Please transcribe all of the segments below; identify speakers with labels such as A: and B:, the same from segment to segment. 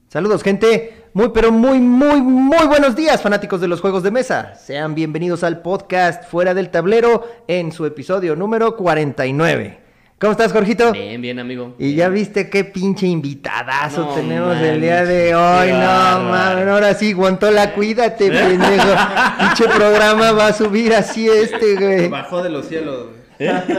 A: Saludos, gente. Muy, pero muy buenos días, fanáticos de los juegos de mesa. Sean bienvenidos al podcast Fuera del Tablero en su episodio número 49. ¿Cómo estás, Jorgito?
B: Bien, amigo.
A: Y ya viste qué pinche invitadazo tenemos el día
B: manches,
A: de hoy. No, man, ahora sí, Guantola, cuídate, pendejo. Pinche programa va a subir así güey.
C: Bajó de los cielos, güey.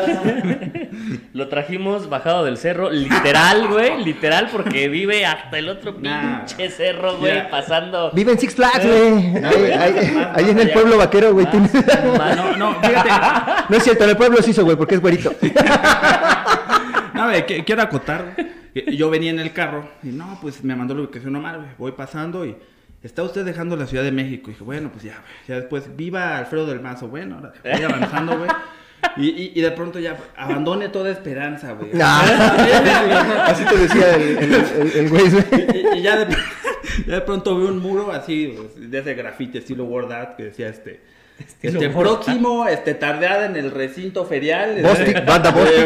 B: Lo trajimos bajado del cerro, literal, güey, literal, porque vive hasta el otro pinche cerro, güey, pasando.
A: Vive en Six Flags, güey. Ahí en el pueblo vaquero, güey.
C: No, fíjate.
A: No es cierto, en el pueblo sí hizo, güey, porque es güerito.
C: No, güey, quiero acotar. Yo venía en el carro y no, pues me mandó la ubicación normal, güey. Voy pasando y está usted dejando la Ciudad de México. Y dije, bueno, pues ya, güey. Ya después, viva Alfredo del Mazo. Bueno, ahora voy avanzando, güey. Y de pronto ya abandone toda esperanza, güey.
A: Así te decía el güey.
C: Y ya de pronto veo un muro así, pues, de ese grafite estilo Word Art que decía próximo, tardeada en el recinto ferial.
A: Bostic, banda Bostic.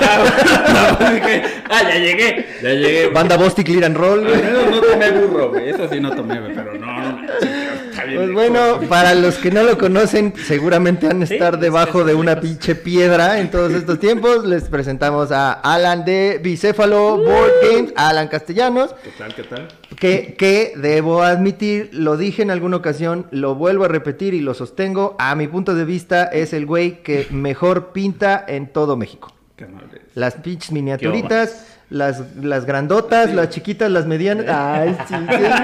C: Ya llegué.
A: Banda Bostic, Clear and Roll, güey.
C: No tomé burro, güey. Eso sí no tomé, güey, pero no. Está bien.
A: Pues bueno, para los que no lo conocen, seguramente han de estar debajo de una pinche piedra en todos estos tiempos. Les presentamos a Alan de Bicéfalo Board Games, Alan Castellanos.
C: ¿Qué tal?
A: Que debo admitir, lo dije en alguna ocasión, lo vuelvo a repetir y lo sostengo. A mi punto de vista, es el güey que mejor pinta en todo México. Las pinches miniaturitas, las grandotas, las chiquitas, las medianas. Ay, sí,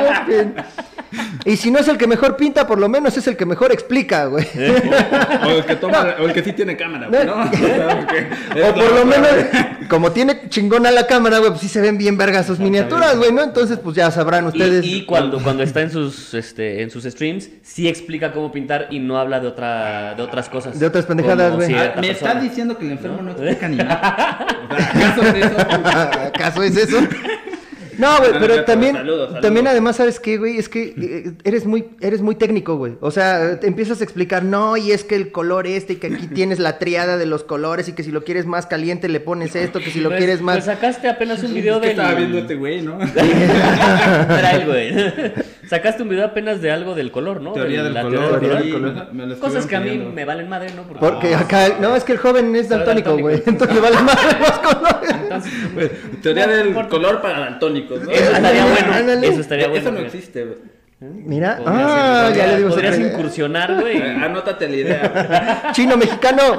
A: y si no es el que mejor pinta, por lo menos es el que mejor explica, güey.
C: O el que toma, o el que sí tiene cámara, güey, ¿no?
A: O por lo menos, como tiene chingona la cámara, güey, pues sí se ven bien vergas sus miniaturas, güey, ¿no? Entonces, pues ya sabrán ustedes.
B: Y cuando está en sus streams, sí explica cómo pintar y no habla de otras cosas.
A: De otras pendejadas, güey.
C: Me estás diciendo que el enfermo no explica ni nada. O sea, ¿acaso es eso?
A: ¿Acaso es eso? No, güey, pero también,
C: saludos.
A: también además, ¿sabes qué, güey? Es que eres muy técnico, güey. O sea, te empiezas a explicar, no, y es que el color y que aquí tienes la triada de los colores y que si lo quieres más caliente le pones esto, que si lo quieres más...
B: Pues sacaste apenas un video de...
C: Estaba viendo este güey, ¿no?
B: Era el güey. Sacaste un video apenas de algo del color, ¿no?
C: Teoría del color.
B: Cosas que a mí me valen madre, ¿no?
A: Porque acá... No, es que el joven es daltónico, güey. Entonces le valen madre los colores.
B: Entonces,
C: teoría del color para daltónicos, ¿no?
B: Eso estaría bueno. Eso estaría bueno.
C: Eso no existe, güey.
A: Mira,
B: ya
A: le digo.
B: Podrías incursionar, güey.
C: Anótate la idea,
A: güey. Chino mexicano.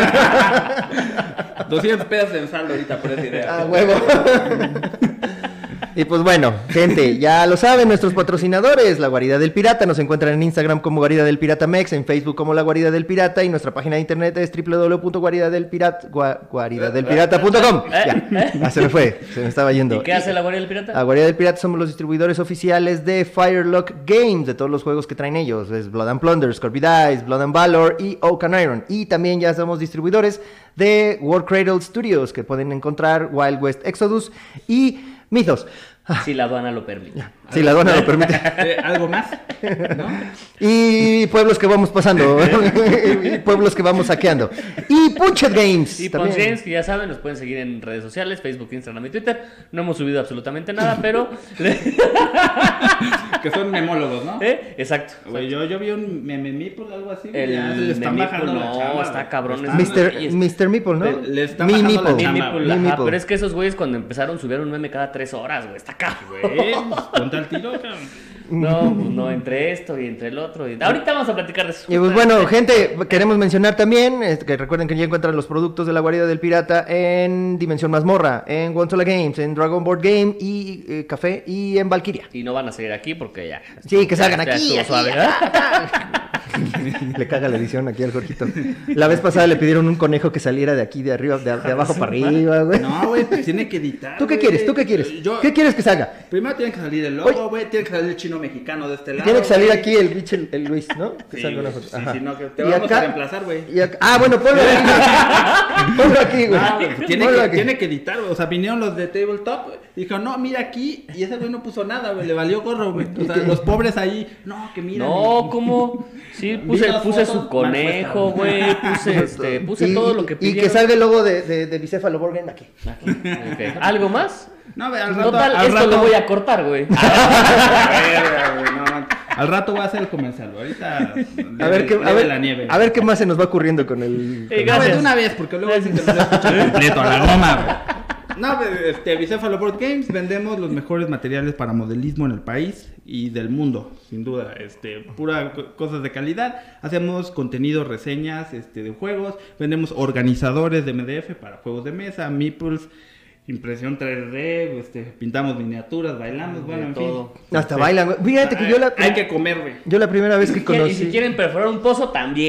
C: 200 pesos en saldo ahorita por esa idea.
A: Ah, huevo. Y pues bueno, gente, ya lo saben, nuestros patrocinadores, La Guarida del Pirata, nos encuentran en Instagram como Guarida del Pirata Mex, en Facebook como La Guarida del Pirata y nuestra página de internet es www.guaridadelpirata.com. Ya se me fue, se me estaba yendo.
B: ¿Y qué hace La Guarida del Pirata?
A: La Guarida del Pirata somos los distribuidores oficiales de Firelock Games, de todos los juegos que traen ellos, es Blood and Plunder, Scorpid Dice, Blood and Valor y Oak and Iron. Y también ya somos distribuidores de War Cradle Studios, que pueden encontrar Wild West Exodus y Mythos.
B: Si la aduana lo permite.
A: Si la aduana lo permite.
C: ¿Algo más? ¿No?
A: Y pueblos que vamos pasando. Y pueblos que vamos saqueando. Y Punched Games.
B: Y Punched Games, que ya saben, nos pueden seguir en redes sociales, Facebook, Instagram y Twitter. No hemos subido absolutamente nada, pero...
C: Que son memólogos, ¿no?
B: Exacto.
C: Güey, yo vi un meme Meeple, algo así.
B: El
C: están bajando la chamba.
B: Está cabrón.
A: Mr. Meeple, ¿no?
C: Le están bajando la chamba.
B: Pero es que esos güeyes cuando empezaron subieron un meme cada 3 horas, güey. Está cabrón.
C: Güey, ponte al tiro, cabrón.
B: No, entre esto y entre el otro. Ahorita vamos a platicar de eso.
A: Y pues bueno, gente, queremos mencionar también que recuerden que ya encuentran los productos de La Guarida del Pirata en Dimensión Mazmorra, en Guantola Games, en Dragon Board Game y Café y en Valkyria.
B: Y no van a salir aquí porque ya.
A: Sí, que salgan aquí.
B: Suave,
A: Le caga la edición aquí al Jorgito. La vez pasada le pidieron un conejo que saliera de aquí, de arriba, de abajo para arriba, güey.
C: No, güey, pues tiene que editar.
A: ¿Tú qué quieres? ¿Qué quieres que salga?
C: Primero tiene que salir el logo, güey, tiene que salir el chino mexicano de este lado.
A: Tiene que salir aquí el bicho, el Luis, ¿no? Que
C: Sí,
A: salga una
C: güey,
A: foto.
C: sí, no, que te
A: Y
C: vamos
A: acá-
C: a reemplazar, güey.
A: Bueno, ponlo aquí. Ponlo aquí, güey.
C: Ah, güey,
A: Ponlo aquí.
C: tiene que editar, güey. O sea, vinieron los de Tabletop, güey. Dijo, no, mira aquí. Y ese güey no puso nada, güey. Le valió gorro, güey. O sea, los pobres ahí. No, que mira.
B: No, ¿cómo? Sí, puse su conejo, güey, puse todo lo que pidieron.
A: Y que salga el logo de Bicéfalo Burger aquí.
B: Okay. ¿Algo más?
C: No, al rato,
B: total, esto lo voy a cortar, güey.
C: Al rato va a ser el comercial, ahorita
A: la nieve. A ver qué más se nos va ocurriendo con el...
C: de una vez, porque luego dicen que se escucha completo a la goma, güey. No, Bicéfalo Board Games, vendemos los mejores materiales para modelismo en el país y del mundo, sin duda. Pura cosas de calidad. Hacemos contenido, reseñas de juegos. Vendemos organizadores de MDF para juegos de mesa, meeples, impresión 3D, pintamos miniaturas, bailamos, bueno, en todo.
A: Fin. Hasta bailan, güey. Fíjate que
C: hay que comer, güey.
A: Yo la primera vez que conocí...
B: Y si quieren perforar un pozo, también.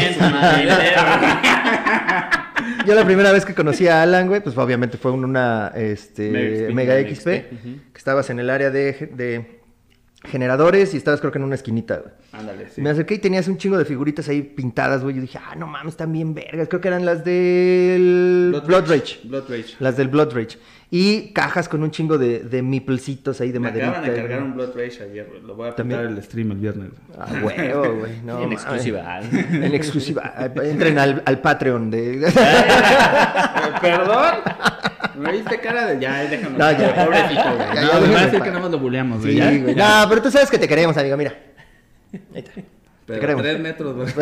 A: Yo la primera vez que conocí a Alan, güey, pues obviamente fue en una Mega XP, que estabas en el área de generadores y estabas creo que en una esquinita, güey.
C: Ándale, sí.
A: Me acerqué y tenías un chingo de figuritas ahí pintadas, güey. Yo dije, no mames, están bien vergas. Creo que eran las del Blood Rage. Las del Blood Rage. Y cajas con un chingo de meeplecitos ahí de maderita.
C: Me acaban de cargar un Blood Rage ayer, güey. Lo voy a pintar el stream el viernes.
A: Huevo, güey. No,
B: en exclusiva.
A: En exclusiva. Entren al Patreon de...
C: ¿Perdón? Me viste cara de... Ya, déjame.
A: No, ya.
C: Pobrecito, güey. No, me va a decir que nada más lo buleamos, güey.
A: Sí, güey. No, pero tú sabes que te queremos, amigo, mira. Ahí está.
C: Pero 3 metros, güey.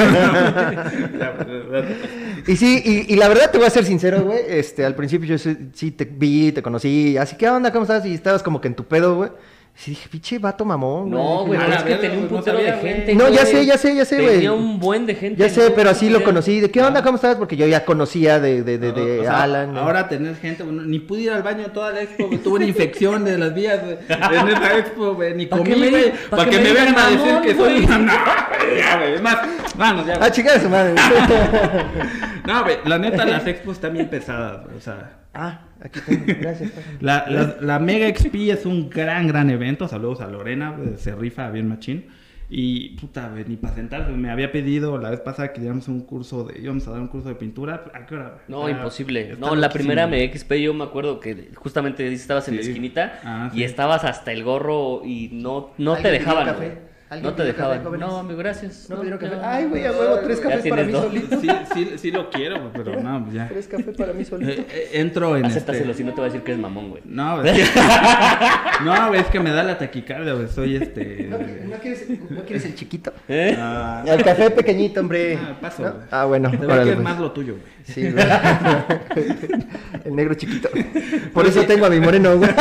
A: Y sí, y la verdad te voy a ser sincero, güey. Al principio yo sí te vi, te conocí. Así, ¿qué onda? ¿Cómo estás? Y estabas como que en tu pedo, güey. Y dije, pinche vato mamón, güey.
B: No, güey, es que tenía un putero de gente.
A: No, ya sé, güey.
B: Tenía un buen de gente.
A: Ya sé, pero así lo conocí. ¿De qué onda? ¿Cómo estás? Porque yo ya conocía de Alan.
C: Ahora tener gente, bueno, ni pude ir al baño toda la expo, tuve una infección de las vías, güey. En esta expo, güey, ni comí, güey. Para que me vean a decir que soy ya, güey, es más, vamos, ya.
A: Chica de su madre.
C: No, güey, la neta, las expos están bien pesadas, güey, o sea...
A: Aquí tengo, gracias.
C: La Mega XP es un gran evento. Saludos a Lorena, se rifa bien machín. Y puta, güey, ni para sentarse. Me había pedido la vez pasada que íbamos a dar un curso de pintura. ¿A qué hora?
B: No, imposible. No, la primera Mega XP yo me acuerdo que justamente estabas en la esquinita y estabas hasta el gorro y no te dejaban. No te dejaban. No, amigo, gracias.
A: No me dieron café. Ay, güey, a huevo, 3 cafés para mí solito.
C: Sí lo quiero, pero no, ya.
A: 3 cafés para mí solito.
C: Entro en
B: acéptaselo, si no te voy a decir que es mamón, güey.
C: No, es que me da la taquicardia, güey. Soy
A: ¿No quieres el chiquito? El café pequeñito, hombre.
C: Paso.
A: Bueno.
C: Te veo que es más lo tuyo, güey.
A: Sí, güey. El negro chiquito. Por eso tengo a mi moreno, güey.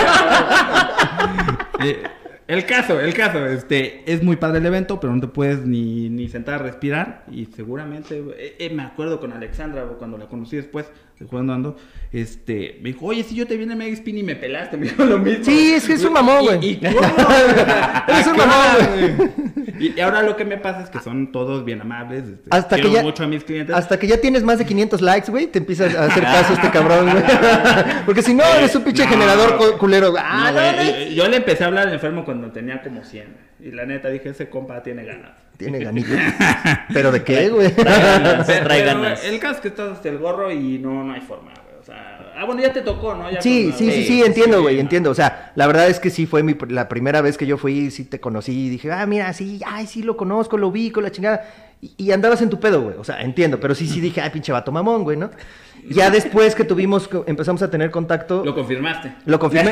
C: El caso, es muy padre el evento, pero no te puedes ni sentar a respirar. Y seguramente, me acuerdo con Alexandra, cuando la conocí después, jugando ando, me dijo, oye, si yo te vi en Mega XP y me pelaste, me dijo lo mismo.
A: Sí, es que es un mamón, güey.
C: ¿Y cómo? Es un mamón, güey. Y ahora lo que me pasa es que son todos bien amables. Quiero mucho a mis clientes.
A: Hasta que ya tienes más de 500 likes, güey, te empiezas a hacer caso a este cabrón, güey. Porque si no, eres un pinche generador culero.
C: Yo le empecé a hablar enfermo cuando tenía como 100. Y la neta dije, ese compa tiene ganas.
A: Tiene ganitas. ¿Pero de qué, güey?
B: Trae ganas.
C: El caso es que estás hasta el gorro y no hay forma, güey. O sea, bueno, ya te tocó, ¿no? Ya
A: sí, entiendo, güey, entiendo. O sea, la verdad es que sí fue la primera vez que yo fui, sí te conocí. Y dije, mira, sí, sí lo conozco, lo vi con la chingada. Y andabas en tu pedo, güey. O sea, entiendo. Pero sí dije, pinche vato mamón, güey, ¿no? Ya después que empezamos a tener contacto...
C: ¿Lo confirmaste?
A: Lo confirmé.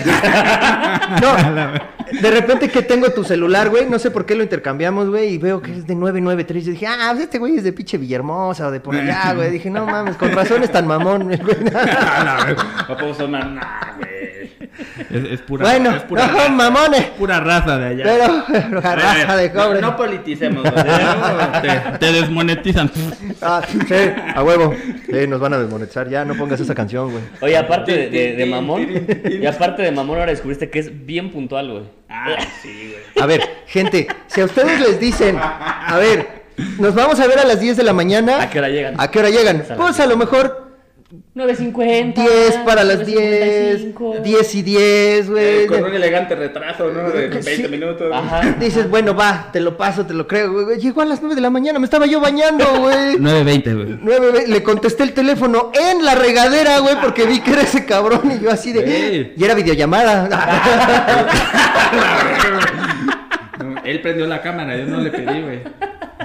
A: No, de repente que tengo tu celular, güey, no sé por qué lo intercambiamos, güey, y veo que es de 993. Yo dije, pues este güey es de pinche Villahermosa o de por allá, güey. Dije, no mames, con razón es tan mamón, güey.
C: No puedo sonar nada, güey. Es pura...
A: Bueno,
C: es pura
A: no, mamones.
C: Pura raza de allá.
A: Pero raza de cobre.
C: No politicemos, güey. Te desmonetizan.
A: Sí, a huevo. Nos van a desmonetizar. Ya, no pongas esa canción, güey.
B: Oye, aparte de mamón, ahora descubriste que es bien puntual, güey.
C: Sí, güey.
A: A ver, gente, si a ustedes les dicen, a ver, nos vamos a ver a las 10 de la mañana.
B: ¿A qué hora
A: llegan? Pues a lo mejor
B: 9:50.
A: 10 para las 10. 10 y 10, güey.
C: Con un elegante retraso, ¿no? De 20 minutos.
A: Ajá. Dices, bueno, va, te lo paso, te lo creo, güey. Llegó a las 9 de la mañana, me estaba yo bañando, güey.
C: 9:20, güey.
A: 9:20, le contesté el teléfono en la regadera, güey, porque vi que era ese cabrón y yo así de... Y era videollamada.
C: Él prendió la cámara, yo no le pedí, güey.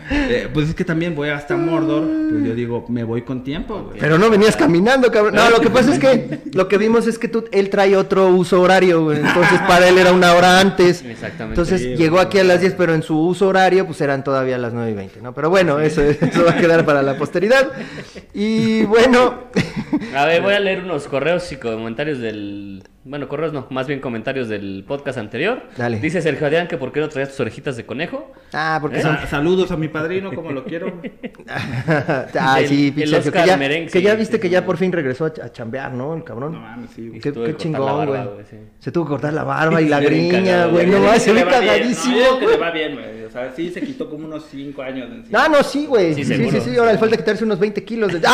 C: Pues es que también voy hasta Mordor, pues yo digo, me voy con tiempo, güey.
A: Pero no venías caminando, cabrón. No, lo que pasa es que lo que vimos es que él trae otro uso horario, güey. Entonces para él era una hora antes.
B: Exactamente.
A: Entonces llegó aquí a las 10, pero en su uso horario pues eran todavía las 9:20, ¿no? Pero bueno, eso va a quedar para la posteridad. Y bueno.
B: A ver, voy a leer unos correos y comentarios del... Bueno, correos no, más bien comentarios del podcast anterior.
A: Dale.
B: Dice Sergio Adrián que por qué no traías tus orejitas de conejo.
A: Porque son...
C: Saludos a mi padrino, como lo quiero.
A: Sí,
B: el Oscar
A: que ya viste que ya por fin regresó a chambear, ¿no? El cabrón.
C: No mames, sí, güey.
A: Qué chingón, güey.
B: Sí.
A: Se tuvo que cortar la barba y la greña, güey. No más, se ve cagadísimo.
C: Que le va bien, güey. O sea, sí se quitó como unos 5 años de encima.
A: No, sí, güey. Sí. Ahora le falta quitarse unos 20 kilos de...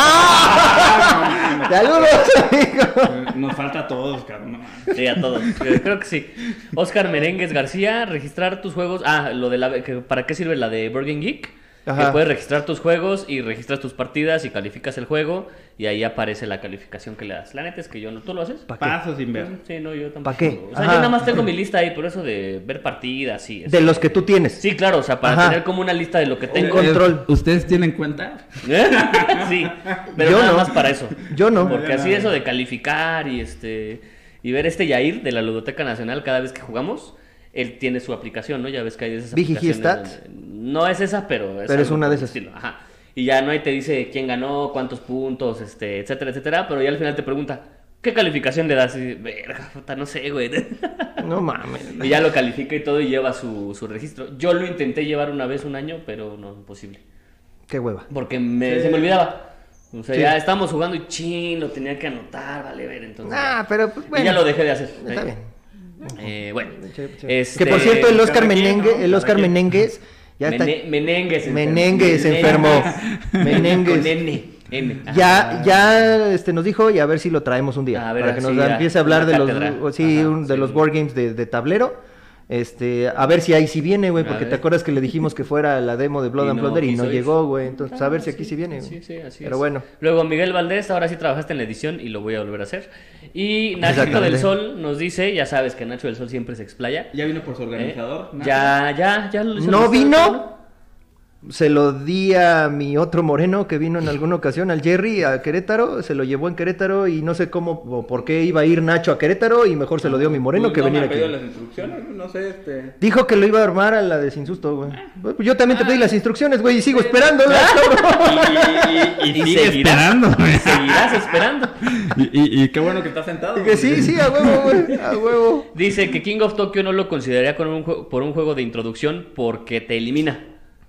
A: ¡Saludos, amigo!
C: Nos falta a todos, cabrón. No,
B: sí, a todos. Creo que sí. Oscar Merengues García, registrar tus juegos. Lo de ¿para qué sirve la de Burger Geek?
A: Ajá.
B: Que puedes registrar tus juegos y registras tus partidas y calificas el juego y ahí aparece la calificación que le das. La neta es que yo no... ¿Tú lo haces?
C: Paso sin ver.
B: Sí, no, yo tampoco.
A: ¿Para qué?
B: O sea, yo nada más tengo mi lista ahí, por eso de ver partidas, sí.
A: De los que tú tienes.
B: Sí, claro, o sea, para tener como una lista de lo que tengo.
A: Control.
C: ¿Ustedes tienen cuenta?
B: Sí, pero
A: Yo
B: nada
A: no.
B: más para eso.
A: Yo no.
B: Porque así eso de calificar y y ver Yair de la Ludoteca Nacional cada vez que jugamos, él tiene su aplicación, ¿no? Ya ves que hay de esas
A: ¿Vigigi
B: aplicaciones.
A: Stat?
B: No es esa, pero
A: es una de esas.
B: Estilo. Ajá. Y ya no ahí te dice quién ganó, cuántos puntos, etcétera, etcétera, pero ya al final te pregunta, ¿qué calificación le das? Y verga, puta, no sé, güey.
A: No mames.
B: Y ya lo califica y todo y lleva su registro. Yo lo intenté llevar una vez un año, pero no, imposible.
A: Qué hueva.
B: Porque se me olvidaba. O sea, ya estábamos jugando y lo tenía que anotar, vale, ver, entonces.
A: Pero pues bueno.
B: Y ya lo dejé de hacer.
A: Está bien.
B: Bueno.
A: Que por cierto, el Oscar Menéndez ya está.
B: Menéndez
A: enfermo. Menéndez.
B: Con N.
A: Ya nos dijo y a ver si lo traemos un día. Para que nos empiece a hablar de los board games de tablero. A ver si ahí sí viene, güey, porque te acuerdas que le dijimos que fuera la demo de Blood and Plunder y no llegó, güey. Entonces, a ver si aquí sí viene, güey.
B: Sí, así
A: Pero
B: es.
A: bueno.
B: Luego, Miguel Valdés, ahora sí trabajaste en la edición y lo voy a volver a hacer. Y Nachito del Sol nos dice, ya sabes que Nacho del Sol siempre se explaya.
C: ¿Ya vino por su organizador?
B: Ya.
A: ¿No vino? Se lo di a mi otro moreno que vino en alguna ocasión, al Jerry, a Querétaro, se lo llevó en Querétaro y no sé cómo o por qué iba a ir Nacho a Querétaro y mejor se lo dio a mi moreno que venir aquí.
C: ¿No me ha pedido las instrucciones? No sé,
A: Dijo que lo iba a armar a la de Sin Susto, güey. Yo también te pedí las instrucciones, güey, y sigo esperándolas, cabrón.
C: Y sigue esperando.
B: Seguirás esperando.
C: Y qué bueno que está sentado.
A: Que sí, a huevo, güey, a huevo.
B: Dice que King of Tokyo no lo consideraría por un juego de introducción porque te elimina.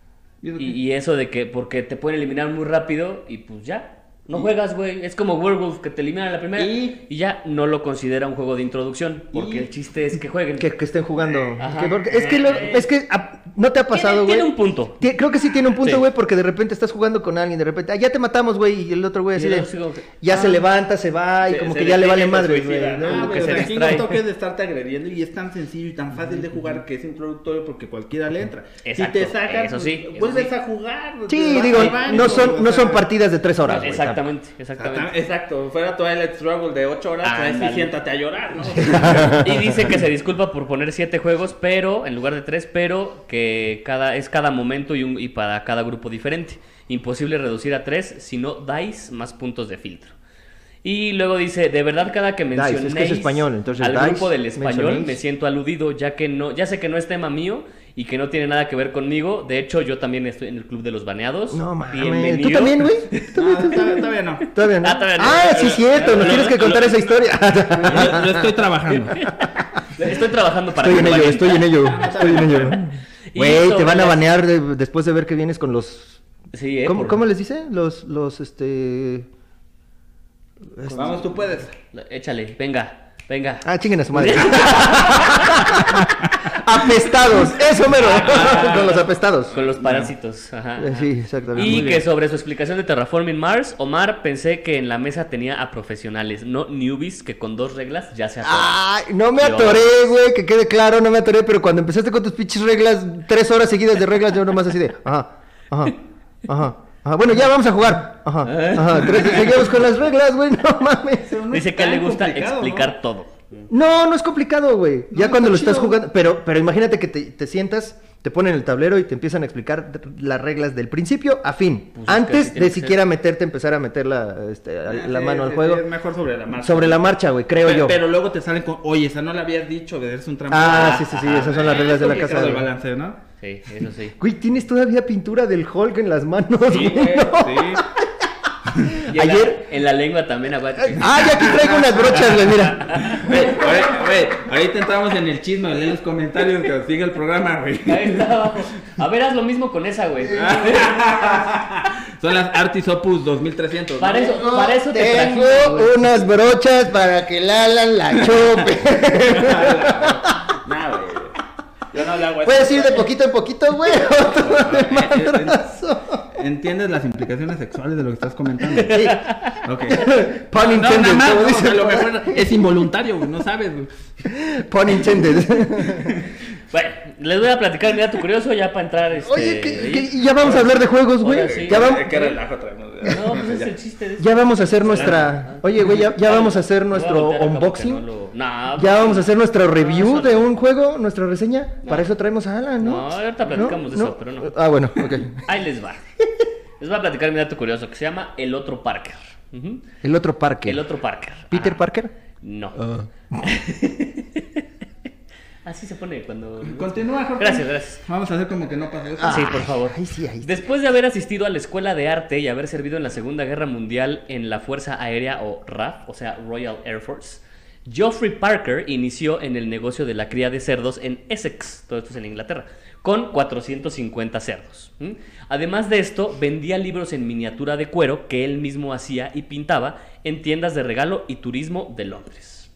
B: Y eso de que porque te pueden eliminar muy rápido y pues ya. No juegas, güey. Es como Werewolf que te eliminan la primera y ya no lo considera un juego de introducción. Porque el chiste es que jueguen.
A: Que estén jugando. Es que no te ha pasado, güey.
B: Tiene un punto.
A: Creo que sí tiene un punto, güey, porque de repente estás jugando con alguien, de repente, ya te matamos, güey, y el otro güey así ya se levanta, se va y como que ya le vale madre, güey.
C: King of Tokyo es de estarte agrediendo y es tan sencillo y tan fácil de jugar que es introductorio porque cualquiera le entra.
B: Exacto,
C: si te sacan, vuelves a jugar.
A: Sí, digo, no son partidas de 3 horas,
B: Exactamente.
C: Exacto, fuera Twilight Struggle de 8 horas, pues siéntate a llorar, ¿no?
B: Y dice que se disculpa por poner 7 juegos, pero en lugar de 3, pero que cada momento y para cada grupo diferente. Imposible reducir a 3 si no dais más puntos de filtro. Y luego dice, de verdad cada que mencionéis
A: es español, entonces
B: al grupo del español me siento aludido, ya sé que no es tema mío y que no tiene nada que ver conmigo. De hecho, yo también estoy en el club de los baneados.
A: No mames, ¿tú también, güey?
C: Todavía no.
A: Todavía no.
B: Todavía no.
A: Sí, cierto, nos tienes que contar esa historia.
C: Yo estoy trabajando.
B: Estoy trabajando para
A: Estoy en ello. Güey, te van a banear después de ver que vienes con los...
B: Sí,
A: ¿Cómo les dice? Los
C: Vamos, tú puedes.
B: Échale, venga.
A: Chinguen a su madre. Apestados, eso mero. Con los apestados.
B: Con los parásitos, ajá.
A: Sí, exactamente.
B: Y que sobre su explicación de Terraforming Mars, Omar, pensé que en la mesa tenía a profesionales, no newbies que con 2 reglas ya se atoran.
A: Ay, no me atoré, güey, que quede claro, no me atoré, pero cuando empezaste con tus pinches reglas, 3 horas seguidas de reglas, yo nomás así de, ajá. Bueno, ya vamos a jugar. Seguimos con las reglas, güey, no mames.
B: Dice que le gusta explicar, ¿no? todo.
A: No es complicado, güey. Ya cuando lo estás jugando, pero imagínate que te sientas te ponen el tablero y te empiezan a explicar las reglas del principio a fin,
B: Pues
A: antes de siquiera empezar a meter la mano al juego.
C: Es mejor sobre la marcha.
A: Sobre la marcha, güey, creo yo.
C: Pero luego te salen con, oye, esa no la habías dicho, que eres un tramposo.
A: Sí, esas son las reglas de la casa.
C: Del balance, ¿no?
B: Sí, eso sí.
A: Güey, tienes todavía pintura del Hulk en las manos,
C: Sí,
A: güey.
C: sí.
B: Y en la lengua también aguanta.
A: Ya aquí traigo unas brochas, güey, mira.
C: Güey, ahorita entramos en el chisme, lee los comentarios que sigue el programa, güey.
B: Ahí está abajo. A ver, haz lo mismo con esa, güey.
C: Son las Artis Opus 2300.
B: Para eso te
A: Tengo
B: trajimos, güey.
A: unas brochas para que la chupe.
C: Nah, güey. Yo no le hago eso.
A: Puedes ir de poquito en poquito, güey. De madrazo.
C: ¿Entiendes las implicaciones sexuales de lo que estás comentando?
A: Sí.
C: Ok.
A: Pun intended,
C: nada más,
A: como
C: no,
A: dicen.
C: a lo mejor es involuntario, güey, no sabes, güey.
A: Pun intended.
B: Bueno, les voy a platicar mi dato curioso ya para entrar.
A: Oye, ya vamos a hablar de juegos, güey.
B: Ahora sí.
A: Ya vamos.
C: Qué relajo traemos.
B: No, pues es el chiste de eso.
A: Ya vamos a hacer nuestra. Oye, güey, ya vamos a hacer nuestro unboxing. Ya vamos a hacer nuestra review de un juego, nuestra reseña. Para eso traemos a Alan, ¿no?
B: No, ahorita platicamos de eso, pero no.
A: Bueno, ok.
B: Ahí les va. Les voy a platicar mi dato curioso que se llama El Otro Parker. Ujú.
A: El otro Parker.
B: El Otro Parker.
A: ¿Peter
B: Ajá.
A: Parker?
B: No. Así se pone cuando...
C: Continúa, Jorge.
B: Gracias.
C: Vamos a hacer como que no pasa eso.
B: Sí, por favor.
A: Ahí sí.
B: Después de haber asistido a la Escuela de Arte y haber servido en la Segunda Guerra Mundial en la Fuerza Aérea o RAF, o sea, Royal Air Force, Geoffrey Parker inició en el negocio de la cría de cerdos en Essex, todo esto es en Inglaterra, con 450 cerdos. Además de esto, vendía libros en miniatura de cuero que él mismo hacía y pintaba en tiendas de regalo y turismo de Londres.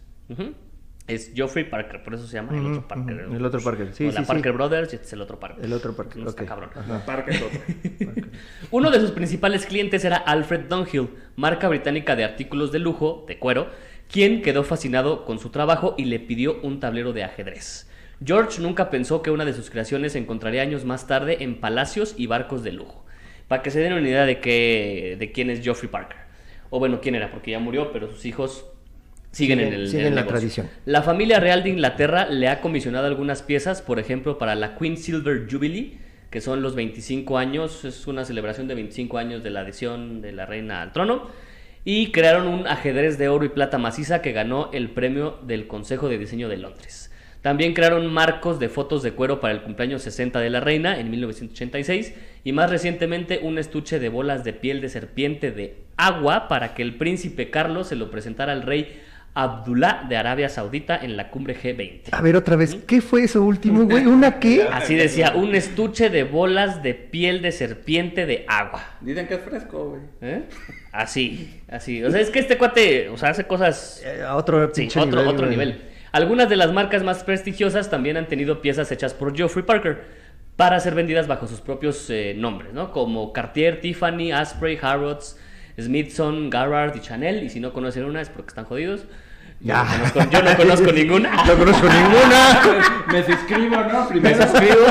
B: Es Geoffrey Parker, por eso se llama El Otro Parker.
A: El Otro Parker, sí,
B: O la
A: sí,
B: Parker
A: sí.
B: Brothers, este es El Otro Parker.
A: El Otro Parker,
B: No está
A: ok.
B: cabrón.
C: Parque es otro.
B: Uno de sus principales clientes era Alfred Dunhill, marca británica de artículos de lujo, de cuero, quien quedó fascinado con su trabajo y le pidió un tablero de ajedrez. George nunca pensó que una de sus creaciones se encontraría años más tarde en palacios y barcos de lujo. Para que se den una idea de quién es Geoffrey Parker. O bueno, quién era, porque ya murió, pero sus hijos siguen en el
A: la
B: negocio.
A: tradición.
B: La familia real de Inglaterra le ha comisionado algunas piezas, por ejemplo, para la Queen Silver Jubilee, que son los 25 años, es una celebración de 25 años de la adhesión de la reina al trono, y crearon un ajedrez de oro y plata maciza que ganó el premio del Consejo de Diseño de Londres. También crearon marcos de fotos de cuero para el cumpleaños 60 de la reina en 1986 y más recientemente un estuche de bolas de piel de serpiente de agua para que el príncipe Carlos se lo presentara al rey Abdullah de Arabia Saudita en la cumbre G20.
A: A ver, otra vez, ¿qué fue eso último, güey? ¿Una qué?
B: Así decía, un estuche de bolas de piel de serpiente de agua.
C: Dicen que es fresco, güey.
B: Así. O sea, es que este cuate, o sea, hace cosas...
A: A otro
B: Sí,
A: pinche
B: otro
A: güey.
B: nivel. Algunas de las marcas más prestigiosas también han tenido piezas hechas por Geoffrey Parker para ser vendidas bajo sus propios nombres, ¿no? Como Cartier, Tiffany, Asprey, Harrods, Smithson, Garrard y Chanel. Y si no conocen una es porque están jodidos. Yo no conozco ninguna.
A: No conozco ninguna.
C: Me suscribo, ¿no?
B: Me
C: Primero.
B: suscribo.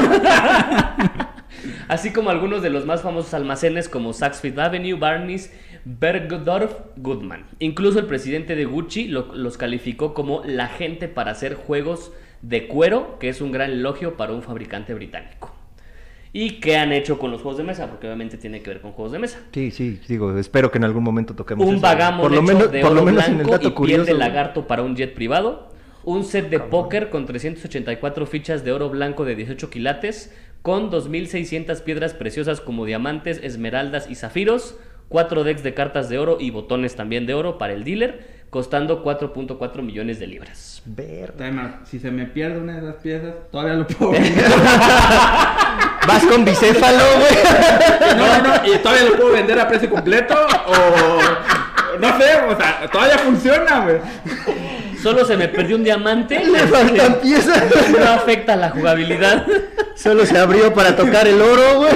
B: Así como algunos de los más famosos almacenes como Saks Fifth Avenue, Barneys, Bergdorf Goodman. Incluso el presidente de Gucci los calificó como la gente para hacer juegos de cuero, que es un gran elogio para un fabricante británico. ¿Y qué han hecho con los juegos de mesa? Porque obviamente tiene que ver con juegos de mesa.
A: Sí, digo, espero que en algún momento toquemos
B: Un
A: eso.
B: vagamon
A: por lo
B: hecho
A: menos,
B: de
A: por lo
B: oro
A: menos en el
B: blanco
A: dato
B: y
A: curioso.
B: piel de lagarto para un jet privado. Un set de póker con 384 fichas de oro blanco de 18 quilates, con 2.600 piedras preciosas como diamantes, esmeraldas y zafiros, 4 decks de cartas de oro y botones también de oro para el dealer, costando 4.4 millones de libras.
A: Verga.
C: Si se me pierde una de esas piezas, todavía lo puedo vender.
A: ¿Vas con bicéfalo, güey?
C: No, y todavía lo puedo vender a precio completo o... No sé, o sea, todavía funciona, güey.
B: Solo se me perdió un diamante.
A: Le faltan piezas.
B: No afecta la jugabilidad.
A: Solo se abrió para tocar el oro, güey.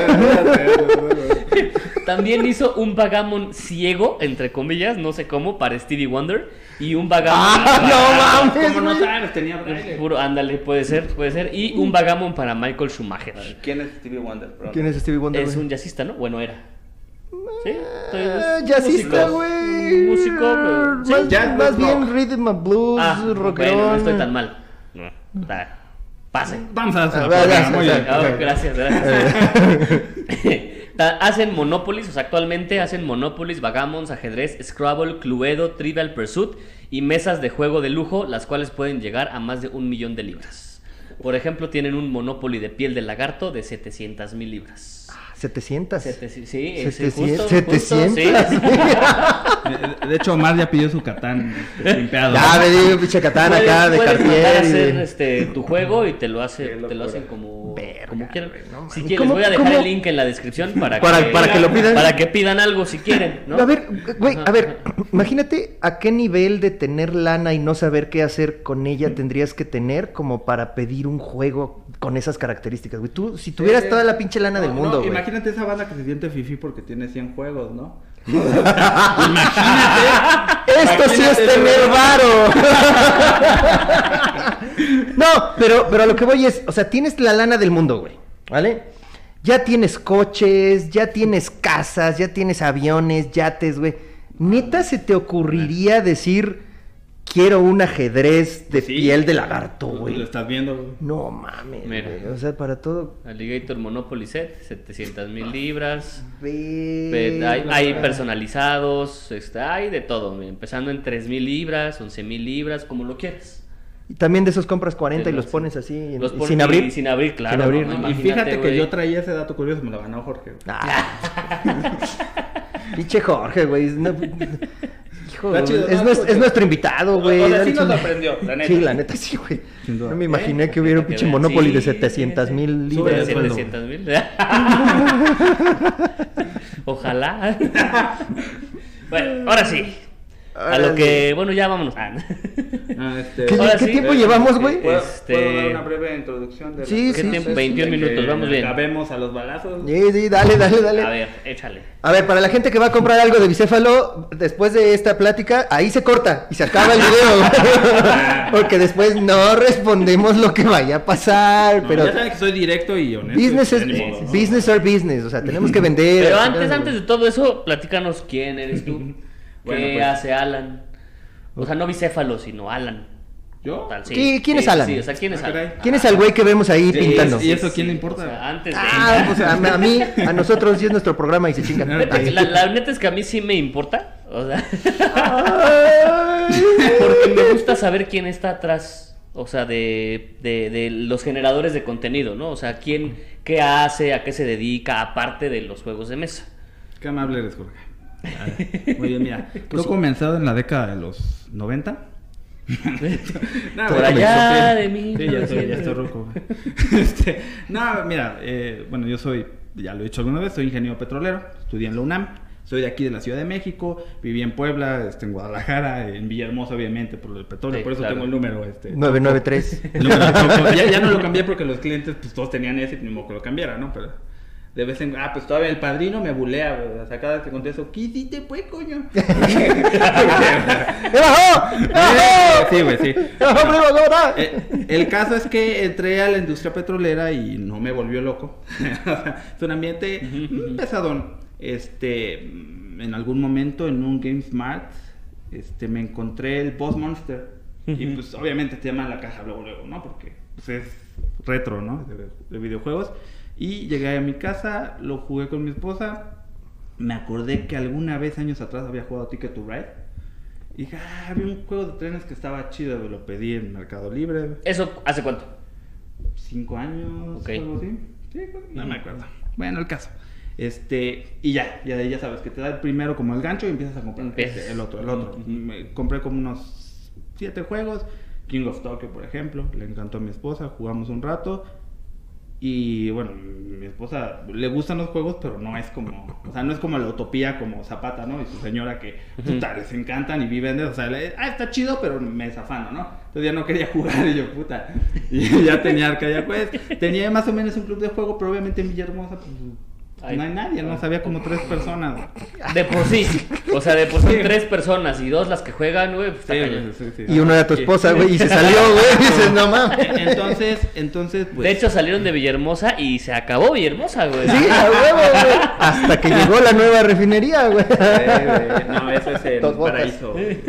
B: También hizo un vagamon ciego, entre comillas, no sé cómo, para Stevie Wonder. Y un vagamon
A: no mames,
C: ¿Cómo no
A: güey.
C: sabes? Tenía braille.
B: puro, ándale, puede ser. Y un vagamon para Michael Schumacher.
C: ¿Quién es Stevie Wonder? Perdón.
A: ¿Quién es Stevie Wonder?
B: Es
A: güey?
B: un jazzista, ¿no? Bueno, era. ¿Sí?
A: Jazzista, güey.
B: Músico, sí.
A: Más,
C: jazz,
A: más
C: rock.
A: bien rhythm and blues,
B: Bueno,
A: rockerón.
B: no estoy tan mal. No, está. Pase.
C: Vamos a hacer la
B: gracias. Hacen Monopolis, o sea, actualmente hacen Monopolis, Vagabonds, ajedrez, Scrabble, Cluedo, Trivial Pursuit y mesas de juego de lujo, las cuales pueden llegar a más de 1 millón de libras. Por ejemplo, tienen un Monopoly de piel de lagarto de 700,000 libras.
A: 700.
B: Sí,
A: 700.
B: Sí.
C: De hecho, Omar ya pidió su Catán limpiado.
A: Ya me digo, pinche Catán acá de
B: Cartier.
A: Puedes
B: hacer tu juego y te lo hacen como quieran.
A: No,
B: si quieres, voy a dejar el link en la descripción para
A: que lo pidan.
B: Para que pidan algo si quieren, ¿no?
A: A ver, güey, imagínate a qué nivel de tener lana y no saber qué hacer con ella tendrías que tener como para pedir un juego con esas características, güey. Tú, si tuvieras toda la pinche lana del mundo, güey.
C: Imagínate esa banda que se siente fifí porque tiene 100 juegos, ¿no? Imagínate.
A: Esto sí es tener varo. No, pero a lo que voy es, o sea, tienes la lana del mundo, güey, ¿vale? Ya tienes coches, ya tienes casas, ya tienes aviones, yates, güey. ¿Neta se te ocurriría decir... quiero un ajedrez de piel de lagarto, güey?
C: Lo estás viendo, güey.
A: No mames,
B: mira,
A: güey. O sea, para todo.
B: Alligator Monopoly Set, 700,000 libras.
A: Ve...
B: Hay personalizados, hay de todo, empezando en 3,000 libras, 11,000 libras, como lo quieras.
A: Y también de esos compras 40 y los pones así,
B: sin abrir. Sin abrir, claro.
A: Sin abrir.
B: No,
C: y fíjate que yo traía ese dato curioso, me lo ganó Jorge.
A: Pinche Jorge, güey. No... Hijo, es nuestro invitado, güey.
C: O sea, sí nos sorprendió, la neta.
A: Sí, la neta sí, güey. No me imaginé que hubiera un pinche Monopoly de 700,000 libras.
B: 700,000. Ojalá. Bueno, ahora sí. A lo que, bueno, ya vámonos.
A: ¿Qué tiempo llevamos, güey?
C: ¿Puedo dar una breve introducción?
A: Sí,
B: ¿Qué tiempo? 21 minutos, vamos bien.
C: Acabemos a los balazos.
A: Sí, dale.
B: A ver, échale.
A: A ver, para la gente que va a comprar algo de bicéfalo, después de esta plática, ahí se corta y se acaba el video. Porque después no respondemos lo que vaya a pasar.
C: No,
A: pero
C: ya saben que soy directo y honesto.
A: Business are business, o sea, tenemos que vender.
B: Pero antes de todo eso, platícanos quién eres tú. ¿Qué hace Alan? O sea, no bicéfalo, sino Alan.
C: ¿Yo?
B: Tal, sí.
A: ¿Quién es Alan?
B: Sí, o sea, ¿quién es Alan?
A: ¿Quién es el güey que vemos ahí pintando?
C: ¿Y eso quién le importa?
B: O sea, antes
A: de... pues a mí, a nosotros sí es nuestro programa y se chingan.
B: La neta es que a mí sí me importa. O sea, porque me gusta saber quién está atrás. O sea, de los generadores de contenido, ¿no? O sea, qué hace, a qué se dedica, aparte de los juegos de mesa.
C: Qué amable eres, Jorge. Muy bien, mira, yo he comenzado en la década de los 90.
B: Por allá de mí.
C: Sí, ya estoy roco. Mira, bueno, yo soy, ya lo he dicho alguna vez, soy ingeniero petrolero, estudié en la UNAM, soy de aquí de la Ciudad de México, viví en Puebla, en Guadalajara, en Villahermosa, obviamente, por el petróleo, por eso claro. Tengo el número
A: 993.
C: Ya no lo cambié porque los clientes, pues todos tenían ese, ni modo que lo cambiara, ¿no? Pero de vez en cuando, pues todavía el padrino me bulea, güey. O sea, cada vez que contesto, ¿qué hiciste, pues, coño? Sí, güey, sí. El caso es que entré a la industria petrolera y no me volvió loco. Es un ambiente pesadón. En algún momento en un GameSmart, me encontré el Boss Monster. Y pues, obviamente te llaman la caja luego, ¿no? Porque pues, es retro, ¿no? De videojuegos. Y llegué a mi casa, lo jugué con mi esposa. Me acordé que alguna vez, años atrás, había jugado Ticket to Ride. Y dije, había un juego de trenes que estaba chido, lo pedí en Mercado Libre.
B: ¿Eso hace cuánto?
C: 5 años,
B: okay.
C: Algo así. Sí, no me acuerdo. Bueno, el caso. Y ya sabes, que te da el primero como el gancho y empiezas a comprar el otro. Me compré como unos 7 juegos. King of Tokyo, por ejemplo. Le encantó a mi esposa, jugamos un rato. Y bueno, mi esposa le gustan los juegos, pero no es como, o sea, no es como la utopía como Zapata, ¿no? Y su señora que, puta, les encantan y viven de, o sea, está chido, pero me desafano, ¿no? Entonces ya no quería jugar y yo, puta, y ya tenía Arcadia Quest, tenía más o menos un club de juego, pero obviamente en Villahermosa, pues, no hay nadie, ¿no? Había como 3 personas.
B: De por sí. O sea, de por sí 3 personas y 2 las que juegan, güey. Pues
A: sí. Y una era tu esposa, güey, y se salió, güey. Dices, no mames.
C: Entonces, pues.
B: De hecho, salieron de Villahermosa y se acabó Villahermosa, güey.
A: Sí, a huevo, güey. Hasta que llegó la nueva refinería, güey.
C: No, eso es el paraíso.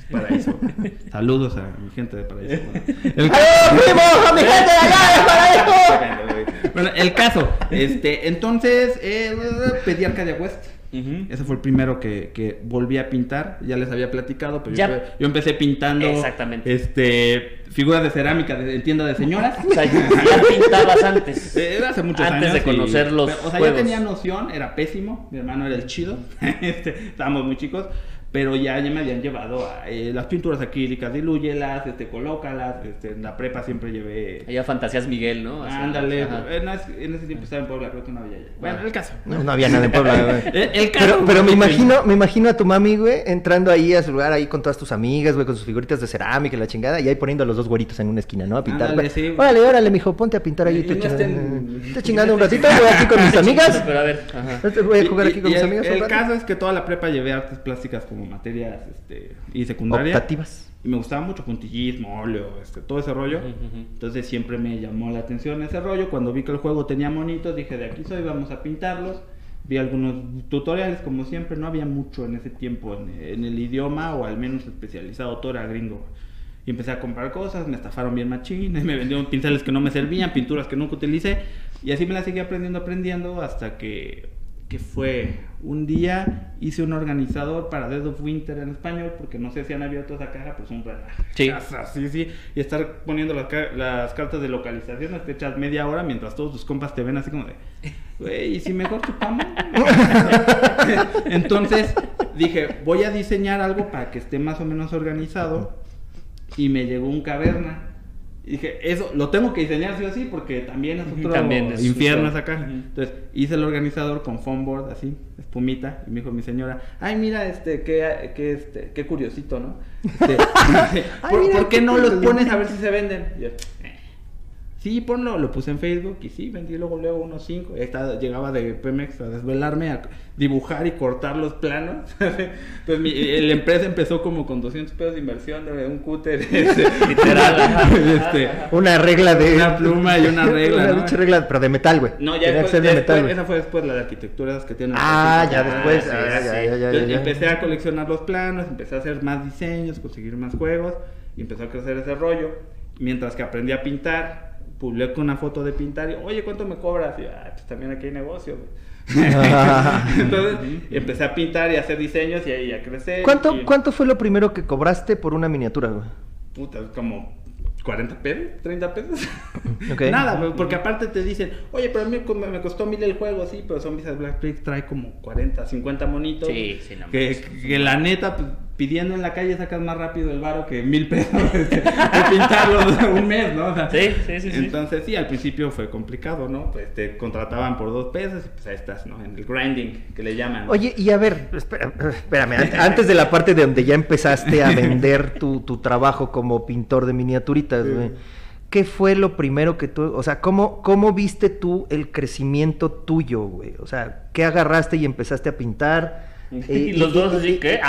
C: Paraíso. Saludos a mi gente de Paraíso.
A: ¡A mi gente de allá de Paraíso!
C: Bueno, el caso, entonces pedí Arcadia West. Ese fue el primero que volví a pintar. Ya les había platicado, pero yo empecé pintando figuras de cerámica en tienda de señoras.
B: O sea, ya pintabas antes.
C: Era hace muchos años.
B: Antes de conocer los
C: o sea,
B: juegos.
C: Ya tenía noción, era pésimo. Mi hermano era el chido. Estábamos muy chicos. Pero ya me habían llevado a las pinturas acrílicas, dilúyelas, colócalas, en la prepa siempre llevé...
B: Allá Fantasías Miguel, ¿no?
C: Ándale, en ese tiempo estaba en Puebla, creo que no había ya. Bueno, el caso.
A: No había nada en Puebla, güey.
C: El caso.
A: Pero me imagino a tu mami, güey, entrando ahí a su lugar, ahí con todas tus amigas, güey, con sus figuritas de cerámica y la chingada, y ahí poniendo a los dos güeritos en una esquina, ¿no? A pintar.
C: Ándale, sí.
A: Órale, mijo, ponte a pintar ahí. Estoy chingando un ratito, voy aquí con mis amigas.
B: Pero a ver,
A: voy a jugar aquí con mis amigas.
C: El caso es que toda la prepa llevé artes plásticas como materias y secundaria.
A: Optativas.
C: Y me gustaba mucho puntillismo, óleo, todo ese rollo. Entonces siempre me llamó la atención ese rollo. Cuando vi que el juego tenía monitos, dije, de aquí soy, vamos a pintarlos. Vi algunos tutoriales, como siempre, no había mucho en ese tiempo en el idioma, o al menos especializado, todo era gringo. Y empecé a comprar cosas, me estafaron bien machín, me vendieron pinceles que no me servían, pinturas que nunca utilicé. Y así me las seguí aprendiendo, hasta que fue un día hice un organizador para Dead of Winter en español, porque no sé si han abierto esa caja, pues un relajo. Sí, y estar poniendo las cartas de localización, te echas media hora mientras todos tus compas te ven así como de, güey, ¿y si mejor chupamos? Entonces dije, voy a diseñar algo para que esté más o menos organizado, y me llegó un caverna. Y dije, eso lo tengo que diseñar sí o sí, porque también es otro infierno esa caja. Entonces hice el organizador con foam board, así, espumita, y me dijo mi señora, ay, mira, qué curiosito, ¿no? ¿Por qué no los pones a ver si se venden? Y yo, sí, ponlo, lo puse en Facebook y sí, vendí luego unos 5. Llegaba de Pemex a desvelarme, a dibujar y cortar los planos. Entonces la empresa empezó como con $200 de inversión, de un cúter, literal,
A: una regla de...
C: Una pluma y una regla,
A: una regla, pero de metal, güey.
C: No, ya esa fue después la de arquitectura, esas que tienen...
A: después.
C: Ya. Empecé a coleccionar los planos, empecé a hacer más diseños, conseguir más juegos, y empezó a crecer ese rollo. Mientras que aprendí a pintar, publico una foto de pintar y, oye, ¿cuánto me cobras? Y pues también aquí hay negocio, güey. Entonces empecé a pintar y a hacer diseños y ahí a crecer.
A: ¿Cuánto fue lo primero que cobraste por una miniatura, güey?
C: Puta, como 40 pesos, 30 pesos.
A: Okay.
C: Nada, porque aparte te dicen, oye, pero a mí me costó 1,000 el juego, sí, pero Zombies at Black Plague trae como 40, 50 monitos.
B: Sí, no.
C: Que la neta, pues, pidiendo en la calle sacas más rápido el varo que 1,000 pesos de pintarlo un mes, ¿no? O sea,
B: sí.
C: Entonces sí, al principio fue complicado, ¿no? Pues te contrataban por 2 pesos y pues ahí estás, ¿no? En el grinding, que le llaman, ¿no?
A: Oye, y a ver, espérame, antes de la parte de donde ya empezaste a vender tu trabajo como pintor de miniaturitas, güey. ¿Qué fue lo primero que tú, o sea, cómo viste tú el crecimiento tuyo, güey? O sea, ¿qué agarraste y empezaste a pintar?
B: Y los dos así, ¿qué?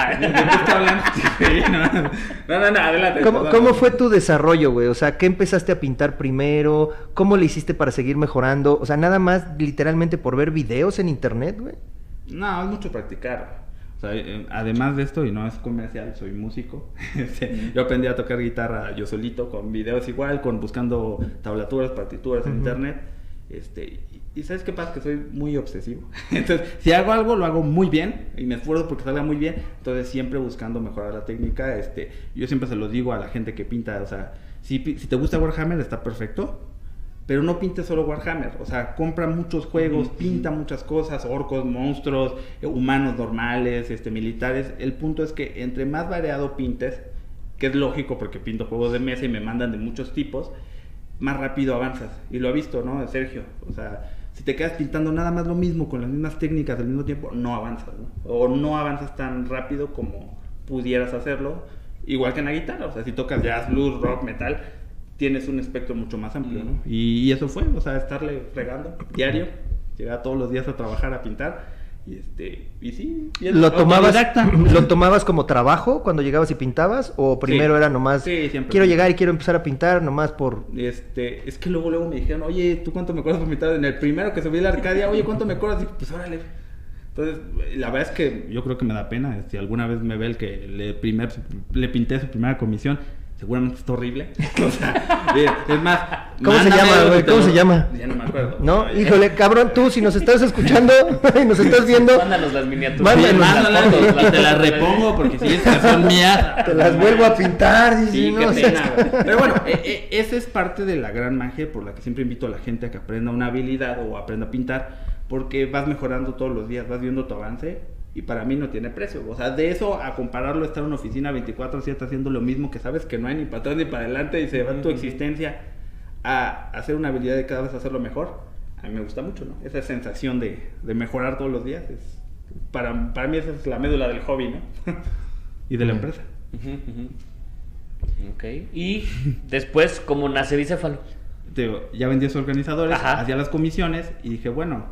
C: No, adelante.
A: ¿Cómo fue tu desarrollo, güey? O sea, ¿qué empezaste a pintar primero? ¿Cómo le hiciste para seguir mejorando? O sea, nada más literalmente por ver videos en internet, güey.
C: No, es mucho practicar. O sea, además de esto, y no es comercial, soy músico. Yo aprendí a tocar guitarra yo solito, con videos igual, buscando tablaturas, partituras en internet. Y ¿sabes qué pasa? Que soy muy obsesivo. Entonces, si hago algo, lo hago muy bien y me esfuerzo porque salga muy bien. Entonces, siempre buscando mejorar la técnica. Yo siempre se lo digo a la gente que pinta, o sea, si te gusta Warhammer, está perfecto. Pero no pintes solo Warhammer, o sea, compra muchos juegos, pinta muchas cosas, orcos, monstruos, humanos normales, militares. El punto es que entre más variado pintes, que es lógico porque pinto juegos de mesa y me mandan de muchos tipos, más rápido avanzas. Y lo ha visto, ¿no? Sergio, o sea, si te quedas pintando nada más lo mismo, con las mismas técnicas al mismo tiempo, no avanzas, ¿no? O no avanzas tan rápido como pudieras hacerlo, igual que en la guitarra, o sea, si tocas jazz, blues, rock, metal, tienes un espectro mucho más amplio, ¿no? Y eso fue, o sea, estarle fregando diario, llegar todos los días a trabajar, a pintar, y sí.
A: ¿Lo tomabas como trabajo cuando llegabas y pintabas? ¿O primero era nomás, quiero llegar y quiero empezar a pintar nomás por...?
C: Es que luego me dijeron, oye, ¿tú cuánto me cobras por pintar? En el primero que subí a la Arcadia, oye, ¿cuánto me cobras? Y pues órale. Entonces, la verdad es que yo creo que me da pena. Si alguna vez me ve el que le pinté su primera comisión, seguramente está horrible. O sea, es más...
A: ¿Cómo se llama, güey? ¿Cómo se llama?
C: Ya no me acuerdo.
A: No, híjole, cabrón, tú, si nos estás escuchando y nos estás viendo...
B: Mándanos las miniaturas.
C: Mándalas, te las repongo, porque si es que son mías...
A: Te las vuelvo a pintar.
C: Sí, qué pena, güey. Pero bueno, esa es parte de la gran magia por la que siempre invito a la gente a que aprenda una habilidad o aprenda a pintar, porque vas mejorando todos los días, vas viendo tu avance. Y para mí no tiene precio. O sea, de eso a compararlo, estar en una oficina 24/7 haciendo lo mismo, que sabes que no hay ni para atrás ni para adelante y se va tu existencia, a hacer una habilidad de cada vez hacerlo mejor, a mí me gusta mucho, ¿no? Esa sensación de mejorar todos los días, para mí esa es la médula del hobby, ¿no? Y de la empresa.
B: Ok. Y después, ¿cómo nace Bicéfalo?
C: Ya vendí a sus organizadores,
B: Ajá.
C: hacía las comisiones y dije, bueno,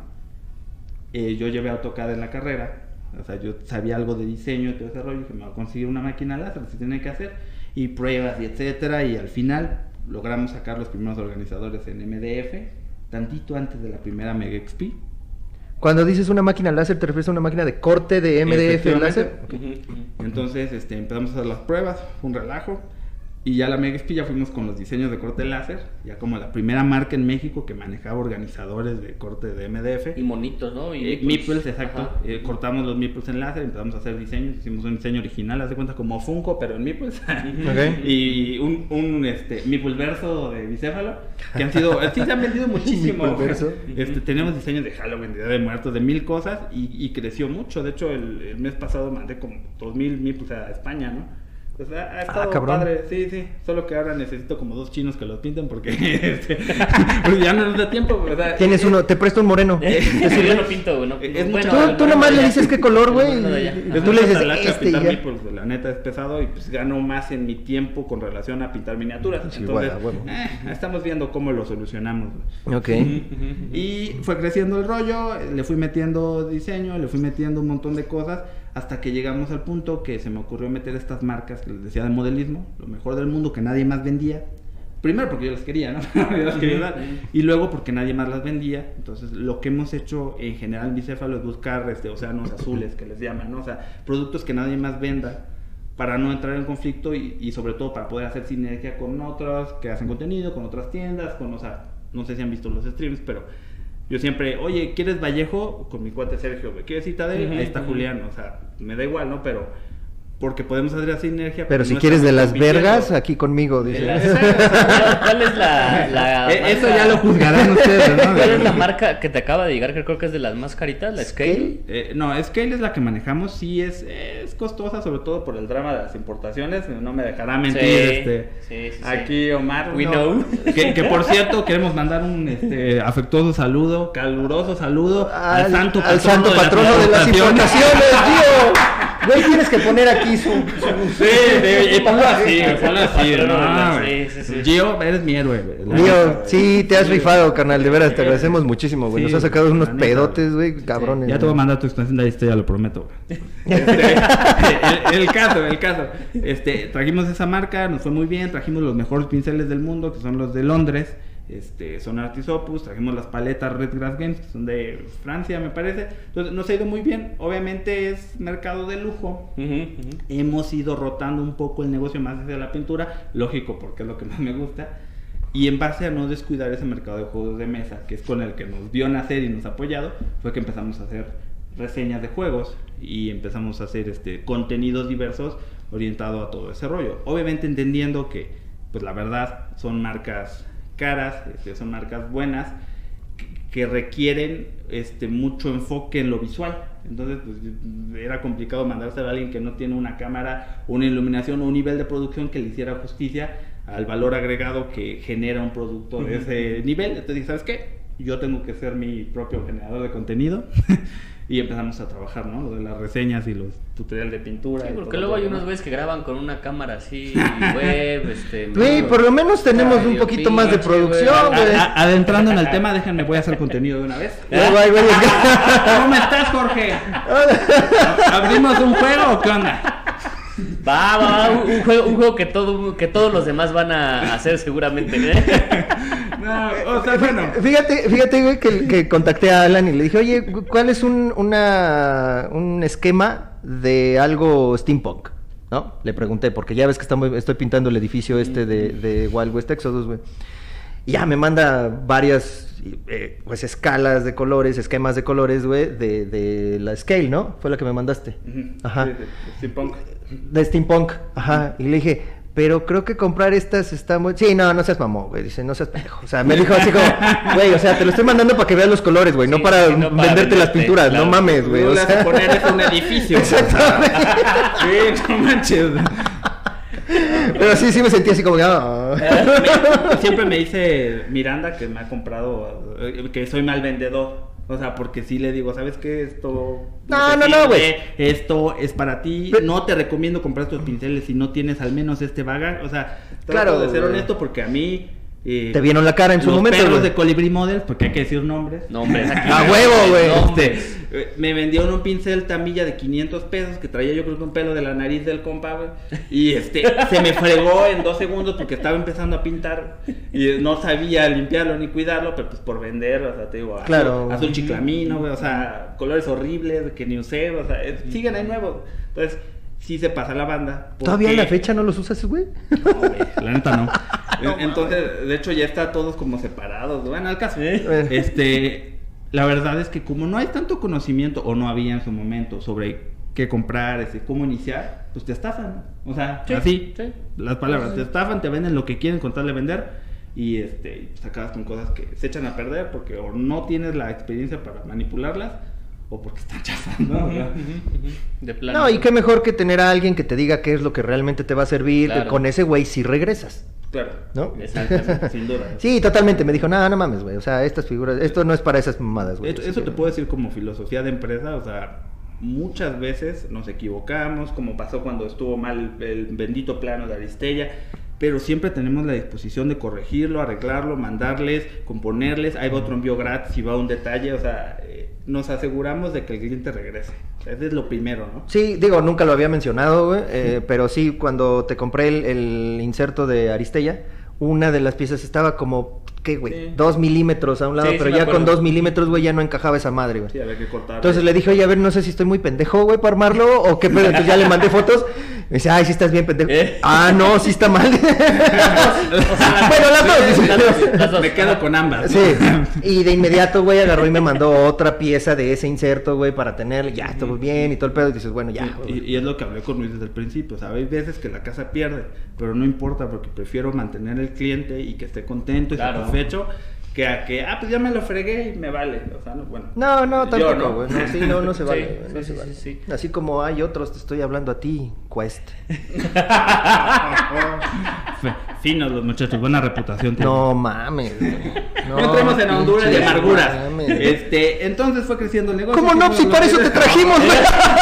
C: yo llevé AutoCAD en la carrera. O sea, yo sabía algo de diseño y todo ese rollo. Dije, me voy a conseguir una máquina láser, se tiene que hacer. Y pruebas y etcétera. Y al final logramos sacar los primeros organizadores en MDF, tantito antes de la primera Mega XP.
A: Cuando dices una máquina láser, ¿te refieres a una máquina de corte de MDF láser?
C: Entonces empezamos a hacer las pruebas, fue un relajo. Y ya la Mega XP ya fuimos con los diseños de corte láser, ya como la primera marca en México que manejaba organizadores de corte de MDF.
B: Y monitos, ¿no? Y
C: meeples, exacto. Cortamos los meeples en láser, empezamos a hacer diseños, hicimos un diseño original, haz de cuenta como Funko, pero en meeples.
A: Okay.
C: Y un meeple verso de Bicéfalo, que han sido, sí se han vendido muchísimo. Tenemos diseños de Halloween, de Día de Muertos, de 1000 cosas, y creció mucho. De hecho, el mes pasado mandé como 2000 meeples a España, ¿no? Pues ha estado padre, sí, solo que ahora necesito como 2 chinos que los pinten porque ya no nos da tiempo, ¿verdad?
A: Tienes uno, te presto un moreno.
B: Yo lo pinto, güey.
A: Tú nomás le dices qué color, güey. Tú le dices
C: pintar meeples, la neta es pesado y pues gano más en mi tiempo con relación a pintar miniaturas.
A: Sí,
C: entonces,
A: bueno.
C: Estamos viendo cómo lo solucionamos.
A: Ok.
C: Y fue creciendo el rollo, le fui metiendo diseño, le fui metiendo un montón de cosas, hasta que llegamos al punto que se me ocurrió meter estas marcas que les decía de modelismo, lo mejor del mundo que nadie más vendía. Primero porque yo las quería, ¿no? Yo las quería dar. Y luego porque nadie más las vendía. Entonces lo que hemos hecho en general en Bicéfalo es buscar océanos azules, que les llaman, ¿no? O sea, productos que nadie más venda para no entrar en conflicto y sobre todo para poder hacer sinergia con otros que hacen contenido, con otras tiendas, o sea, no sé si han visto los streams, pero yo siempre, oye, ¿quieres Vallejo? Con mi cuate Sergio, ¿quieres Citadel? Ahí está Julián, o sea, me da igual, ¿no? Pero porque podemos hacer sinergia.
A: Pero si quieres de las vergas, aquí conmigo, dice.
B: ¿Cuál es la
C: eso ya lo juzgarán ustedes, ¿no?
B: ¿Cuál es la marca que te acaba de llegar? Que creo que es de las más caritas, la Scale.
C: No, Scale es la que manejamos, sí es costosa, sobre todo por el drama de las importaciones, no me dejará mentir aquí Omar.
B: We know.
C: Que por cierto, queremos mandar un afectuoso saludo, caluroso saludo al santo patrono de las
A: importaciones, tío. Güey, tienes que poner aquí su...
C: Sí, ponlo así, ¿no?
B: Sí.
C: Gio, eres mi héroe, güey.
A: Gio, sí, te has rifado, carnal, de veras, te agradecemos muchísimo, güey. Nos has sacado unos pedotes, güey, cabrones.
C: Ya te voy a mandar tu extensión de historia, lo prometo, güey. El caso. Trajimos esa marca, nos fue muy bien, trajimos los mejores pinceles del mundo, que son los de Londres. Son Artis Opus, trajimos las paletas Red Grass Games, que son de Francia, me parece. Entonces nos ha ido muy bien. Obviamente es mercado de lujo. Hemos ido rotando un poco el negocio más hacia la pintura, lógico, porque es lo que más me gusta. Y en base a no descuidar ese mercado de juegos de mesa, que es con el que nos vio nacer y nos ha apoyado, fue que empezamos a hacer reseñas de juegos y empezamos a hacer contenidos diversos orientado a todo ese rollo. Obviamente entendiendo que, pues la verdad, son marcas caras, son marcas buenas que requieren mucho enfoque en lo visual. Entonces pues, era complicado mandárselo a alguien que no tiene una cámara, una iluminación o un nivel de producción que le hiciera justicia al valor agregado que genera un producto de ese nivel. Entonces dije, ¿sabes qué? Yo tengo que ser mi propio generador de contenido. Y empezamos a trabajar, ¿no? Lo de las reseñas y los tutoriales de pintura.
B: Sí, porque luego hay unos güeyes que graban con una cámara así, web,
A: Güey, por lo menos tenemos un poquito más de producción, güey.
C: Adentrando en el tema, déjenme, voy a hacer contenido de una vez. ¿Cómo estás, Jorge? ¿Abrimos un juego o qué onda?
B: Va, un juego que todos los demás van a hacer seguramente, ¿eh?
C: No, o sea, bueno.
A: Fíjate, güey, que contacté a Alan y le dije, oye, ¿cuál es un esquema de algo steampunk? ¿No? Le pregunté, porque ya ves que estoy pintando el edificio de Wild West Exodus, güey. Y ya me manda varias pues escalas de colores, esquemas de colores, güey, de la Scale, ¿no? Fue la que me mandaste. Ajá.
C: Sí, de steampunk.
A: De steampunk, ajá. Y le dije, pero creo que comprar estas está muy... Sí, no seas mamón, güey. Dice, no seas pendejo. O sea, me dijo así como, güey, o sea, te lo estoy mandando para que veas los colores, güey, sí, no para venderte las pinturas, claro. No mames, güey.
C: No le vas a poner eso un edificio. Exactamente. Sí, no manches.
A: Pero sí me sentí así como
C: Siempre me dice Miranda que me ha comprado, que soy mal vendedor. O sea, porque sí le digo, ¿sabes qué? Esto...
A: No, güey.
C: Esto es para ti. No te recomiendo comprar estos pinceles si no tienes al menos este bagaje. O sea, trato de ser honesto porque a mí...
A: te vieron la cara en su momento,
C: los perros de Colibrí Models, porque hay que decir nombres.
B: Nombres.
A: ¡A huevo, güey!
C: Me vendieron un pincel Tamiya de 500 pesos que traía yo creo que un pelo de la nariz del compa, güey. Y se me fregó en 2 segundos porque estaba empezando a pintar y no sabía limpiarlo ni cuidarlo, pero pues por vender, o sea, te digo, azul chiclamino, güey, o sea, colores horribles que ni usé, o sea, siguen ahí nuevos. Entonces, sí se pasa la banda.
A: ¿Todavía en la fecha no los usas, güey?
C: No, güey, la neta no. Entonces, de hecho, ya está todos como separados. Bueno, al caso. La verdad es que como no hay tanto conocimiento, o no había en su momento, sobre qué comprar, cómo iniciar, pues te estafan. O sea, así, las palabras, te estafan, te venden lo que quieren con tal de vender, y pues acabas con cosas que se echan a perder, porque o no tienes la experiencia para manipularlas, o porque están chafando.
B: De plano.
A: No, y qué mejor que tener a alguien que te diga qué es lo que realmente te va a servir, claro. Que con ese güey sí regresas.
C: Claro,
A: ¿no?
C: Exacto, sin duda.
A: Sí, totalmente. Me dijo, no mames, güey. O sea, estas figuras, esto no es para esas mamadas, güey.
C: Eso te puedo decir como filosofía de empresa. O sea, muchas veces nos equivocamos, como pasó cuando estuvo mal el bendito plano de Aristella. Pero siempre tenemos la disposición de corregirlo, arreglarlo, mandarles, componerles. Ahí va otro envío gratis y va un detalle. O sea, nos aseguramos de que el cliente regrese. Ese es lo primero, ¿no?
A: Sí, digo, nunca lo había mencionado, güey. Pero sí, cuando te compré el inserto de Aristella, una de las piezas estaba como, ¿qué, güey? Sí. 2 milímetros a un lado, pero ya con 2 milímetros, güey, ya no encajaba esa madre, güey.
C: Sí, había que cortar.
A: Entonces le dije, oye, a ver, no sé si estoy muy pendejo, güey, para armarlo, o qué pedo. Entonces ya le mandé fotos. Me dice, ay, sí estás bien pendejo. No, sí está mal. Bueno,
C: las dos. Me quedo con ambas.
A: Sí. Y de inmediato, güey, agarró y me mandó otra pieza de ese inserto, güey, para tenerlo. Ya, estuvo bien y todo el pedo. Y dices, bueno, ya.
C: Y es lo que hablé con Luis desde el principio. O sea, hay veces que la casa pierde, pero no importa porque prefiero mantener el cliente y que esté contento y satisfecho. Que a que, pues ya me lo fregué y me vale, o sea, no, bueno.
A: No, tampoco, güey, no, sí, no se vale, no se vale. Sí. Así como hay otros, te estoy hablando a ti, Quest.
C: Finos los muchachos, buena reputación tienen.
A: No mames,
C: no entremos en Honduras de amarguras. Entonces fue creciendo el negocio.
A: ¿Cómo no? Si para eso te trajimos, güey.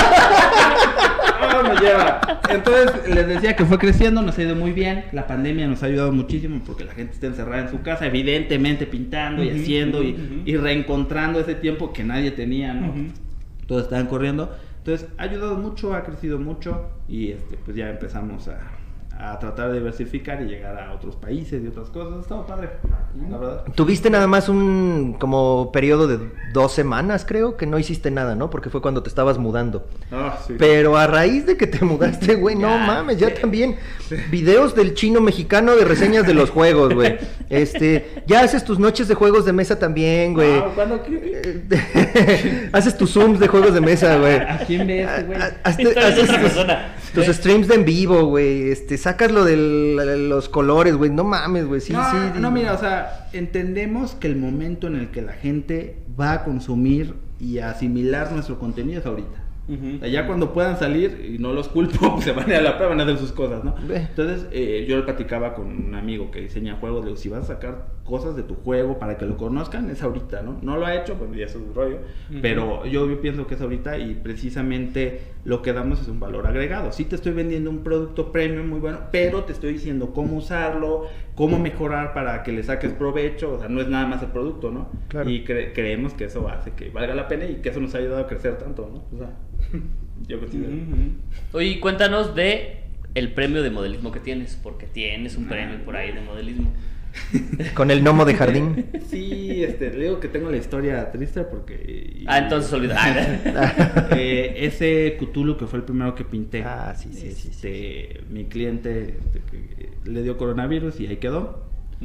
C: Me lleva. Entonces les decía que fue creciendo, nos ha ido muy bien. La pandemia nos ha ayudado muchísimo porque la gente está encerrada en su casa, evidentemente pintando y haciendo y reencontrando ese tiempo que nadie tenía, ¿no? Todos estaban corriendo. Entonces ha ayudado mucho, ha crecido mucho y pues ya empezamos a tratar de diversificar y llegar a otros países y otras cosas. Estaba padre, la verdad.
A: Tuviste nada más un como periodo de 2 semanas, creo, que no hiciste nada, ¿no? Porque fue cuando te estabas mudando.
C: Sí.
A: Pero a raíz de que te mudaste, güey, no mames, ya también videos del chino mexicano de reseñas de los juegos, güey. Ya haces tus noches de juegos de mesa también, güey.
C: ¿Cuándo?
A: Haces tus zooms de juegos de mesa, güey.
C: ¿A quién ves, güey?
A: Haces tus streams de en vivo, güey. Sacas lo de los colores, güey. No mames, güey.
C: No, mira, o sea, entendemos que el momento en el que la gente va a consumir y a asimilar nuestro contenido es ahorita. Ya cuando puedan salir, y no los culpo, pues se van a ir a la prueba, van a hacer sus cosas, ¿no? Entonces, yo le platicaba con un amigo que diseña juegos, le digo, si vas a sacar cosas de tu juego para que lo conozcan, es ahorita, ¿no? No lo ha hecho, pues ya es un rollo, pero yo pienso que es ahorita y precisamente lo que damos es un valor agregado. Sí te estoy vendiendo un producto premium muy bueno, pero te estoy diciendo cómo usarlo, cómo mejorar para que le saques provecho, o sea, no es nada más el producto, ¿no?
A: Claro.
C: Y creemos que eso hace que valga la pena y que eso nos ha ayudado a crecer tanto, ¿no? O sea, yo considero.
B: Oye, cuéntanos de el premio de modelismo que tienes, porque tienes un premio por ahí de modelismo.
A: Con el gnomo de jardín.
C: Sí, le digo que tengo la historia triste porque...
B: entonces olvidó.
C: Ese Cthulhu que fue el primero que pinté.
A: Sí.
C: Mi cliente que le dio coronavirus y ahí quedó.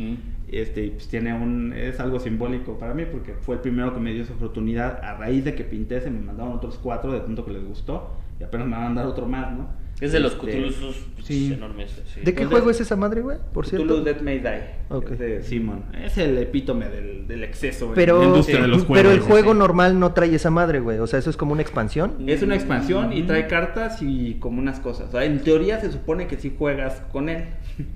C: Pues es algo simbólico para mí porque fue el primero que me dio esa oportunidad. A raíz de que pinté se me mandaron otros 4 de tanto que les gustó y apenas me van a mandar otro más, ¿no?
B: Es de los Cthulhus
C: sí.
B: enormes. Sí.
A: ¿De qué juego es esa madre, güey? Por cierto.
C: Cthulhu Death May Die.
A: Okay.
C: Es de Simon. Es el epítome del exceso
A: pero,
C: en la industria de los juegos.
A: Pero el juego normal no trae esa madre, güey. O sea, eso es como una expansión.
C: Es una expansión y trae cartas y como unas cosas. O sea, en teoría se supone que sí juegas con él.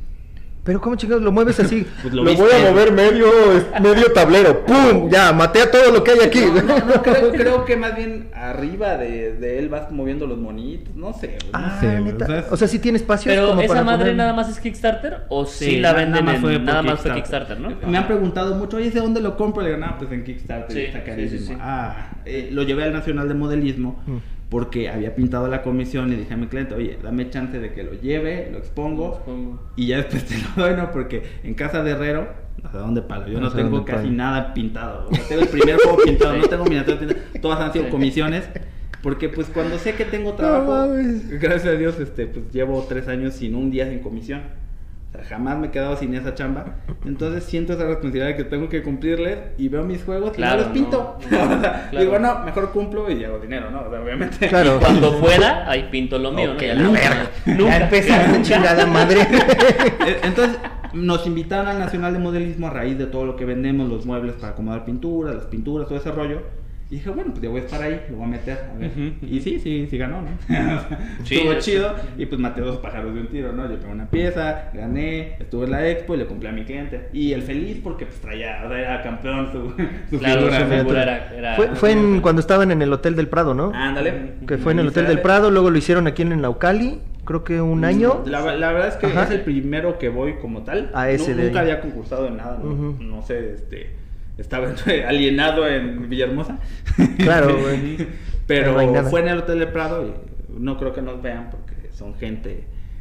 A: Pero ¿cómo chingados lo mueves así?
C: Pues
A: lo voy a mover medio tablero. ¡Pum! Ya, maté a todo lo que hay aquí.
C: No, creo que más bien arriba de él vas moviendo los monitos. No sé.
A: ¿Neta? O sea, sí tiene espacio.
B: Pero
A: como
B: esa
A: para
B: madre
A: poner...
B: nada más es Kickstarter o sí la venden nada más fue Kickstarter, ¿no?
C: Me han preguntado mucho, oye, ¿de dónde lo compro? Le digo, no, pues en Kickstarter.
B: Sí,
C: está carísimo.
B: sí.
C: Lo llevé al Nacional de Modelismo. Porque había pintado la comisión y dije a mi cliente, oye, dame chance de que lo lleve, lo expongo y ya después te lo doy, ¿no? Porque en casa de herrero, no sé dónde palo, yo no tengo casi nada pintado. O sea, tengo el primer juego pintado, no tengo miniaturas pintadas, todas han sido comisiones. Porque pues cuando sé que tengo trabajo, gracias a Dios, pues llevo 3 años sin un día sin comisión. O sea, jamás me he quedado sin esa chamba. Entonces siento esa responsabilidad que tengo que cumplirles y veo mis juegos y no los pinto. O sea, digo, no, mejor cumplo y hago dinero, ¿no? O sea, obviamente.
A: Claro.
B: Y cuando pueda, ahí pinto lo mío,
A: okay,
B: ¿no?
A: Nunca empezaste chingada madre.
C: Entonces nos invitaron al Nacional de Modelismo a raíz de todo lo que vendemos, los muebles para acomodar pinturas, las pinturas, todo ese rollo. Y dije, bueno, pues ya voy a estar ahí, lo voy a meter, a ver. Y sí ganó, ¿no? Estuvo chido, y pues maté 2 pájaros de un tiro, ¿no? Yo pegué una pieza, gané, estuve en la expo y le cumplí a mi cliente. Y el feliz porque pues era campeón su
B: figura.
A: Fue cuando estaban en el Hotel del Prado, ¿no?
C: Ándale.
A: Que fue en el Hotel del Prado, luego lo hicieron aquí en Naucali, creo que un año.
C: La verdad es que es el primero que voy como tal.
A: A ese
C: nunca había concursado en nada, no sé, estaba alienado en Villahermosa.
A: Claro, güey.
C: Pero fue en el Hotel del Prado y no creo que nos vean porque son gente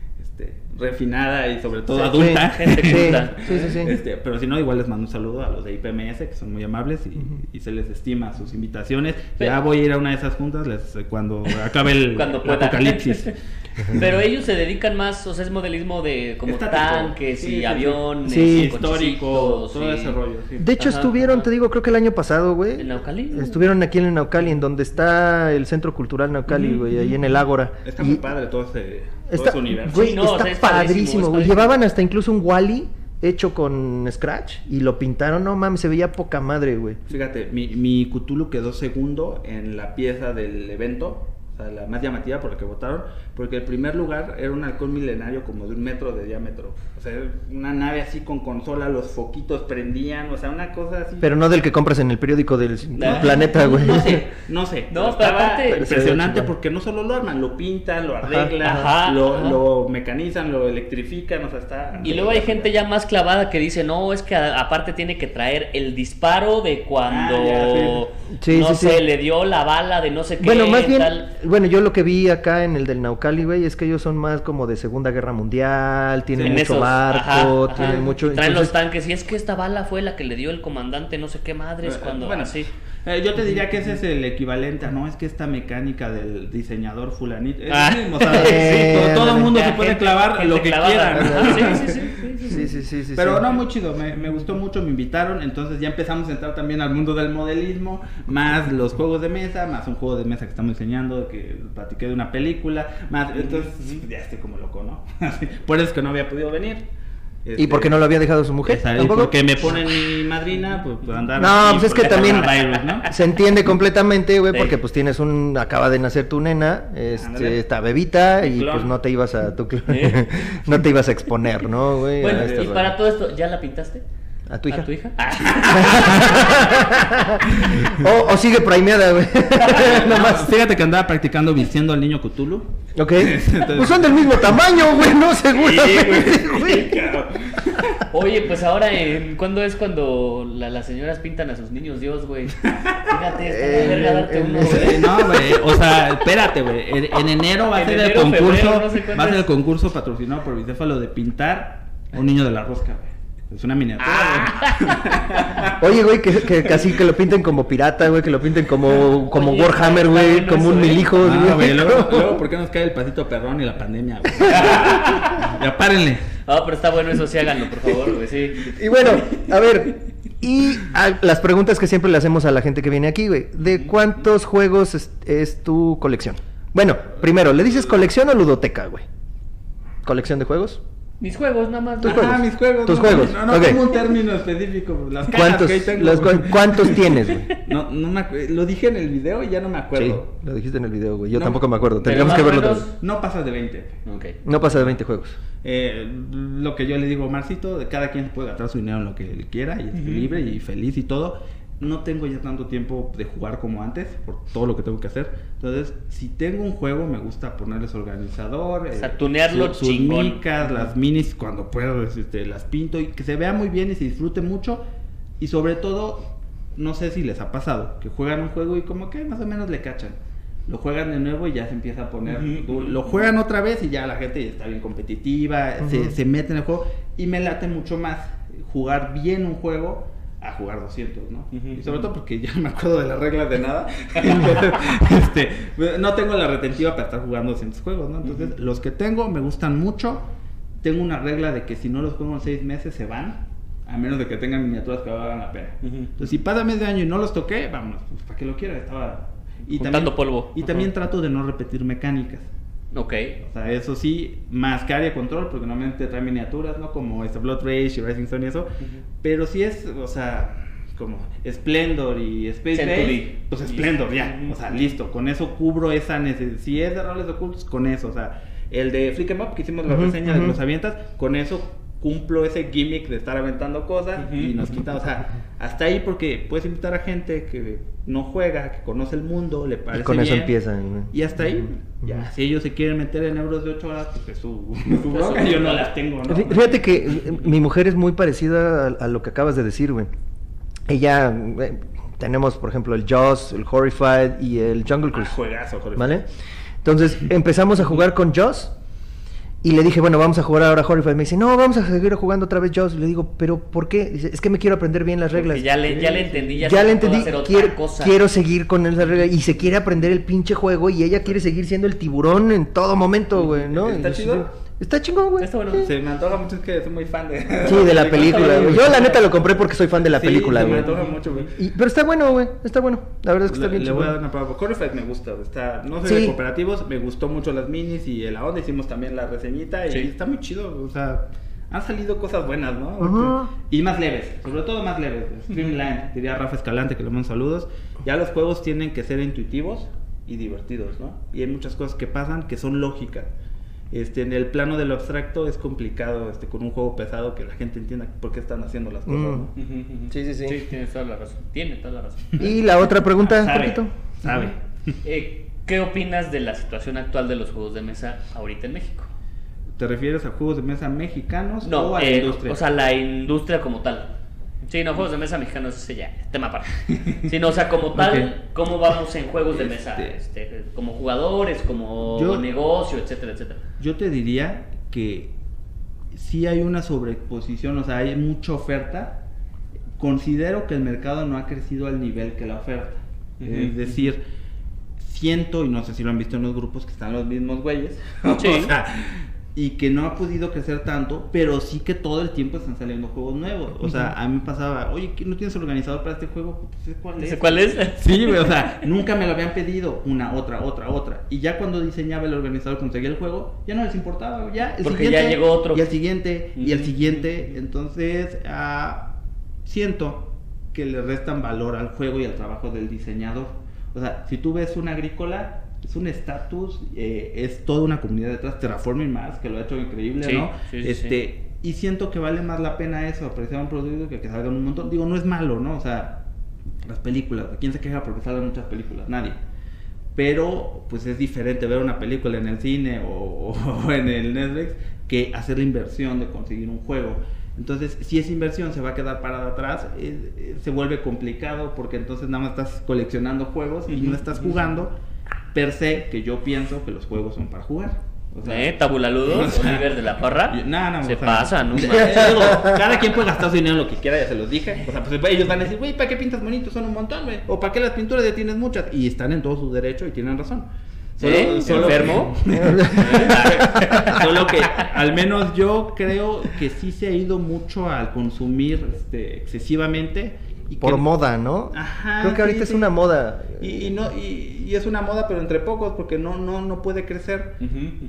C: refinada y sobre todo adulta.
B: Gente culta.
A: Sí.
C: Pero si no, igual les mando un saludo a los de IPMS que son muy amables y se les estima sus invitaciones. Ya voy a ir a una de esas juntas cuando acabe el apocalipsis.
B: Pero ellos se dedican más, o sea, es modelismo de como tanques y aviones,
C: histórico, todo ese rollo. Sí.
A: De hecho, estuvieron, te digo, creo que el año pasado, güey.
B: ¿En Naucali?
A: Estuvieron aquí en Naucali, en donde está el Centro Cultural Naucali, güey, ahí en el Ágora.
C: Está muy padre todo ese universo.
A: Güey, está padrísimo, güey. Llevaban hasta incluso un Wall-E hecho con Scratch y lo pintaron, no mames, se veía poca madre, güey.
C: Fíjate, mi Cthulhu quedó segundo en la pieza del evento. O sea, la más llamativa por la que votaron, porque el primer lugar era un halcón milenario como de 1 metro de diámetro. O sea, una nave así con consola, los foquitos prendían, o sea, una cosa así.
A: Pero no del que compras en el periódico del planeta, güey.
C: No sé.
B: No, estaba
C: impresionante porque no solo lo arman, lo pintan, lo arreglan, lo mecanizan, lo electrifican, o sea, está...
B: Y luego hay gente ya más clavada que dice, no, es que aparte tiene que traer el disparo de cuando, le dio la bala de no sé qué.
A: Bueno, más bien... Bueno, yo lo que vi acá en el del Naucali, güey, es que ellos son más como de Segunda Guerra Mundial, tienen mucho barco, tienen mucho...
B: Traen los tanques, y es que esta bala fue la que le dio el comandante no sé qué madres cuando...
C: Bueno, sí. Yo te diría que ese es el equivalente a, no, es que esta mecánica del diseñador fulanito, es el mismo, o sea, todo el mundo se puede clavar lo que quiera.
A: Sí.
C: Pero no, muy chido, me gustó mucho, me invitaron, entonces ya empezamos a entrar también al mundo del modelismo, más los juegos de mesa, más un juego de mesa que estamos enseñando, que platiqué de una película, más, entonces ya estoy como loco, ¿no? Por eso es que no había podido venir.
A: ¿Y por qué no lo había dejado su mujer?
C: Porque me ponen mi madrina, pues andar.
A: No, pues es que también
C: virus, ¿no?
A: se entiende completamente, güey, porque pues tienes acaba de nacer tu nena, esta bebita y pues no te ibas a no te ibas a exponer, ¿no, güey?
B: Bueno, y para todo esto, ¿ya la pintaste?
A: ¿A tu hija?
B: ¿A tu hija?
A: o sigue primeada, güey.
C: Nomás. Fíjate que andaba practicando vistiendo al niño Cthulhu.
A: Ok. Pues son del mismo tamaño, güey, no seguramente, güey.
B: Oye, pues ahora, ¿cuándo es cuando las señoras pintan a sus niños Dios, güey? Fíjate, está verga darte uno, güey.
C: No, güey, o sea, espérate, güey. En enero va a ser el concurso, va a ser el concurso patrocinado por Bicéfalo de pintar un niño de la rosca, güey. Es una miniatura.
A: Oye, güey, que casi que lo pinten como pirata, güey, que lo pinten como Warhammer, güey, como un milijos,
C: güey. Luego, ¿por qué nos cae el pasito perrón y la pandemia, güey? Ya párenle.
B: Pero está bueno eso, sí háganlo, por favor, güey, sí.
A: Y bueno, a ver, las preguntas que siempre le hacemos a la gente que viene aquí, güey. ¿De cuántos juegos es tu colección? Bueno, primero, ¿le dices colección o ludoteca, güey? ¿Colección de juegos?
B: Mis juegos, nada más.
C: Mis juegos.
A: Tus juegos.
C: No tengo un término específico. Las cajas que ahí tengo.
A: ¿Cuántos tienes, güey?
C: No me acuerdo. Lo dije en el video y ya no me acuerdo.
A: Sí, lo dijiste en el video, güey. Yo tampoco me acuerdo. Tendríamos que verlo otra vez.
C: No pasa de 20.
B: Okay.
A: No pasa de 20 juegos.
C: Lo que yo le digo a Marcito, de cada quien puede gastar su dinero en lo que él quiera y es libre y feliz y todo. No tengo ya tanto tiempo de jugar como antes por todo lo que tengo que hacer. Entonces, si tengo un juego, me gusta ponerles organizador,
B: tunearlo
C: sus micas, las minis cuando puedo, las pinto y que se vea muy bien y se disfrute mucho. Y sobre todo, no sé si les ha pasado que juegan un juego y como que más o menos le cachan. Lo juegan de nuevo y ya se empieza a poner. Lo juegan otra vez y ya la gente ya está bien competitiva, se mete en el juego y me late mucho más jugar bien un juego a jugar 200, ¿no? Y sobre todo porque ya no me acuerdo de las reglas de nada. No tengo la retentiva para estar jugando 200 juegos, ¿no? Entonces, los que tengo me gustan mucho. Tengo una regla de que si no los juego en 6 meses se van, a menos de que tengan miniaturas que valgan la pena. Entonces, si pasa mes de año y no los toqué, vámonos, pues para que lo quiera, estaba...
B: Juntando polvo.
C: Y también trato de no repetir mecánicas.
B: Ok.
C: O sea, eso sí, más que área control, porque normalmente trae miniaturas, ¿no? Como Blood Rage y Rising Sun y eso. Pero sí es, o sea, como Splendor y Space Base, pues Splendor, ya. O sea, listo, con eso cubro esa necesidad. Si es de roles ocultos, con eso. O sea, el de Freak 'em Up, que hicimos la reseña de los avientas, con eso cumplo ese gimmick de estar aventando cosas y nos quita, o sea, hasta ahí porque puedes invitar a gente que no juega, que conoce el mundo, le parece bien. Y
A: con eso empiezan.
C: Y hasta ahí, ya, si ellos se quieren meter en euros de 8 horas, pues es su bronca, yo no las tengo, ¿no?
A: Fíjate que mi mujer es muy parecida a lo que acabas de decir, güey. Ella, tenemos, por ejemplo, el Jaws, el Horrified y el Jungle Cruise.
C: Juegazo, Horrified.
A: ¿Vale? Entonces, empezamos a jugar con Jaws. Y le dije, bueno, vamos a jugar ahora Horrified. Me dice, no, vamos a seguir jugando otra vez Jaws. Y le digo, ¿pero por qué? Dice, es que me quiero aprender bien las reglas.
B: Ya le entendí,
A: ya le entendí. Quiero seguir con esas reglas. Y se quiere aprender el pinche juego. Y ella quiere seguir siendo el tiburón en todo momento, güey, ¿no?
C: ¿Está chido?
A: Está chingón, güey.
B: Está bueno.
A: Sí.
C: Se me antoja mucho, es que soy muy fan de...
A: Sí, de la película, güey. Yo la neta lo compré porque soy fan de la película, güey.
C: Sí, me antoja mucho, güey.
A: Pero está bueno, güey. Está bueno. La verdad es que está bien
C: chido. Le voy a dar una prueba. Horrified me gusta, está... No sé de cooperativos, me gustó mucho las minis y la onda. Hicimos también la reseñita y está muy chido, o sea... Han salido cosas buenas, ¿no? Y más leves, sobre todo más leves. Streamline, diría Rafa Escalante, que le mando saludos. Ya los juegos tienen que ser intuitivos y divertidos, ¿no? Y hay muchas cosas que pasan que son lógicas. En el plano de lo abstracto es complicado con un juego pesado que la gente entienda por qué están haciendo las cosas, ¿no?
A: Sí.
B: Sí, tienes toda la razón.
A: Y la otra pregunta,
C: Sabe.
B: ¿Qué opinas de la situación actual de los juegos de mesa ahorita en México?
C: ¿Te refieres a juegos de mesa mexicanos
B: o
C: a la industria?
B: O sea, la industria como tal. Sí, no, juegos de mesa mexicanos, ese ya, tema aparte. Sí, no, o sea, como tal, ¿cómo vamos en juegos de mesa? Como jugadores, como negocio, etcétera, etcétera.
C: Yo te diría que sí hay una sobreexposición, o sea, hay mucha oferta. Considero que el mercado no ha crecido al nivel que la oferta. Es decir, siento, y no sé si lo han visto en los grupos, que están los mismos güeyes.
B: Sí.
C: O sea, y que no ha podido crecer tanto, pero sí que todo el tiempo están saliendo juegos nuevos. O sea, a mí me pasaba, oye, ¿no tienes organizador para este juego?
B: ¿Cuál es?
C: Sí, o sea, nunca me lo habían pedido. Otra. Y ya cuando diseñaba el organizador, conseguía el juego, ya no les importaba. Ya,
B: porque ya llegó otro.
C: Y el siguiente, y el siguiente. Entonces, siento que le restan valor al juego y al trabajo del diseñador. O sea, si tú ves una agrícola... Es un estatus, es toda una comunidad detrás, Terraforming Mars, que lo ha hecho increíble, ¿no? Sí. Y siento que vale más la pena eso, apreciar un producto que salgan un montón. Digo, no es malo, ¿no? O sea, las películas, ¿quién se queja porque salgan muchas películas? Nadie. Pero, pues es diferente ver una película en el cine o en el Netflix que hacer la inversión de conseguir un juego. Entonces, si esa inversión se va a quedar parada atrás, se vuelve complicado porque entonces nada más estás coleccionando juegos y no estás jugando. Per se, que yo pienso que los juegos son para jugar. O sea,
B: tabulaludos, Oliver de la Parra. Se pasa, ¿no?
C: Cada quien puede gastar su dinero en lo que quiera, ya se los dije. O sea, pues ellos van a decir, güey, ¿para qué pintas bonitos? Son un montón, güey. O ¿para qué las pinturas ya tienes muchas? Y están en todo su derecho y tienen razón.
B: Solo enfermo.
C: Solo que al menos yo creo que sí se ha ido mucho al consumir excesivamente.
A: Por moda, ¿no?
C: Ajá,
A: creo que ahorita es una moda.
C: Y es una moda, pero entre pocos, porque no puede crecer. Uh-huh.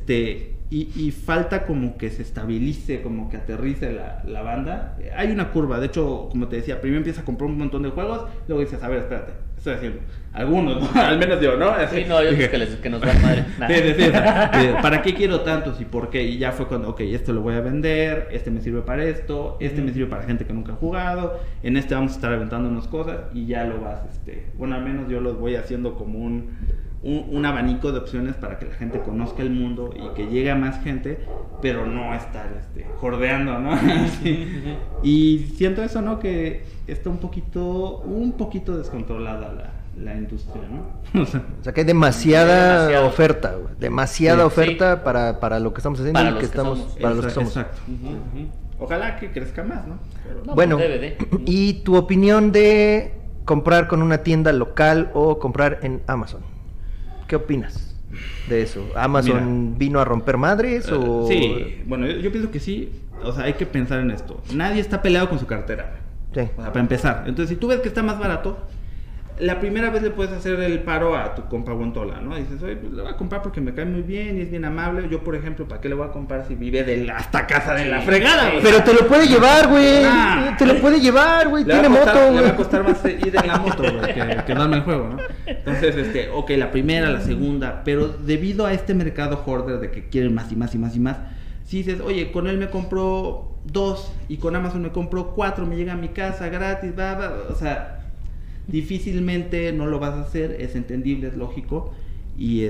C: Y falta como que se estabilice, como que aterrice la banda. Hay una curva, de hecho, como te decía, primero empiezas a comprar un montón de juegos, luego dices, a ver, espérate, estoy haciendo algunos, ¿no? Al menos yo, ¿no?
B: Sí, no, yo creo que nos va madre.
C: Sí. ¿Para qué quiero tantos y por qué? Y ya fue cuando, ok, esto lo voy a vender, este me sirve para esto, este me sirve para gente que nunca ha jugado, en este vamos a estar aventándonos cosas y ya lo vas, bueno, al menos yo los voy haciendo como un abanico de opciones para que la gente conozca el mundo y que llegue a más gente, pero no estar jordeando, ¿no? Sí. Y siento eso, ¿no? Que está un poquito descontrolada la industria, ¿no?
A: O sea que hay demasiada oferta, güey. Demasiada oferta para lo que estamos haciendo
B: para
A: y
B: los que somos.
A: Para los que somos.
C: Exacto. Ojalá que crezca más, ¿no?
A: Pero... Bueno, ¿y tu opinión de comprar con una tienda local o comprar en Amazon? ¿Qué opinas de eso? ¿Amazon vino a romper madres o...?
C: Sí, bueno, yo pienso que sí. O sea, hay que pensar en esto. Nadie está peleado con su cartera.
A: Sí.
C: O sea, para empezar. Entonces, si tú ves que está más barato, la primera vez le puedes hacer el paro a tu compa Guantola, ¿no? Dices, oye, pues le voy a comprar porque me cae muy bien y es bien amable. Yo, por ejemplo, ¿para qué le voy a comprar si vive hasta casa de la fregada, güey?
A: Pero te lo puede llevar, güey. Te lo puede llevar, güey. Tiene moto, güey.
C: Le va a costar más ir en la moto, güey, que darme el juego, ¿no? Entonces, ok, la primera, la segunda, pero debido a este mercado hoarder de que quieren más y más y más y más, si dices, oye, con él me compro 2 y con Amazon me compro 4, me llega a mi casa gratis, o sea... Difícilmente no lo vas a hacer, es entendible, es lógico. Y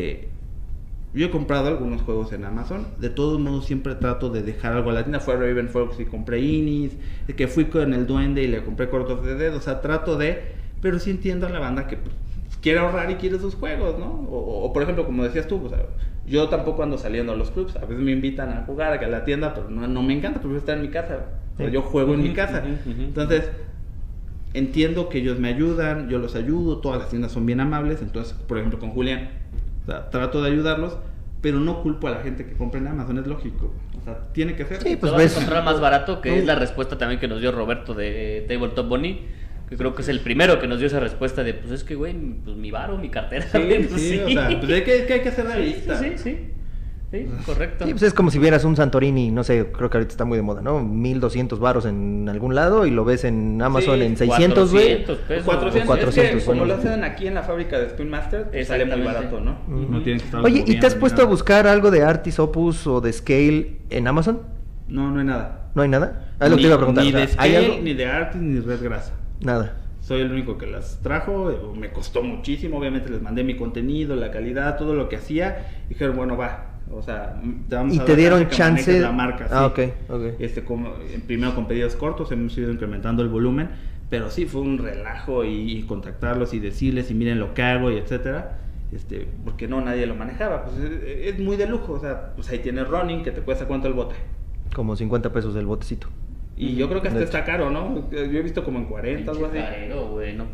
C: yo he comprado algunos juegos en Amazon. De todos modos siempre trato de dejar algo a la tienda. Fui a Raven Fox y compré Inis, de que fui con el Duende y le compré Court of the Dead. O sea, trato de... Pero sí entiendo a la banda que pues, quiere ahorrar y quiere sus juegos, ¿no? O por ejemplo, como decías tú, o sea, yo tampoco ando saliendo a los clubs. A veces me invitan a jugar a la tienda, pero no me encanta, prefiero estar en mi casa. O sea, yo juego en mi casa. Entonces... Entiendo que ellos me ayudan, yo los ayudo, todas las tiendas son bien amables, entonces, por ejemplo, con Julián, o sea, trato de ayudarlos, pero no culpo a la gente que compra en Amazon, es lógico, o sea, tiene que ser.
B: Sí, pues vas a comprar más barato, que es la respuesta también que nos dio Roberto de Tabletop Bunny, que creo que es el primero que nos dio esa respuesta de, pues es que, güey, pues mi varo, mi cartera.
C: Sí, o sea, pues hay que hacer la lista.
B: Sí, correcto.
A: Sí, pues es como si vieras un Santorini, no sé, creo que ahorita está muy de moda, ¿no? 1,200 varos en algún lado y lo ves en Amazon en 600, güey.
C: 400, es que como lo hacen aquí en la fábrica de Spin Master, sale muy barato, ¿no? No tienes que estar.
A: Oye, ¿y te has puesto a buscar algo de Artis, Opus o de Scale en Amazon?
C: No hay nada.
A: ¿No hay nada? Es lo que te iba a preguntar.
C: Ni de Scale, ni de Artis, ni de Red Grasa.
A: Nada.
C: Soy el único que las trajo, me costó muchísimo, obviamente les mandé mi contenido, la calidad, todo lo que hacía, y dijeron, bueno, va. O sea,
A: te dieron chance.
C: La marca, sí.
A: Okay.
C: Primero con pedidos cortos, hemos ido incrementando el volumen, pero sí fue un relajo y contactarlos y decirles y miren lo que hago y etcétera. Porque nadie lo manejaba, pues es muy de lujo, o sea, pues ahí tienes Running que te cuesta ¿cuánto el bote?
A: Como 50 pesos el botecito.
C: Y yo creo que hasta está caro, ¿no? Yo he visto como en 40, algo así.
B: Caro, güey, no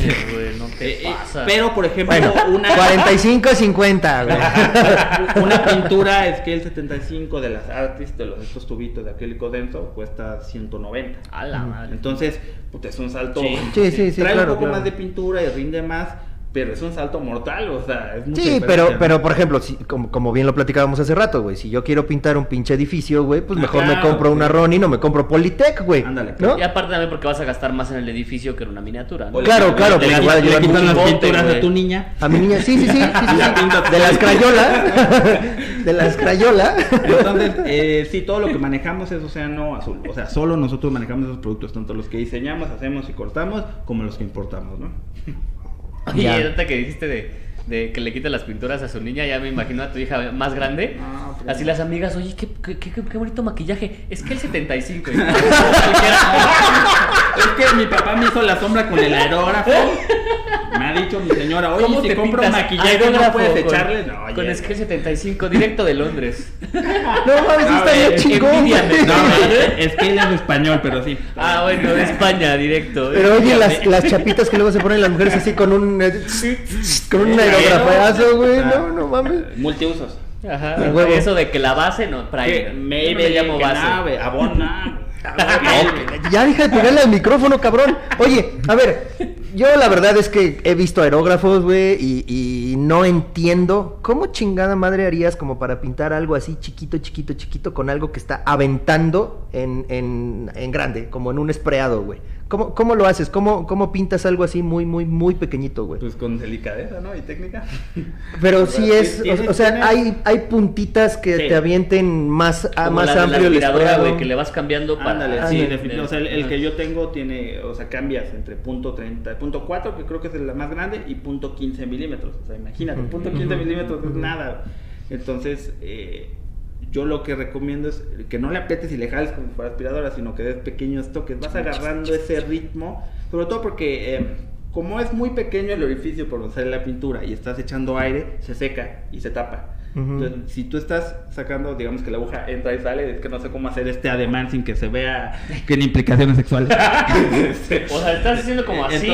B: te pasa.
C: Pero, por ejemplo,
A: una... 45, 50, güey.
C: Una pintura Scale 75 de las Artis, de estos tubitos de acrílico denso, cuesta 190.
B: A la madre.
C: Entonces, pues es un salto.
A: Sí,
C: trae
A: claro,
C: un poco más de pintura y rinde más. Pero es un salto mortal, o sea, es mucha
A: pero por ejemplo, como bien lo platicábamos hace rato, güey, si yo quiero pintar un pinche edificio, güey, pues mejor me compro una Ronin o me compro Polytech, güey.
C: Ándale,
A: ¿no?
B: Y aparte también porque vas a gastar más en el edificio que en una miniatura, ¿no?
A: Claro, porque
C: le
A: voy a llevar
C: quitan las
A: bote,
C: pinturas a tu niña.
A: A mi niña, sí. De las Crayola.
C: Entonces, sí, todo lo que manejamos es océano azul. O sea, solo nosotros manejamos esos productos, tanto los que diseñamos, hacemos y cortamos, como los que importamos, ¿no?
B: Oye, ahorita que dijiste de que le quita las pinturas a su niña, ya me imagino a tu hija más grande. Así las amigas, oye, qué bonito maquillaje. Es que el 75. Es
C: que mi papá me hizo la sombra con el aerógrafo. Me ha dicho mi señora, oye, si compro maquillaje no puedes echarle. No,
B: con Scale 75, directo de Londres.
A: No mames, está bien chingón.
C: No, Scale es español, pero sí.
B: Ah, bueno, de España, directo.
A: Pero oye, las chapitas que luego se ponen las mujeres así con un aerógrafazo, güey. No mames.
C: Multiusos.
B: Ajá. Eso de que la base no, primer.
C: Maybe,
B: no le llamo base.
C: Nave, abona.
A: Ya deja de pegarle al micrófono, cabrón. Oye, a ver, yo la verdad es que he visto aerógrafos, güey, y no entiendo cómo chingada madre harías como para pintar algo así chiquito con algo que está aventando en grande, como en un sprayado, güey. ¿Cómo lo haces? ¿Cómo pintas algo así muy pequeñito, güey?
C: Pues con delicadeza, ¿no? Y técnica.
A: Pero sí es, o sea, hay puntitas que te avienten más amplio el sprayado,
B: güey, que le vas cambiando para...
C: Ándale, sí, definitivamente. O sea, el que yo tengo tiene, o sea, cambias entre punto 30, punto 4, que creo que es la más grande, y punto 15 milímetros. O sea, imagínate, punto 15 milímetros es nada. Entonces, yo lo que recomiendo es que no le aprietes y le jales como si fuera aspiradora, sino que des pequeños toques. Vas agarrando ese ritmo, sobre todo porque como es muy pequeño el orificio por donde sale la pintura y estás echando aire, se seca y se tapa. Entonces, si tú estás sacando, digamos que la aguja entra y sale, es que no sé cómo hacer este ademán sin que se vea que tiene implicaciones sexuales.
B: O sea, estás haciendo como así.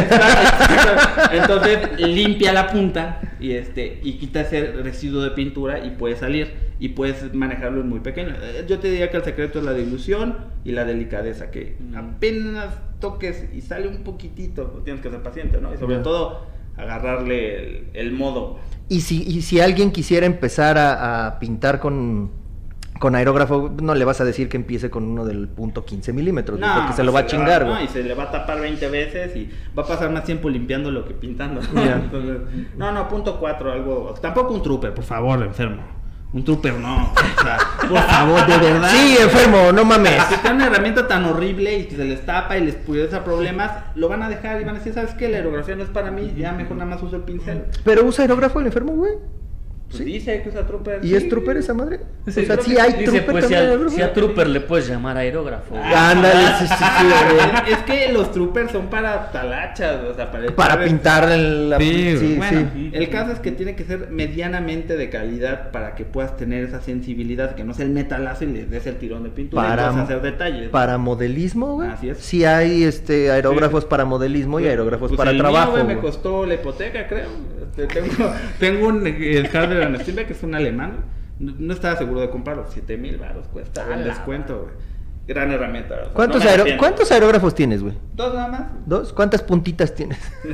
C: Entonces limpia la punta y quita ese residuo de pintura y puede salir y puedes manejarlo en muy pequeño. Yo te diría que el secreto es la dilución y la delicadeza, que apenas toques y sale un poquitito, pues tienes que ser paciente, ¿no? Y sobre todo agarrarle el modo.
A: Y si alguien quisiera empezar a pintar con aerógrafo, no le vas a decir que empiece con uno del punto 15 milímetros, no, porque se lo va a chingar, güey.
C: No, y se le va a tapar 20 veces y va a pasar más tiempo limpiando lo que pintando. Entonces, punto 4, algo. Tampoco un trooper, por favor, enfermo. Un trooper no, o sea, por favor, de verdad.
A: Sí, enfermo, no mames.
C: Si tiene una herramienta tan horrible y que se les tapa y les puede dar problemas, lo van a dejar y van a decir, ¿sabes qué? La aerografía no es para mí, ya mejor nada más uso el pincel.
A: Pero usa aerógrafo el enfermo, güey.
C: Pues ¿sí? Dice que usa trooper.
A: ¿Y
C: sí.
A: es trooper esa madre?
B: Sí,
A: o sea, sí hay
B: dice,
A: trooper.
B: Pues si a trooper le puedes llamar aerógrafo.
A: Ándale, sí,
C: es que los troopers son para talachas, o sea,
A: para pintar la...
C: Sí, bueno, el caso es que tiene que ser medianamente de calidad para que puedas tener esa sensibilidad, que no sea el metalazo y le des el tirón de pintura y puedas hacer detalles.
A: Para modelismo, güey.
C: Así es.
A: Sí hay aerógrafos para modelismo y aerógrafos
C: pues
A: para trabajo.
C: Mío, me costó la hipoteca, creo. Tengo un Harder and Steinbeck, que es un alemán. No estaba seguro de comprarlo. 7,000 baros cuesta el descuento, güey. Gran herramienta. O sea,
A: ¿Cuántos aerógrafos tienes, güey?
C: 2 nada más.
A: ¿2? ¿Cuántas puntitas tienes?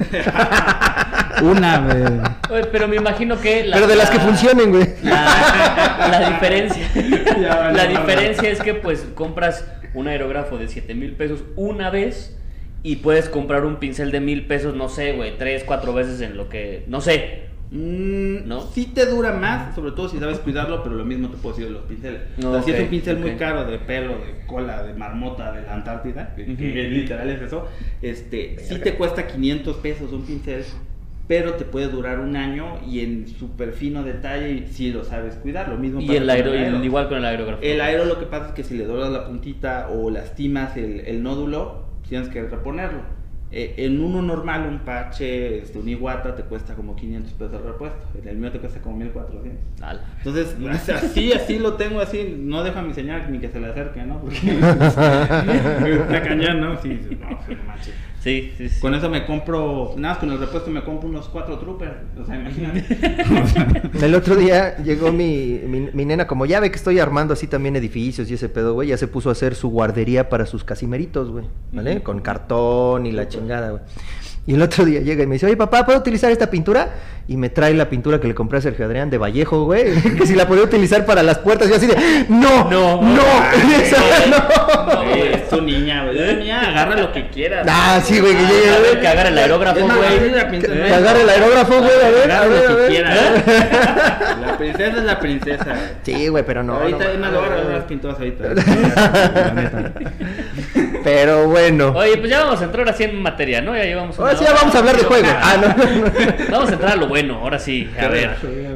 C: Una, güey.
B: Oye, pero me imagino que...
A: Pero de las que funcionen, güey.
B: La diferencia. La diferencia es que, pues, compras un aerógrafo de 7,000 pesos una vez y puedes comprar un pincel de 1,000 pesos, no sé, güey, 3, 4 veces en lo que... No sé. ¿No?
C: Sí te dura más, sobre todo si sabes cuidarlo, pero lo mismo te puedo decir de los pinceles.
B: No,
C: o sea, si es un pincel muy caro de pelo, de cola, de marmota de la Antártida, que literal es eso, sí te cuesta 500 pesos un pincel, pero te puede durar un año y en súper fino detalle si lo sabes cuidar. Lo mismo
B: y
C: pasa
B: el aero, igual con el aerógrafo.
C: El aero lo que pasa es que si le doblas la puntita o lastimas el nódulo, tienes que reponerlo. En uno normal, un parche, un Iwata te cuesta como 500 pesos el repuesto. En el mío te cuesta como 1,400. Entonces, así lo tengo, así. No dejo a mi señora ni que se le acerque, ¿no? Porque está cañón, ¿no? Sí, no manches.
B: Sí.
C: Con eso me compro, nada más con el repuesto me compro unos 4 troopers. O sea, imagínate.
A: El otro día llegó mi nena, como ya ve que estoy armando así también edificios y ese pedo, güey, ya se puso a hacer su guardería para sus casimeritos, güey, ¿vale? Con cartón y la chingada, güey. Y el otro día llega y me dice, oye, papá, ¿puedo utilizar esta pintura? Y me trae la pintura que le compré a Sergio Adrián de Vallejo, güey, que si la podía utilizar para las puertas. Yo así de, no.
C: Es tu niña, güey. Niña, agarra lo que quieras.
A: Sí, güey,
B: que agarre el aerógrafo, güey.
A: Que agarre el aerógrafo, güey, a ver.
C: Agarra lo que quieras. La princesa es la princesa.
A: Sí, güey, pero no.
C: Ahorita es más, lo agarro las pinturas ahorita.
A: Pero bueno.
B: Oye, pues ya vamos a entrar así en materia, ¿no? Ya llevamos
A: Ahora sí ya vamos a hablar de juego.
B: No. Vamos a entrar a lo bueno, ahora sí. A ver.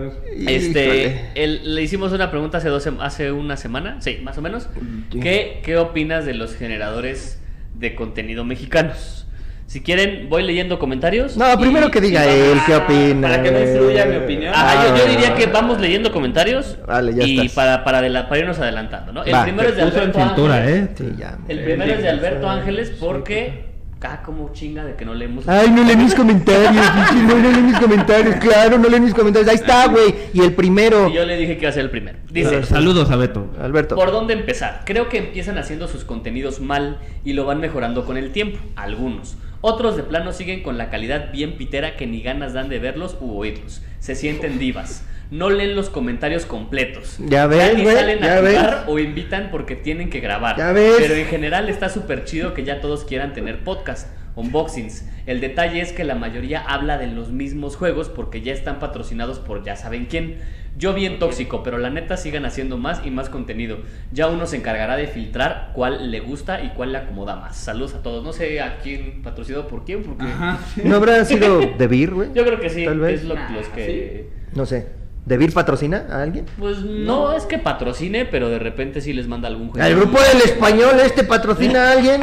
B: Le hicimos una pregunta hace una semana, sí, más o menos. ¿Qué opinas de los generadores de contenido mexicanos? Si quieren, voy leyendo comentarios.
A: No, primero que diga él, ¿qué opina?
C: Para que no influya mi opinión.
B: Yo diría que vamos leyendo comentarios.
A: Vale, ya
B: y
A: estás.
B: para irnos adelantando, ¿no? El primero es de Alberto Ángeles.
A: Sí, ya.
B: El primero es de Alberto Ángeles porque... como chinga de que no leemos.
A: Ay, no leen mis comentarios, no leen mis comentarios, claro, no leen mis comentarios. Ahí está, güey. Y el primero.
B: Y yo le dije que iba a ser el primero. Dice:
C: saludos a Beto.
A: Alberto.
B: ¿Por dónde empezar? Creo que empiezan haciendo sus contenidos mal y lo van mejorando con el tiempo. Algunos. Otros de plano siguen con la calidad bien pitera que ni ganas dan de verlos u oírlos. Se sienten divas. No leen los comentarios completos.
A: Ya ves,
B: ni
A: güey,
B: salen
A: ya
B: a
A: ves.
B: jugar o invitan porque tienen que grabar.
A: Ya ves.
B: Pero en general está súper chido que ya todos quieran tener podcast, unboxings. El detalle es que la mayoría habla de los mismos juegos porque ya están patrocinados por ya saben quién. Yo bien tóxico, pero la neta sigan haciendo más y más contenido. Ya uno se encargará de filtrar cuál le gusta y cuál le acomoda más. Saludos a todos. No sé a quién patrocinado por quién, porque...
C: Ajá, sí.
A: ¿No habrá sido De Beer, güey?
B: Yo creo que sí.
A: Tal vez.
B: Es los que...
C: ¿sí?
A: No sé. ¿De Beer patrocina a alguien?
B: Pues no es que patrocine, pero de repente sí les manda algún juego.
A: ¿El grupo del español patrocina a alguien?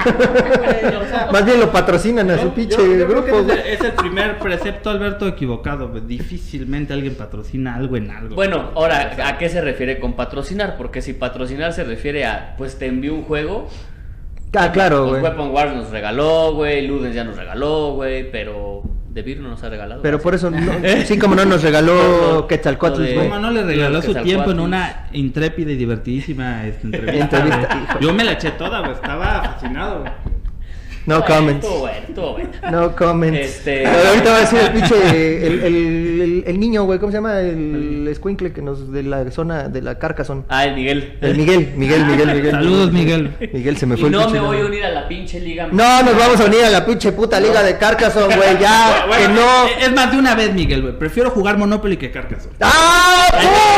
A: Más bien lo patrocinan a su pinche
C: Yo creo
A: grupo.
C: que es el primer precepto, Alberto, equivocado. Difícilmente alguien patrocina algo en algo.
B: Bueno, ahora, ¿a qué se refiere con patrocinar? Porque si patrocinar se refiere a, pues te envío un juego.
A: Ah, claro,
B: Pues
A: güey.
B: Weapon Wars nos regaló, güey. Ludens ya nos regaló, güey. Pero The Beer no nos ha regalado.
A: Pero
B: ¿sí?
A: por eso, sí, como no nos regaló Quetzalcóatl,
B: Lo de-
A: güey.
C: ¿Cómo no le regaló su
B: Quetzalcóatl.
C: tiempo en una intrépida y divertidísima entrevista?
A: Entrevista,
C: güey?
A: hijo.
C: Yo me la eché toda, güey. Estaba fascinado, güey.
A: No comments.
B: Estuvo bueno.
A: No comments.
B: Pero
A: Ahorita va a decir el pinche, el niño, güey, ¿cómo se llama? El escuincle que nos, de la zona, de la Carcassonne.
B: El Miguel.
A: El Miguel.
C: Saludos, Miguel.
A: Miguel, se me
B: Y
A: fue el
B: no
A: pinche
B: me voy a
A: nombre.
B: unir a la pinche liga.
A: No nos vamos a unir a la pinche puta liga de Carcassonne, güey, ya,
C: Bueno,
A: que no.
C: Es más de una vez, Miguel, güey. Prefiero jugar Monopoly que Carcassonne.
A: ¡Ah!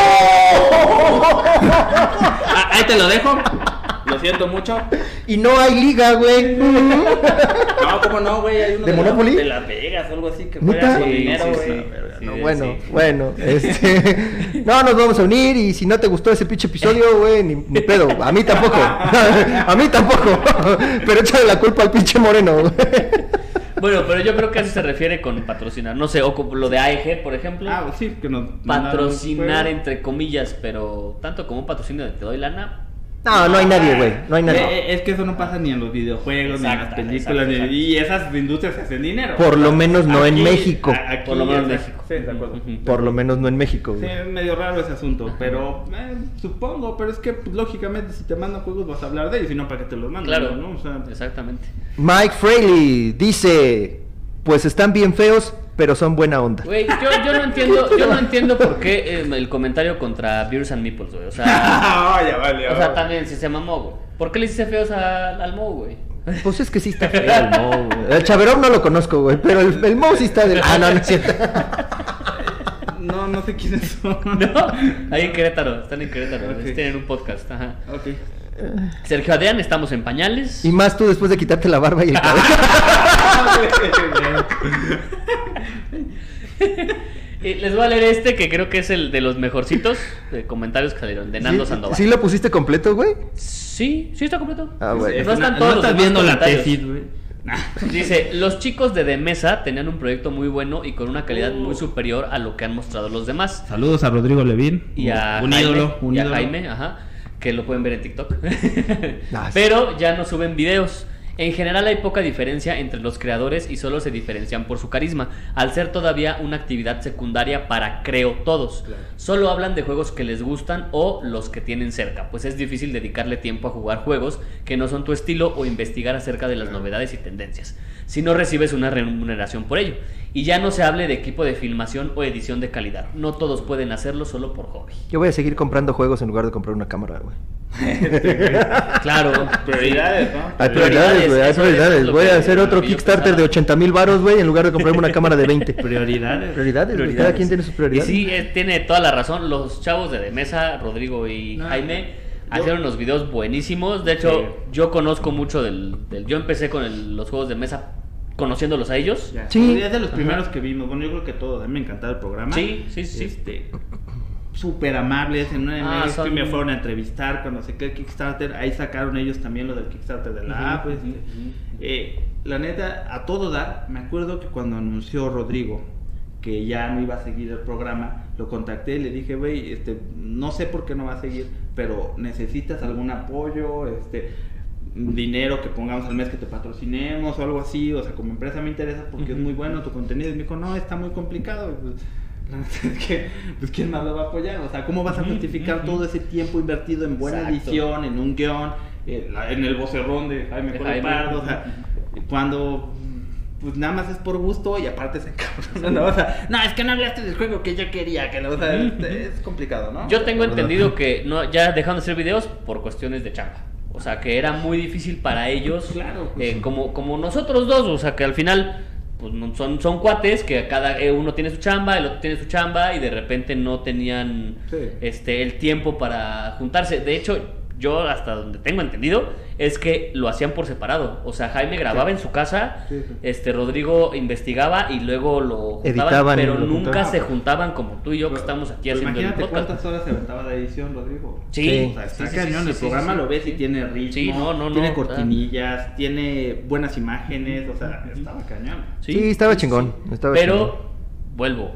C: Ahí te lo dejo. Lo siento mucho.
A: Y no hay liga, güey.
C: No, ¿cómo no, güey? Hay uno
A: ¿De Monopoly?
C: De Las Vegas o algo así que
A: ¿Neta?
C: fuera con
B: Sí,
C: dinero,
B: sí,
C: güey.
B: sí.
A: No,
B: Sí,
A: bueno,
B: sí.
A: bueno, no nos vamos a unir y si no te gustó ese pinche episodio, güey, ni pedo, a mí tampoco, a mí tampoco, pero échale la culpa al pinche Moreno, güey.
B: Bueno, pero yo creo que a eso se refiere con patrocinar. No sé, o como lo de AEG, por ejemplo.
C: Ah, sí, que nos
B: Patrocinar
C: mandaron
B: entre comillas, pero tanto como un patrocinio de te doy lana.
A: No hay nadie, güey, no hay nadie.
C: Es que eso no pasa ni en los videojuegos, ni en las
B: Exacto,
C: películas,
B: exacto.
C: y esas industrias hacen dinero.
A: Por lo menos no en México.
C: Aquí,
B: Por lo menos en
C: exacto.
B: México.
C: Sí, de acuerdo.
B: Ujú.
A: Por lo menos no en México,
C: Sí,
A: güey.
C: es medio raro ese asunto, pero supongo, pero es que pues, lógicamente si te mandan juegos vas a hablar de ellos, y no para que te los manden,
B: Claro,
C: ¿no? O sea,
B: exactamente.
A: Mike Fraley dice, pues están bien feos, pero son buena onda.
B: Güey, yo no entiendo por qué el comentario contra Beers and Meeples, güey. O sea,
C: ya vale.
B: o sea, también si se mamó, güey. ¿Por qué le hiciste feos al Mo, güey?
A: Pues es que sí está feo el Mo, güey. El Chaverón no lo conozco, güey, pero el Mo sí está del... Ah, no es cierto.
C: No sé quiénes son.
B: No, ahí en Querétaro, están en Querétaro,
C: Ok.
B: tienen un podcast, ajá.
C: Ok.
B: Sergio Adrián, estamos en pañales.
A: Y más tú después de quitarte la barba y el cabello.
B: Les voy a leer este que creo que es el de los mejorcitos de comentarios que salieron, de Nando Sandoval.
A: ¿Sí lo pusiste completo, güey?
B: Sí está completo.
A: Ah, bueno.
B: No están todos los
C: estás
B: demás
C: viendo la
B: comentarios.
C: tesis, güey.
B: Dice, los chicos de Mesa tenían un proyecto muy bueno y con una calidad muy superior a lo que han mostrado los demás.
C: Saludos a Rodrigo Levín.
B: Y a
C: un
B: Jaime,
C: ídolo, un
B: y a
C: ídolo.
B: Jaime, ajá, que lo pueden ver en TikTok.
A: Ah, sí.
B: Pero ya no suben videos. En general hay poca diferencia entre los creadores y solo se diferencian por su carisma, al ser todavía una actividad secundaria para creo todos.
C: Claro.
B: Solo hablan de juegos que les gustan o los que tienen cerca, pues es difícil dedicarle tiempo a jugar juegos que no son tu estilo o investigar acerca de las novedades y tendencias, si no recibes una remuneración por ello. Y ya no se hable de equipo de filmación o edición de calidad, no todos pueden hacerlo solo por hobby.
A: Yo voy a seguir comprando juegos en lugar de comprar una cámara, güey.
B: Claro.
C: Prioridades, ¿no?
A: Hay prioridades, güey, hay
B: eso
A: prioridades.
B: es lo
A: Voy
B: que-
A: a hacer otro
B: lo que yo
A: Kickstarter
B: pensaba.
A: de 80,000 varos, güey, en lugar de comprarme una cámara de 20.
C: Prioridades.
A: Prioridades, güey, cada quien tiene sus
B: Y
A: prioridades.
B: sí, tiene toda la razón. Los chavos de Mesa, Rodrigo y
C: No,
B: Jaime,
C: yo-
B: hicieron unos videos buenísimos. De hecho,
C: Sí.
B: yo conozco mucho yo empecé con los juegos de mesa conociéndolos a ellos.
C: Ya.
A: Sí.
C: Es de los primeros que vimos. Bueno, yo creo que todo. A mí me encantaba el programa.
B: Sí.
C: Súper amables. En una vez que
B: son-
C: me fueron a entrevistar cuando se quedó el Kickstarter. Ahí sacaron ellos también lo del Kickstarter de la app. la neta, a todo dar, me acuerdo que cuando anunció Rodrigo que ya no iba a seguir el programa, lo contacté y le dije, güey, no sé por qué no va a seguir, pero necesitas algún apoyo, dinero que pongamos al mes que te patrocinemos o algo así, o sea, como empresa me interesa porque es muy bueno tu contenido. Y me dijo, no, está muy complicado. Es que, pues, ¿quién más lo va a apoyar? O sea, ¿cómo vas a justificar todo ese tiempo invertido en buena edición, en un guión, en el vocerrón de Jaime Pardo? O sea, cuando pues nada más es por gusto y aparte se cabrón, ¿no? O sea, no, es que no hablaste del juego que yo quería, o sea, es complicado, ¿no?
B: Yo tengo entendido que no, ya dejaron de hacer videos por cuestiones de chamba. O sea, que era muy difícil para ellos,
C: claro, pues,
B: como nosotros dos, o sea, que al final pues son cuates que cada uno tiene su chamba, el otro tiene su chamba y de repente no tenían el tiempo para juntarse. De hecho, yo hasta donde tengo entendido es que lo hacían por separado. O sea, Jaime grababa en su casa, Rodrigo investigaba y luego lo
A: editaban,
B: pero nunca se juntaban como tú y yo que estamos aquí haciendo el podcast.
C: Imagínate cuántas horas se aventaba de edición, Rodrigo.
B: Sí.
C: O sea, está cañón, el programa lo ves y tiene ritmo, tiene cortinillas, tiene buenas imágenes, o sea, estaba cañón.
A: Sí, estaba chingón.
B: Pero, vuelvo,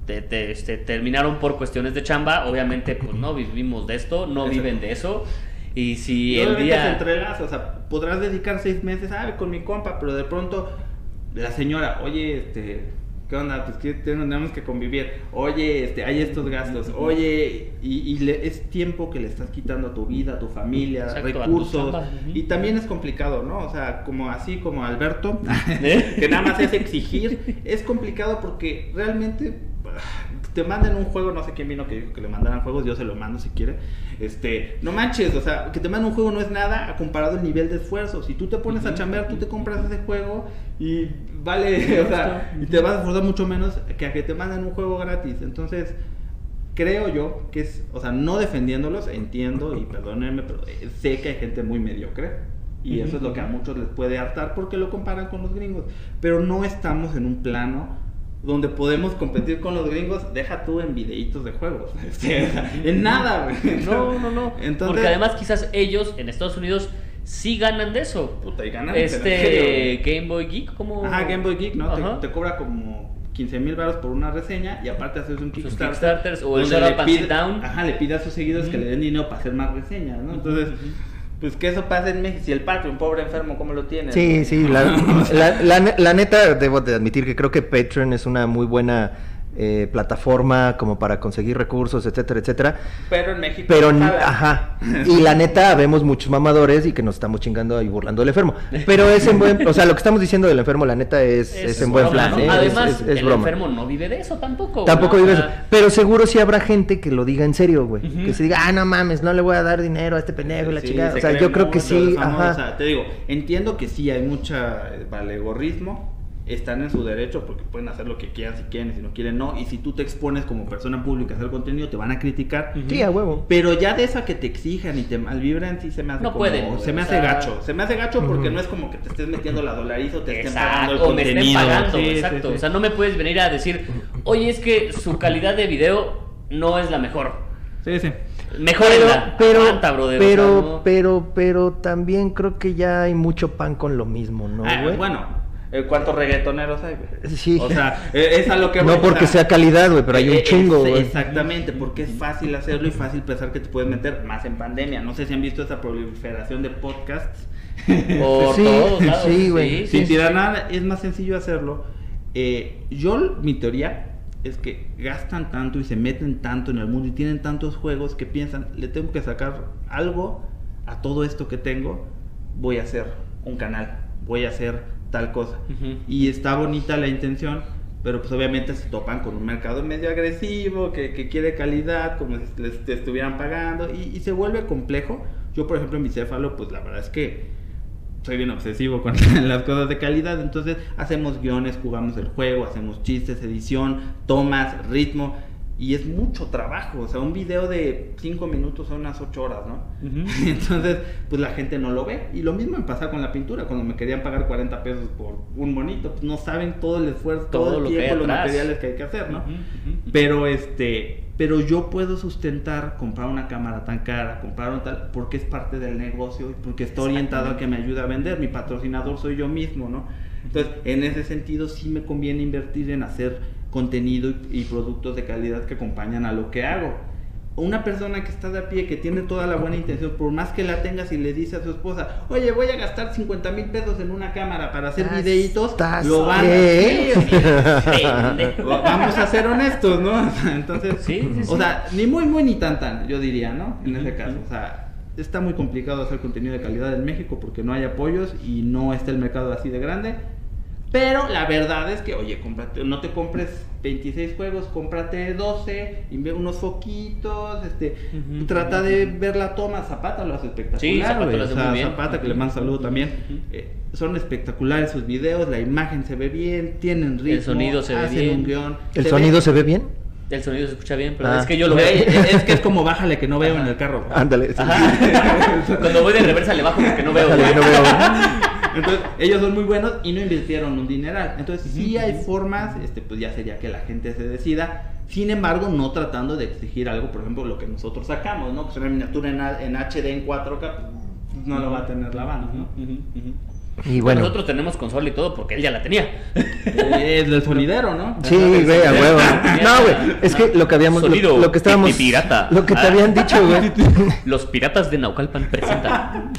B: terminaron por cuestiones de chamba, obviamente pues no vivimos de esto, no viven de eso. Y si el día...
C: se entrelaza, o sea, podrás dedicar 6 meses, con mi compa, pero de pronto la señora, oye, ¿qué onda? Pues que tenemos que convivir. Oye, hay estos gastos. Oye, es tiempo que le estás quitando a tu vida, a tu familia, recursos. Y también es complicado, ¿no? O sea, como Alberto, que nada más es exigir. Es complicado porque realmente te mandan un juego, no sé quién vino que dijo que le mandaran juegos, yo se lo mando si quiere. No manches, o sea, que te manden un juego no es nada comparado al nivel de esfuerzo. Si tú te pones a chambear, tú te compras ese juego y vale, o sea, y te vas a esforzar mucho menos que a que te manden un juego gratis. Entonces, creo yo que es, o sea, no defendiéndolos, entiendo y perdónenme, pero sé que hay gente muy mediocre. Y eso es lo que a muchos les puede hartar porque lo comparan con los gringos. Pero no estamos en un plano donde podemos competir con los gringos, deja tú en videitos de juegos, en nada, güey.
B: No. Entonces, porque además quizás ellos en Estados Unidos sí ganan de eso.
C: Puta, y ganan.
B: Game Boy Geek, ¿cómo?
C: Ajá, Game Boy Geek, ¿no? Te cobra como 15,000 baros por una reseña y aparte haces un Kickstarter
B: o el Shut Up and Sit Down.
C: Ajá, le pide a sus seguidores que le den dinero para hacer más reseñas, ¿no? Entonces... Pues que eso pasa en México. Si el Patreon, pobre enfermo, ¿cómo lo tiene?
A: Sí, la neta, debo de admitir que creo que Patreon es una muy buena plataforma como para conseguir recursos, etcétera, etcétera.
C: Pero en México
A: ajá. Y la neta, vemos muchos mamadores y que nos estamos chingando y burlando del enfermo. Pero es en buen... O sea, lo que estamos diciendo del enfermo, la neta, es en buen plan.
B: ¿No? Además, el enfermo no vive de eso tampoco.
A: Tampoco vive de eso. Pero seguro sí habrá gente que lo diga en serio, güey. Que se diga, no mames, no le voy a dar dinero a este pendejo y la chingada. O sea, yo creo que sí.
C: Ajá. O sea, te digo, entiendo que sí hay mucha valegorrismo. Están en su derecho porque pueden hacer lo que quieran si quieren, si no quieren no, y si tú te expones como persona pública a hacer contenido te van a criticar.
A: Sí, a huevo.
C: Pero ya de esa que te exijan y te malvibran sí se me hace se me hace gacho porque no es como que te estés metiendo la dolarizo, te estén pagando el contenido.
B: Me estén pagando, exacto. Sí. O sea, no me puedes venir a decir, oye, es que su calidad de video no es la mejor.
C: Sí.
B: Mejórenla.
A: Pero también creo que ya hay mucho pan con lo mismo, ¿no, güey?
C: Bueno. ¿Cuántos reggaetoneros hay, güey?
A: Sí.
C: O sea, es a lo que...
A: No porque sea calidad, güey, pero hay un chingo, güey.
C: Exactamente, porque es fácil hacerlo y fácil pensar que te puedes meter más en pandemia. No sé si han visto esa proliferación de podcasts.
B: Por todos lados.
A: Sí, güey.
C: Sin tirar nada, es más sencillo hacerlo. Mi teoría es que gastan tanto y se meten tanto en el mundo y tienen tantos juegos que piensan, le tengo que sacar algo a todo esto que tengo, voy a hacer un canal, voy a hacer tal cosa. Y está bonita la intención, pero pues obviamente se topan con un mercado medio agresivo que quiere calidad, como si les estuvieran pagando y se vuelve complejo. Yo, por ejemplo, en Bicéfalo, pues la verdad es que soy bien obsesivo con las cosas de calidad, entonces hacemos guiones, jugamos el juego, hacemos chistes, edición, tomas, ritmo, y es mucho trabajo. O sea, un video de 5 minutos son unas 8 horas, ¿no? Entonces, pues la gente no lo ve. Y lo mismo me pasa con la pintura, cuando me querían pagar 40 pesos por un monito, pues no saben todo el esfuerzo, todo el tiempo, los materiales que hay que hacer, ¿no? Pero yo puedo sustentar comprar una cámara tan cara, comprar un tal, porque es parte del negocio, porque está orientado a que me ayude a vender. Mi patrocinador soy yo mismo, ¿no? Entonces, en ese sentido sí me conviene invertir en hacer contenido y productos de calidad que acompañan a lo que hago. Una persona que está de a pie, que tiene toda la buena intención, por más que la tengas y le dice a su esposa, oye, voy a gastar 50,000 pesos en una cámara para hacer videitos, lo van a hacer. Vamos a ser honestos, ¿no? Entonces, o sea, ni muy, muy, ni tan, yo diría, ¿no? En ese caso, o sea, está muy complicado hacer contenido de calidad en México porque no hay apoyos y no está el mercado así de grande. Pero la verdad es que, oye, no te compres 26 juegos, cómprate 12, unos foquitos, trata de ver la toma. Zapata lo hace espectacular.
B: Sí, Zapata lo hace muy bien.
C: Zapata, que le mando saludo también. Son espectaculares sus videos, la imagen se ve bien, tienen ritmo,
B: el sonido se ve bien.
C: Un guión.
A: ¿El sonido se ve bien?
B: El sonido se escucha bien, pero es que yo lo veo.
C: Es que es como bájale que no veo en el carro.
A: Ándale.
B: Cuando voy de reversa le bajo porque no veo.
A: Bájale, no veo.
C: Entonces, ellos son muy buenos y no invirtieron un dineral. Entonces, sí hay formas, pues ya sería que la gente se decida. Sin embargo, no tratando de exigir algo, por ejemplo, lo que nosotros sacamos, ¿no? Que es una miniatura en HD, en 4K, pues no lo va a tener la banda, ¿no?
A: Y bueno,
B: nosotros tenemos consola y todo porque él ya la tenía.
C: Es del sonidero, ¿no?
A: Sí, güey, a huevo. No, güey, es que lo que habíamos...
B: Sonido
A: lo que estábamos...
B: pirata.
A: Lo que te habían dicho, güey.
B: Los piratas de Naucalpan presentan.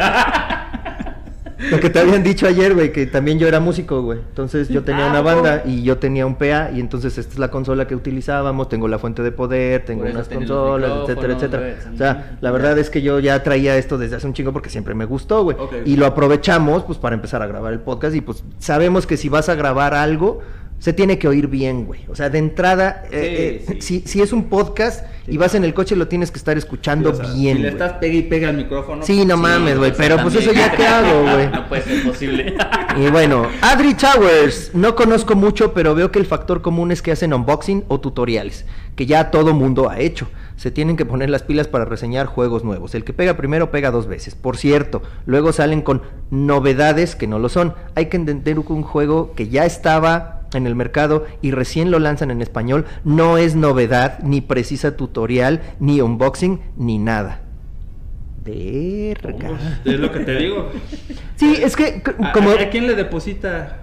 A: Lo que te habían dicho ayer, güey, que también yo era músico, güey. Entonces yo tenía una banda y yo tenía un PA y entonces esta es la consola que utilizábamos, tengo la fuente de poder, tengo unas consolas, etcétera, etcétera. O sea, la verdad es que yo ya traía esto desde hace un chingo porque siempre me gustó, güey. Y lo aprovechamos, pues, para empezar a grabar el podcast y pues sabemos que si vas a grabar algo, se tiene que oír bien, güey. O sea, de entrada, si es un podcast y vas en el coche, lo tienes que estar escuchando bien,
C: si le estás pega y pega al micrófono.
A: Sí, no mames, güey, pero pues eso ya te hago, güey.
B: No puede ser posible.
A: Y bueno, Adri Towers, no conozco mucho, pero veo que el factor común es que hacen unboxing o tutoriales, que ya todo mundo ha hecho. Se tienen que poner las pilas para reseñar juegos nuevos. El que pega primero pega 2 veces. Por cierto, luego salen con novedades que no lo son. Hay que entender que un juego que ya estaba en el mercado y recién lo lanzan en español no es novedad, ni precisa tutorial, ni unboxing, ni nada. Verga.
C: Es lo que te digo.
A: Sí, es que como...
C: ¿A quién le deposita?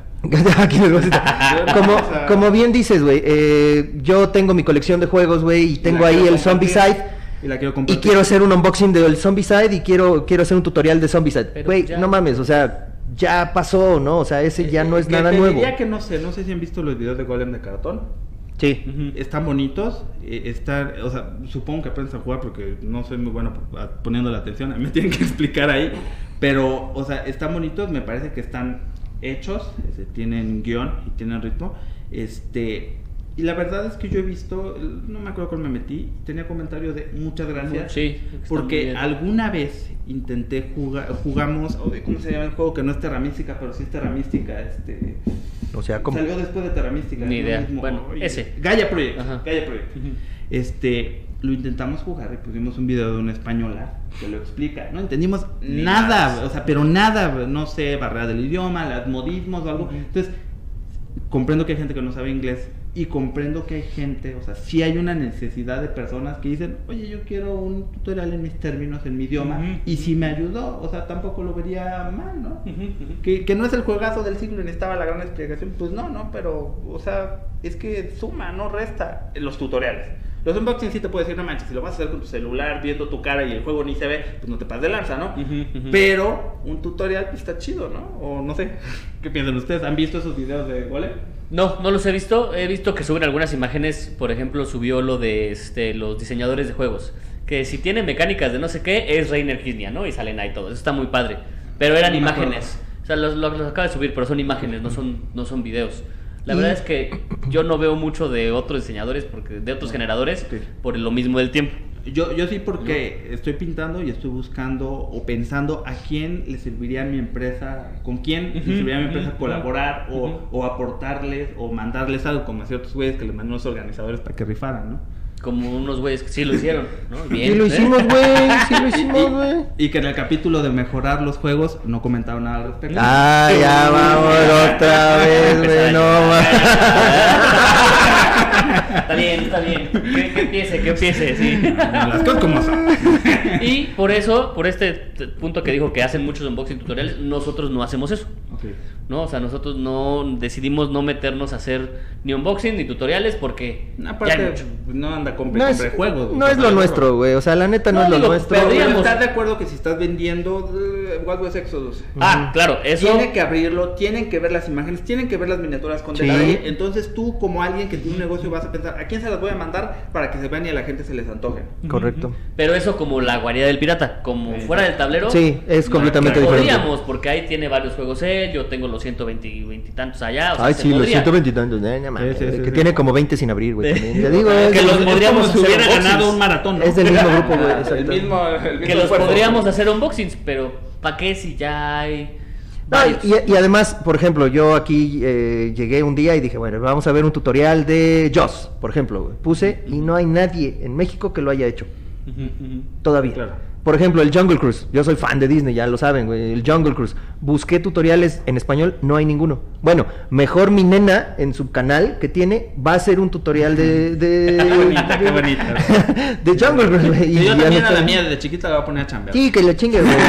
A: como bien dices, güey, yo tengo mi colección de juegos, güey, y tengo ahí el Zombicide y quiero hacer un unboxing del Zombicide y quiero hacer un tutorial de Zombicide. Güey, no mames, o sea, ya pasó, ¿no? O sea, ese ya no es nada nuevo.
C: Diría que no sé si han visto los videos de Golem de cartón.
A: Sí.
C: Están bonitos, o sea, supongo que aprendes a jugar porque no soy muy bueno poniendo la atención, me tienen que explicar ahí, pero, o sea, están bonitos, me parece que están hechos, tienen guión y tienen ritmo, y la verdad es que yo he visto, no me acuerdo cuál me metí, tenía comentario de muchas gracias,
B: sí,
C: porque alguna vez intenté jugamos, ¿cómo se llama el juego? Que no es Terra Mística, pero sí es Terra Mística,
A: o sea, ¿cómo?
C: Salió después de Terra Mística.
B: Ni idea. Bueno, ese.
C: Gaia Project. Gaia Project. Lo intentamos jugar y pusimos un video de una española que lo explica. No entendimos nada, o sea, pero nada, no sé, barrera del idioma, los modismos o algo. Entonces, comprendo que hay gente que no sabe inglés y comprendo que hay gente, o sea, sí hay una necesidad de personas que dicen, oye, yo quiero un tutorial en mis términos, en mi idioma, y si me ayudó, o sea, tampoco lo vería mal, ¿no? Que no es el juegazo del siglo y necesitaba la gran explicación, pues no, pero, o sea, es que suma, no resta los tutoriales. Los unboxings sí te puedo decir, no manches, si lo vas a hacer con tu celular, viendo tu cara y el juego ni se ve, pues no te pases de lanza, ¿no? Pero un tutorial pues, está chido, ¿no? O no sé, ¿qué piensan ustedes? ¿Han visto esos videos de Golem?
B: No los he visto. He visto que suben algunas imágenes. Por ejemplo, subió lo de los diseñadores de juegos. Que si tiene mecánicas de no sé qué, es Reiner Knizia, ¿no? Y salen ahí todo. Eso está muy padre. Pero eran imágenes. O sea, los acaba de subir, pero son imágenes, no son videos. La verdad es que yo no veo mucho de otros diseñadores, de otros generadores, por lo mismo del tiempo.
C: Yo sí, porque estoy pintando y estoy buscando o pensando a quién le serviría a mi empresa, con quién le serviría a mi empresa colaborar o aportarles o mandarles algo, como a ciertos güeyes que les mandan los organizadores para que rifaran, ¿no?
B: Como unos güeyes que sí lo hicieron, ¿no?
A: Bien, sí lo hicimos, güey,
C: Y que en el capítulo de mejorar los juegos no comentaron nada al respecto.
A: Ah, ya vamos otra vez, güey, no
B: Está bien. Que empiece, sí.
C: Las cosas como son.
B: Y por eso, por este punto que dijo que hacen muchos unboxing tutoriales, nosotros no hacemos eso.
C: Okay.
B: ¿No? O sea, nosotros decidimos no meternos a hacer ni unboxing ni tutoriales porque
C: aparte no anda compre juegos.
A: No es lo nuestro, güey. O sea, la neta no es lo nuestro.
C: Pero ¿estás de acuerdo que si estás vendiendo Wild West Exodus?
B: Claro, eso.
C: Tiene que abrirlo, tienen que ver las imágenes, tienen que ver las miniaturas con detalle. Entonces tú, como alguien que tiene un negocio, vas a pensar, ¿a quién se las voy a mandar para que se vean y a la gente se les antoje?
A: Correcto.
B: Pero eso como la guarida del pirata, como fuera del tablero.
A: Sí, es completamente diferente.
B: Podríamos, porque ahí tiene varios juegos él, yo tengo los 120 y tantos allá. O sea,
A: ay, sí, los 120 y tantos, que tiene como 20 sin abrir, güey. Te digo,
B: que los podríamos
C: hacer hubiera ganado un maratón, ¿no?
A: Es del mismo grupo, güey.
C: El mismo
B: que los podríamos hacer unboxings, pero ¿para qué si ya hay?
A: No, y además, por ejemplo, yo aquí llegué un día y dije, bueno, vamos a ver un tutorial de Joss, por ejemplo, güey. Puse y no hay nadie en México que lo haya hecho. Todavía. Claro. Por ejemplo, el Jungle Cruise. Yo soy fan de Disney, ya lo saben, güey. El Jungle Cruise. Busqué tutoriales en español, no hay ninguno. Bueno, mejor mi nena en su canal que tiene va a hacer un tutorial de
C: qué bonita.
A: De Jungle Cruise, güey.
C: Y yo también a la mía desde chiquita la voy a poner a chambear.
A: Sí, que le chingues, güey.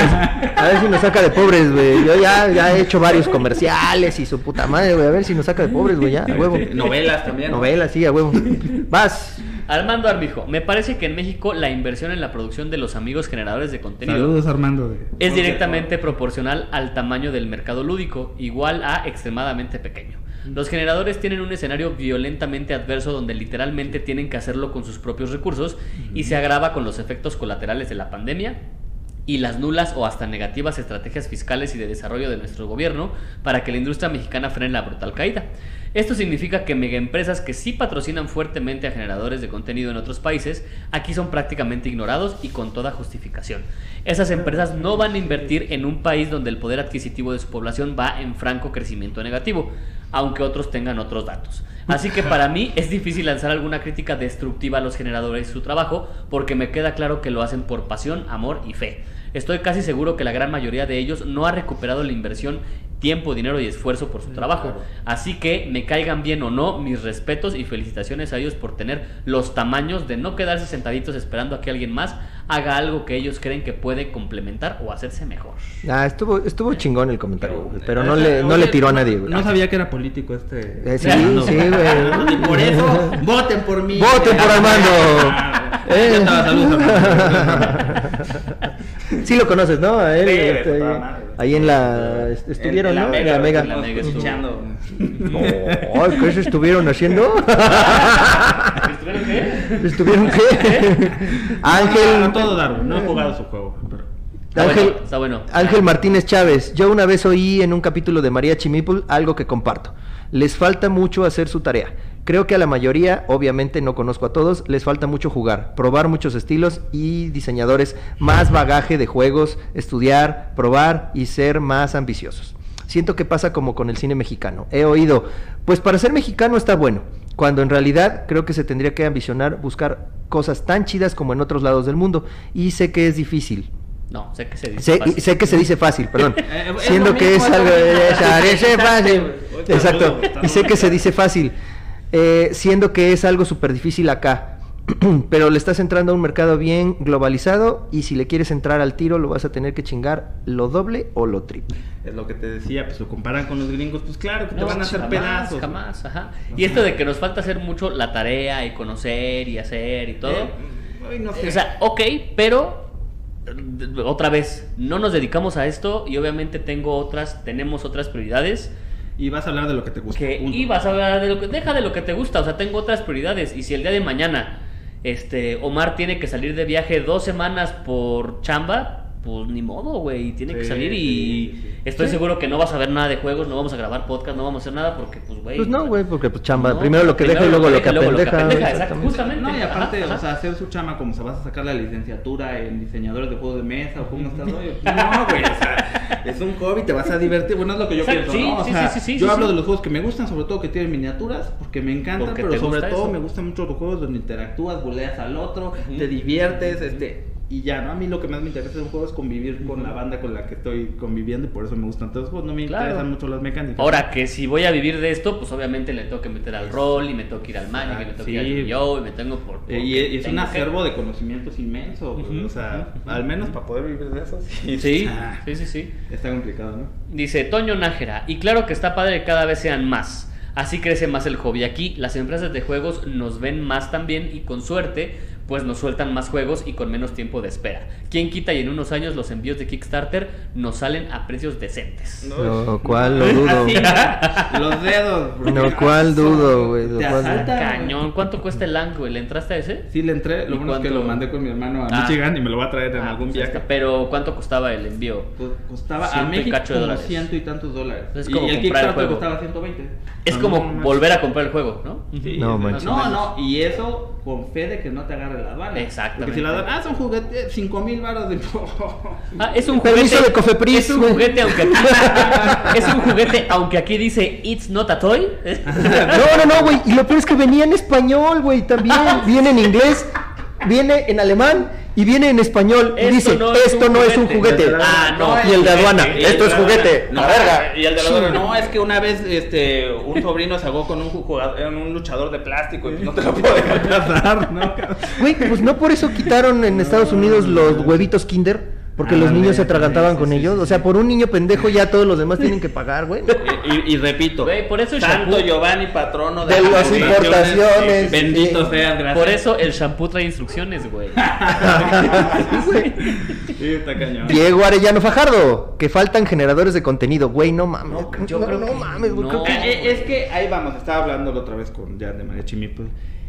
A: A ver si nos saca de pobres, güey. Yo ya he hecho varios comerciales y su puta madre, güey. A ver si nos saca de pobres, güey, ya, a huevo.
C: Novelas también.
A: Novelas, sí, a huevo. Vas.
B: Armando Armijo, me parece que en México la inversión en la producción de los amigos generadores de contenido
C: saludos, Armando.
B: Es directamente proporcional al tamaño del mercado lúdico, igual a extremadamente pequeño. Los generadores tienen un escenario violentamente adverso donde literalmente tienen que hacerlo con sus propios recursos y se agrava con los efectos colaterales de la pandemia y las nulas o hasta negativas estrategias fiscales y de desarrollo de nuestro gobierno para que la industria mexicana frene la brutal caída. Esto significa que megaempresas que sí patrocinan fuertemente a generadores de contenido en otros países, aquí son prácticamente ignorados y con toda justificación. Esas empresas no van a invertir en un país donde el poder adquisitivo de su población va en franco crecimiento negativo, aunque otros tengan otros datos. Así que para mí es difícil lanzar alguna crítica destructiva a los generadores y su trabajo, porque me queda claro que lo hacen por pasión, amor y fe. Estoy casi seguro que la gran mayoría de ellos no ha recuperado la inversión, tiempo, dinero y esfuerzo por su trabajo. Así que, me caigan bien o no, mis respetos y felicitaciones a ellos por tener los tamaños de no quedarse sentaditos esperando a que alguien más haga algo que ellos creen que puede complementar o hacerse mejor.
A: Estuvo chingón el comentario, pero no le tiró a nadie, güey.
C: No sabía que era político este.
A: Sí, güey.
C: Y por eso, voten por mí.
A: ¡Voten por Armando! Sí lo conoces, ¿no? A él, ahí en la... Estuvieron, ¿no? En la Mega.
C: Escuchando.
A: ¿Qué se estuvieron haciendo?
B: ¿Estuvieron qué?
A: ¿Estuvieron qué? Ángel...
C: Todo Darwin, no he jugado su juego, pero...
B: Está bueno.
A: Ángel Martínez Chávez. Yo una vez oí en un capítulo de Mariachi Meeple algo que comparto. Les falta mucho hacer su tarea. Creo que a la mayoría, obviamente no conozco a todos, les falta mucho jugar, probar muchos estilos y diseñadores, más bagaje de juegos, estudiar, probar y ser más ambiciosos. Siento que pasa como con el cine mexicano. He oído, pues para ser mexicano está bueno, cuando en realidad creo que se tendría que ambicionar buscar cosas tan chidas como en otros lados del mundo, y sé que es difícil.
B: No, sé que se dice fácil.
A: Sé que se dice fácil, perdón. Siendo que es algo... Parece fácil. Exacto. Y sé que se dice fácil. Siendo que es algo súper difícil acá. Pero le estás entrando a un mercado bien globalizado y si le quieres entrar al tiro lo vas a tener que chingar lo doble o lo triple.
C: Es lo que te decía, pues lo comparan con los gringos, pues claro que te van a hacer pedazos.
B: Jamás, ajá. Y esto de que nos falta hacer mucho la tarea y conocer y hacer y todo.
C: No sé.
B: O sea, ok, pero... otra vez, no nos dedicamos a esto y obviamente tenemos otras prioridades.
C: Y vas a hablar de lo que te gusta.
B: Y vas a hablar de lo que... Deja de lo que te gusta, o sea, tengo otras prioridades. Y si el día de mañana Omar tiene que salir de viaje 2 semanas por chamba, pues ni modo, güey, tiene que salir y estoy seguro que no vas a ver nada de juegos, no vamos a grabar podcast, no vamos a hacer nada porque, pues, güey.
A: Pues no, güey, porque pues chamba, primero lo que deja y luego lo que apendeja.
B: Exacto, justamente.
C: No, y aparte, o sea, hacer su chamba como se vas a sacar la licenciatura en diseñadores de juegos de mesa o cómo estás, no, güey, o sea, es un hobby, te vas a divertir, bueno, es lo que yo pienso, ¿no? O sea, yo hablo de los juegos que me gustan, sobre todo que tienen miniaturas, porque me encantan, pero sobre todo me gustan mucho los juegos donde interactúas, buleas al otro, te diviertes, y ya, ¿no? A mí lo que más me interesa de un juego es convivir con la banda con la que estoy conviviendo y por eso me gustan todos los juegos, no me interesan mucho las mecánicas.
B: Ahora, que si voy a vivir de esto, pues obviamente le tengo que meter al rol y me tengo que ir al Magic y me tengo que ir al Yu-Gi-Oh! Y me tengo
C: y es un acervo de conocimientos inmenso, o sea, al menos para poder vivir de eso.
B: Sí.
C: Está complicado, ¿no?
B: Dice Toño Nájera, y claro que está padre que cada vez sean más. Así crece más el hobby. Aquí las empresas de juegos nos ven más también y con suerte pues nos sueltan más juegos y con menos tiempo de espera. ¿Quién quita y en unos años los envíos de Kickstarter nos salen a precios decentes?
A: No, ¿cuál lo dudo?
C: Los dedos.
A: No, ¿cuál dudo, güey?
C: Te asalta.
B: Cañón. ¿Cuánto cuesta el LAN, güey? ¿Le entraste a ese?
C: Sí, le entré. Lo bueno es que lo mandé con mi hermano a Michigan y me lo va a traer en algún
B: pues
C: viaje.
B: Pero ¿cuánto costaba el envío?
C: Costaba a México como $100 y tantos.
B: Es como
C: y el
B: comprar
C: Kickstarter
B: el juego.
C: costaba 120.
B: Es como volver a comprar el juego, ¿no?
C: Sí,
A: no, manches.
C: No, y eso con fe de que no te agarre la aduana.
B: Exactamente.
C: Porque si la aduana, son juguetes, 5,000 varos de...
B: es un
A: permiso
B: juguete,
A: de Cofepris.
B: Es un juguete aunque aquí, es un juguete aunque aquí dice It's not a toy.
A: No, güey. Y lo peor es que venía en español, güey, también. Viene en inglés, viene en alemán y viene en español. Y dice, esto no es un juguete.
B: No.
A: Y el de aduana, esto es juguete.
C: No, verga. Y el de la aduana, no, es que una vez un sobrino se ahogó con un luchador de plástico y no te lo puedo dejar pasar, ¿no?
A: Güey, pues no por eso quitaron en Estados Unidos los huevitos Kinder. Porque los niños se atragantaban con ellos. O sea, por un niño pendejo ya todos los demás tienen que pagar, güey.
C: Y repito,
B: güey, por eso el
C: Santo
B: shampoo,
C: Giovanni, patrono
A: de las importaciones.
C: Bendito seas, gracias.
B: Por eso el shampoo trae instrucciones, güey.
C: Sí, está cañón.
A: Diego Arellano Fajardo, que faltan generadores de contenido. Güey, no mames.
B: Yo creo que
A: mames, güey.
B: no.
C: Es que ahí vamos, estaba hablándolo otra vez con Jan de Mariachimi. Pues,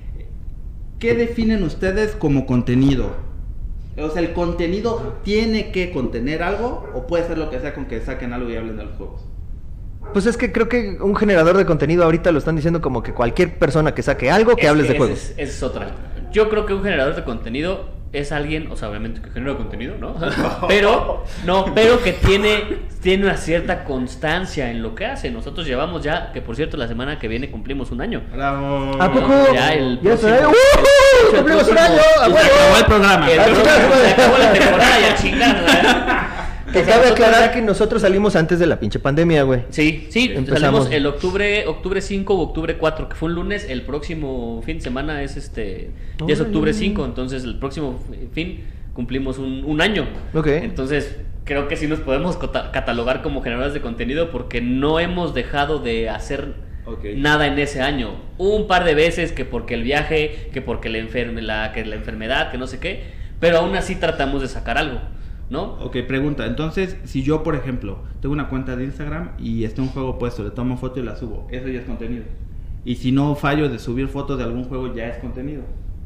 C: ¿qué definen ustedes como contenido? O sea, ¿el contenido tiene que contener algo? ¿O puede ser lo que sea con que saquen algo y hablen de los juegos?
A: Pues es que creo que un generador de contenido ahorita lo están diciendo como que cualquier persona que saque algo que hables de juegos.
B: Esa es otra. Yo creo que un generador de contenido es alguien, o sea, obviamente que genera contenido, ¿no? Pero que tiene una cierta constancia en lo que hace. Nosotros llevamos ya, que por cierto la semana que viene cumplimos un año.
C: ¡Bravo!
A: ¿A poco?
B: Ya el
A: ¿Ya
B: próximo,
A: ¡Cumplimos un año!
C: Se acabó el programa.
B: Se acabó la temporada y a chingar,
A: Que cabe aclarar que nosotros salimos antes de la pinche pandemia, güey.
B: Sí,
A: Empezamos.
B: salimos el octubre 5 o octubre 4, que fue un lunes. El próximo fin de semana es ya es octubre 5, entonces el próximo fin cumplimos un año.
A: Ok.
B: Entonces creo que sí nos podemos catalogar como generadores de contenido porque no hemos dejado de hacer nada en ese año. Un par de veces que porque el viaje, que porque la enfermedad, que no sé qué, pero aún así tratamos de sacar algo, ¿no?
C: Ok, pregunta. Entonces, si yo, por ejemplo, tengo una cuenta de Instagram y está un juego puesto, le tomo foto y la subo, eso ya es contenido. Y si no fallo de subir fotos de algún juego, ya es contenido.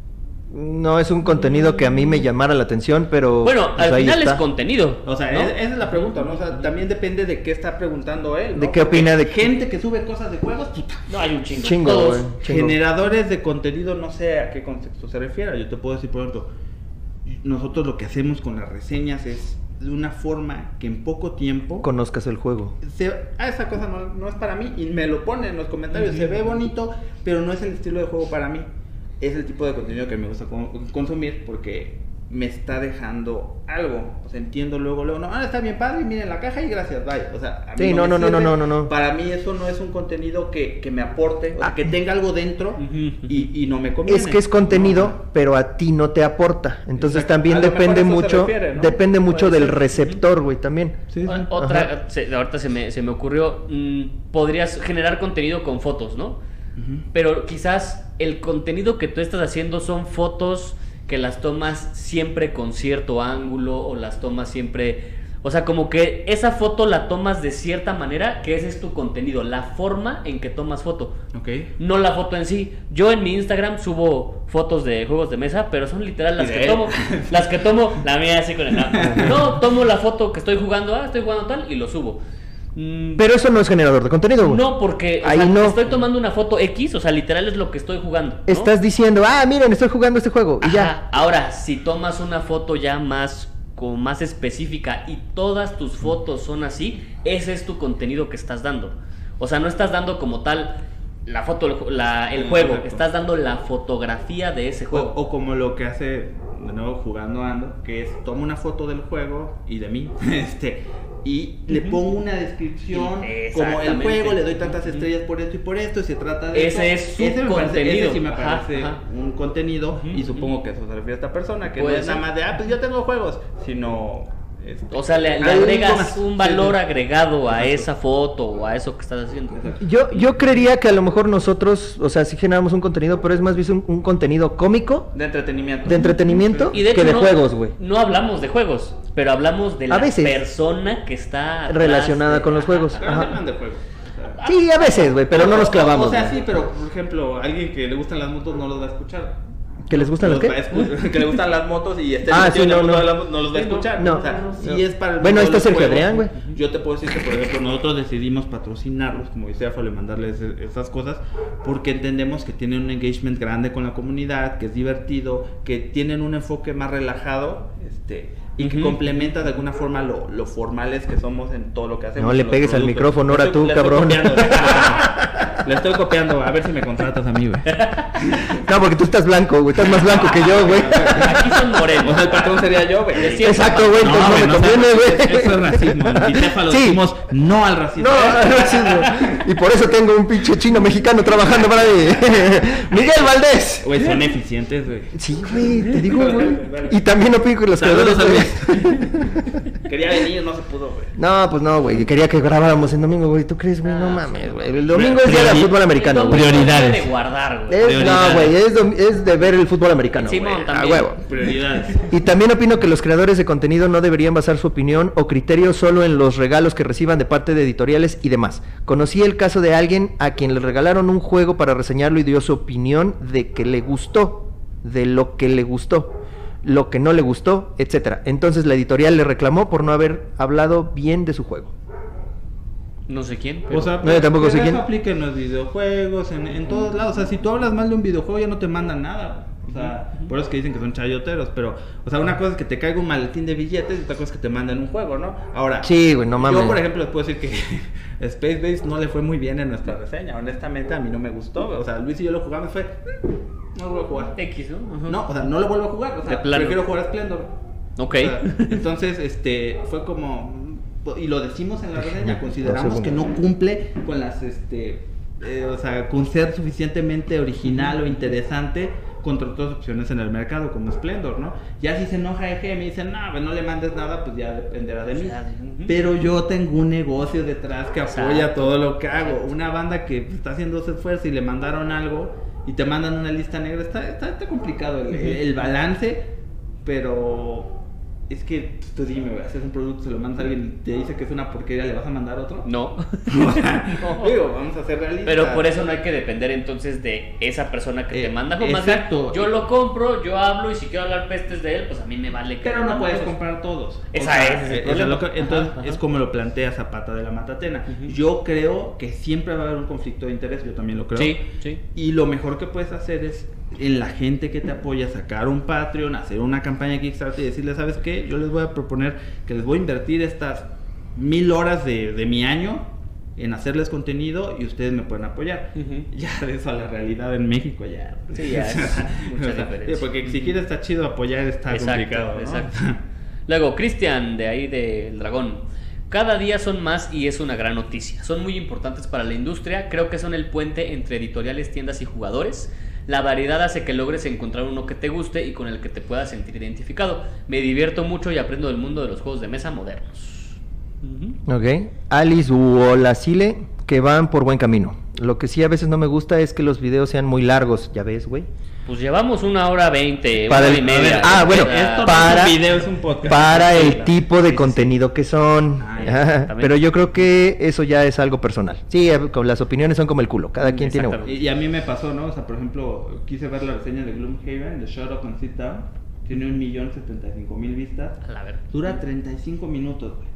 A: No es un contenido que a mí me llamara la atención, pero...
B: Bueno,
A: pues
B: al final es contenido.
C: O sea,
B: ¿no?
C: esa es la pregunta, ¿no? O sea, también depende de qué está preguntando él, ¿no?
A: ¿De qué opina?
C: De gente que sube cosas de juegos, puta.
B: No, hay un chingo.
A: Chingo,
B: Todos.
A: güey. Chingo.
C: Generadores de contenido, no sé a qué contexto se refiere. Yo te puedo decir, por ejemplo, nosotros lo que hacemos con las reseñas es de una forma que en poco tiempo
A: Conozcas el juego.
C: esa cosa no es para mí, y me lo pone en los comentarios, se ve bonito, pero no es el estilo de juego para mí. Es el tipo de contenido que me gusta consumir porque me está dejando algo. O sea, entiendo luego, no, está bien padre, miren la caja y gracias, bye. O sea, a mí
A: sí, no.
C: Para mí eso no es un contenido que me aporte, o sea, que tenga algo dentro y no me conviene.
A: Es que es contenido, pero a ti no te aporta. Entonces
C: Exacto.
A: también depende mucho,
C: refiere, ¿no?
A: depende mucho
C: Puede
A: del
C: ser.
A: receptor, güey, también.
C: Sí, sí.
B: Otra, ahorita se me ocurrió, podrías generar contenido con fotos, ¿no? Pero quizás el contenido que tú estás haciendo son fotos que las tomas siempre con cierto ángulo o las tomas siempre... O sea, como que esa foto la tomas de cierta manera, que ese es tu contenido, la forma en que tomas foto.
C: Okay.
B: No la foto en sí. Yo en mi Instagram subo fotos de juegos de mesa, pero son literal las que tomo. Las que tomo, la mía así con el... No, tomo la foto que estoy jugando tal y lo subo.
A: Pero eso no es generador de contenido, güey.
B: No, porque
A: ahí no.
B: Estoy tomando una foto X, o sea, literal es lo que estoy jugando, ¿no?
A: Estás diciendo, miren, estoy jugando este juego, y ya.
B: Ahora, si tomas una foto ya más específica y todas tus fotos son así, ese es tu contenido que estás dando. O sea, no estás dando como tal la foto, el juego, estás dando la fotografía de ese juego.
C: O como lo que hace de nuevo jugando ando, que es tomo una foto del juego y de mí, y le pongo una descripción como el juego, le doy tantas estrellas por esto y por esto, y se trata de
B: ese
C: eso.
B: es su contenido.
C: Ese sí me parece un contenido, y supongo que eso se refiere a esta persona, que no es nada más de, pues yo tengo juegos, sino...
B: O sea, le agregas un valor agregado a esa foto o a eso que estás haciendo.
A: Yo creería que a lo mejor nosotros, o sea, sí generamos un contenido, pero es más bien un contenido cómico.
C: De entretenimiento.
A: De entretenimiento
B: y de hecho,
A: que de juegos, güey.
B: No hablamos de juegos, pero hablamos de la persona que está
A: relacionada con los juegos.
C: Pero no hablan de juegos.
A: Sí, a veces, güey, pero no nos clavamos.
C: O sea, sí, pero por ejemplo, alguien que le gustan las motos no los va a escuchar.
A: ¿Que les gustan los qué?
C: Que le gustan las motos y estén
A: sí, no
C: los va a escuchar.
A: No.
C: O sea, sí es para el
A: bueno, ahí está Sergio Adrián, güey.
C: Yo te puedo decir que, por ejemplo, nosotros decidimos patrocinarlos, como dice Afro, y mandarles esas cosas, porque entendemos que tienen un engagement grande con la comunidad, que es divertido, que tienen un enfoque más relajado, y que complementa de alguna forma lo formales que somos en todo lo que hacemos.
A: No le pegues al micrófono ahora tú, cabrón.
C: Le estoy copiando, a ver si me contratas a mí, güey.
A: No, porque tú estás blanco, güey. Estás más blanco que yo, güey.
B: Aquí son morenos.
C: O sea, el patrón sería yo, güey.
A: Exacto, güey. Entonces no me conviene, güey.
C: Eso es racismo. En Bicéfalo decimos no al racismo.
A: No al racismo. Y por eso tengo un pinche chino mexicano trabajando para mí. Miguel Valdés.
C: Güey, son eficientes, güey.
A: Sí, güey, te digo, güey. Y también opino que los creadores
C: quería venir, no se pudo, güey.
A: No, pues no, güey. Quería que grabáramos en domingo, güey. ¿Tú crees, güey? No mames, güey. El domingo es día de fútbol americano, güey.
B: Prioridades. De guardar, güey.
A: No, güey. Es de ver el fútbol americano, güey. A huevo.
C: Prioridades.
A: Y también opino que los creadores de contenido no deberían basar su opinión o criterio solo en los regalos que reciban de parte de editoriales y demás. Conocí el caso de alguien a quien le regalaron un juego para reseñarlo y dio su opinión de que le gustó, de lo que le gustó, lo que no le gustó, etcétera. Entonces la editorial le reclamó por no haber hablado bien de su juego.
B: No sé quién, pero...
C: O sea,
A: no, yo tampoco sé quién.
C: Eso aplica en los videojuegos, en todos lados. O sea, si tú hablas mal de un videojuego ya no te mandan nada. O sea, por eso es que dicen que son chayoteros. Pero, o sea, una cosa es que te caiga un maletín de billetes y otra cosa es que te manden un juego, ¿no? Ahora,
A: sí, güey, no mames.
C: Yo, por ejemplo, les puedo decir que Space Base no le fue muy bien en nuestra reseña. Honestamente, a mí no me gustó. O sea, Luis y yo lo jugamos y fue... No lo vuelvo a jugar.
B: X, ¿no?
C: No, o sea, no lo vuelvo a jugar. O sea, prefiero jugar a Splendor.
B: Ok.
C: O sea, entonces, fue como... Y lo decimos en la reseña, consideramos que no cumple con las, o sea, con ser suficientemente original o interesante contra otras opciones en el mercado, como Splendor, ¿no? Ya si se enoja EG y me dicen, no, pues no le mandes nada, pues ya dependerá de mí. Pero yo tengo un negocio detrás que apoya todo lo que hago. Una banda que está haciendo ese esfuerzo y le mandaron algo y te mandan una lista negra, está complicado el balance, pero... Es que tú dime, güey, haces un producto, se lo mandas a alguien y te dice que es una porquería, ¿le vas a mandar otro?
B: No.
C: No. Digo, vamos a ser realistas.
B: Pero por eso no hay que depender entonces de esa persona que te manda.
C: Exacto.
B: Yo lo compro, yo hablo y si quiero hablar pestes de él, pues a mí me vale.
C: Pero no puedes comprar todos. Entonces es como lo plantea Zapata de la Matatena. Yo creo que siempre va a haber un conflicto de interés, yo también lo creo.
B: Sí.
C: Y lo mejor que puedes hacer es en la gente que te apoya, sacar un Patreon, hacer una campaña Kickstarter y decirle, ¿sabes qué? Yo les voy a proponer que les voy a invertir estas 1000 horas de mi año en hacerles contenido y ustedes me pueden apoyar. Ya de eso a la realidad en México ya.
B: Sí, ya es mucha diferencia.
C: Porque exigir está chido, apoyar está complicado, ¿no?
B: Exacto. Luego, Cristian, de ahí del Dragón. Cada día son más y es una gran noticia. Son muy importantes para la industria. Creo que son el puente entre editoriales, tiendas y jugadores. La variedad hace que logres encontrar uno que te guste y con el que te puedas sentir identificado. Me divierto mucho y aprendo del mundo de los juegos de mesa modernos.
A: Ok. Alice Wolacile, que van por buen camino. Lo que sí a veces no me gusta es que los videos sean muy largos. ¿Ya ves, güey?
B: Pues llevamos 1h20,
A: para
B: 1h30.
A: Bueno,
C: esto
A: para,
C: no es un video, es un podcast.
A: Para el tipo de contenido que son. Pero yo creo que eso ya es algo personal. Sí, las opiniones son como el culo. Cada quien tiene uno.
C: Y a mí me pasó, ¿no? O sea, por ejemplo, quise ver la reseña de Gloomhaven, de Shut Up and Sit Down. Tiene 1.075.000 vistas.
B: A ver.
C: Dura 35 minutos, güey.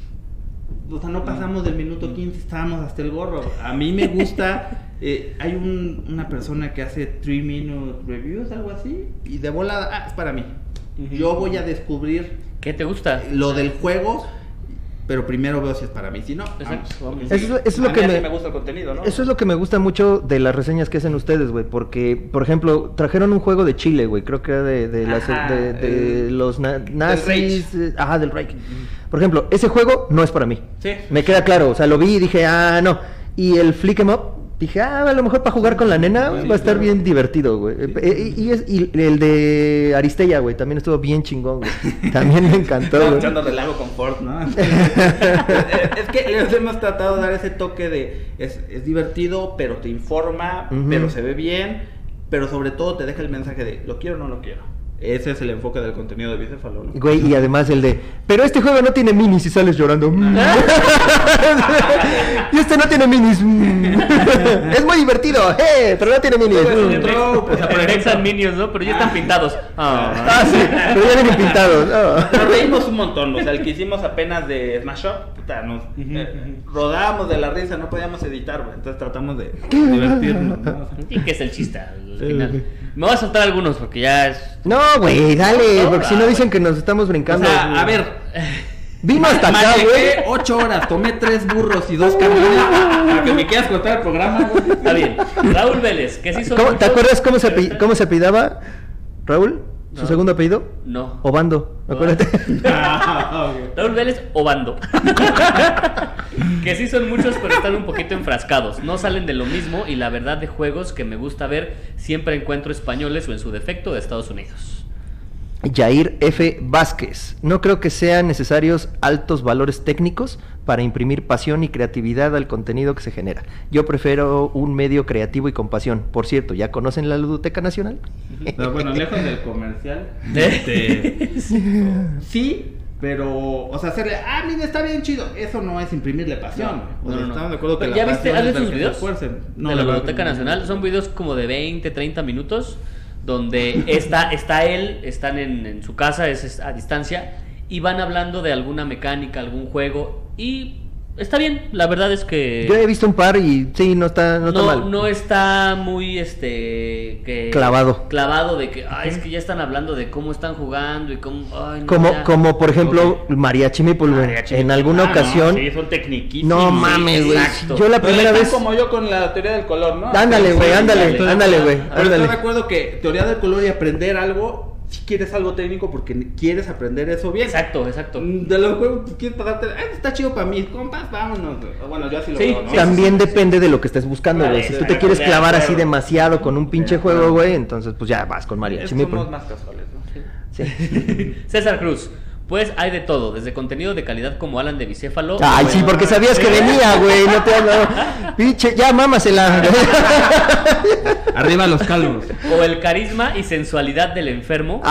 C: O sea, no pasamos del minuto 15, estábamos hasta el gorro. A mí me gusta... hay una persona que hace 3-minute reviews, algo así, y de volada, es para mí. Yo voy a descubrir...
B: ¿Qué te gusta?
C: Lo del juego pero primero veo si es para mí, si no,
B: vamos.
A: Eso es lo que
C: me gusta el contenido, ¿no?
A: Eso es lo que me gusta mucho de las reseñas que hacen ustedes, güey, porque, por ejemplo, trajeron un juego de Chile, güey, creo que era de los nazis, del Reich. Por ejemplo, ese juego no es para mí.
C: Sí.
A: Me queda claro, o sea, lo vi y dije, no. Y el Flick 'em Up, dije, a lo mejor para jugar con la nena va a estar bien divertido, güey. Y el de Aristella, güey, también estuvo bien chingón, güey. También me encantó, güey.
C: Echando relajo confort, ¿no? Es que les hemos tratado de dar ese toque de... Es divertido, pero te informa, pero se ve bien, pero sobre todo te deja el mensaje de, ¿lo quiero o no lo quiero? Ese es el enfoque del contenido de Bicéfalo, ¿no?
A: Güey, y además el de, pero este juego no tiene minis y sales llorando. Y este no tiene minis. Es muy divertido, pero no tiene minis.
B: Pues aparecen minions, ¿no? Pero ya están pintados.
A: Sí, pero ya vienen pintados.
C: Nos reímos un montón, o sea, el que hicimos apenas de Smash Up, puta, nos rodábamos de la risa, no podíamos editar, güey, entonces tratamos de divertirnos, ¿no?
B: ¿Y qué es el chiste al final? Me voy a soltar algunos porque ya es...
A: No, güey, dale, porque si no dicen que nos estamos brincando.
C: O sea, a ver,
A: vino hasta acá, güey.
C: 8 horas, tomé 3 burros y 2 camiones para que me quieras contar el programa, güey.
B: Está bien. Raúl Vélez, que sí son
A: ¿Te acuerdas cómo se apellidaba Raúl? ¿Su segundo apellido?
B: No.
A: Obando, acuérdate.
B: Raúl Vélez, Obando. Que sí son muchos, pero están un poquito enfrascados. No salen de lo mismo y la verdad de juegos que me gusta ver, siempre encuentro españoles o en su defecto de Estados Unidos.
A: Jair F. Vázquez. No creo que sean necesarios altos valores técnicos para imprimir pasión y creatividad al contenido que se genera. Yo prefiero un medio creativo y con pasión. Por cierto, ¿ya conocen la Ludoteca Nacional?
C: No, bueno, lejos del comercial. Sí, pero, o sea, hacerle, mira, está bien chido. Eso no es imprimirle pasión.
B: No.
C: Estamos de acuerdo que
B: ¿Ya viste? ¿Has visto sus videos?
C: No,
B: de la Ludoteca Nacional. Son videos como de 20, 30 minutos. Donde está él, están en su casa, es a distancia, y van hablando de alguna mecánica, algún juego, y está bien, la verdad es que...
A: Yo he visto un par y sí, no está mal.
B: No está muy, clavado de que, es que ya están hablando de cómo están jugando y cómo...
A: Como por ejemplo, Mariachi Meeple, güey. En alguna ocasión...
C: sí, son tecniquísimos.
A: No mames, güey. Yo la primera vez...
C: como yo con la teoría del color, ¿no?
A: Ándale, güey, ándale, güey.
C: Estoy de acuerdo que teoría del color y aprender algo... Si quieres algo técnico porque quieres aprender eso bien.
B: Exacto.
C: De los juegos, quieres pasarte, está chido para mí, compas, vámonos. Bueno, yo así lo veo, ¿no?
A: También depende de lo que estés buscando, güey. Si tú te quieres clavar así demasiado con un pinche juego, güey, entonces pues ya vas con Mariachi.
C: Somos más casuales, ¿no?
A: Sí.
B: César Cruz. Pues hay de todo, desde contenido de calidad como Alan de Bicéfalo.
A: Ay, sí, porque sabías que venía, güey. No te ando. Pinche, ya mámasela.
C: Arriba los calvos.
B: O el carisma y sensualidad del enfermo.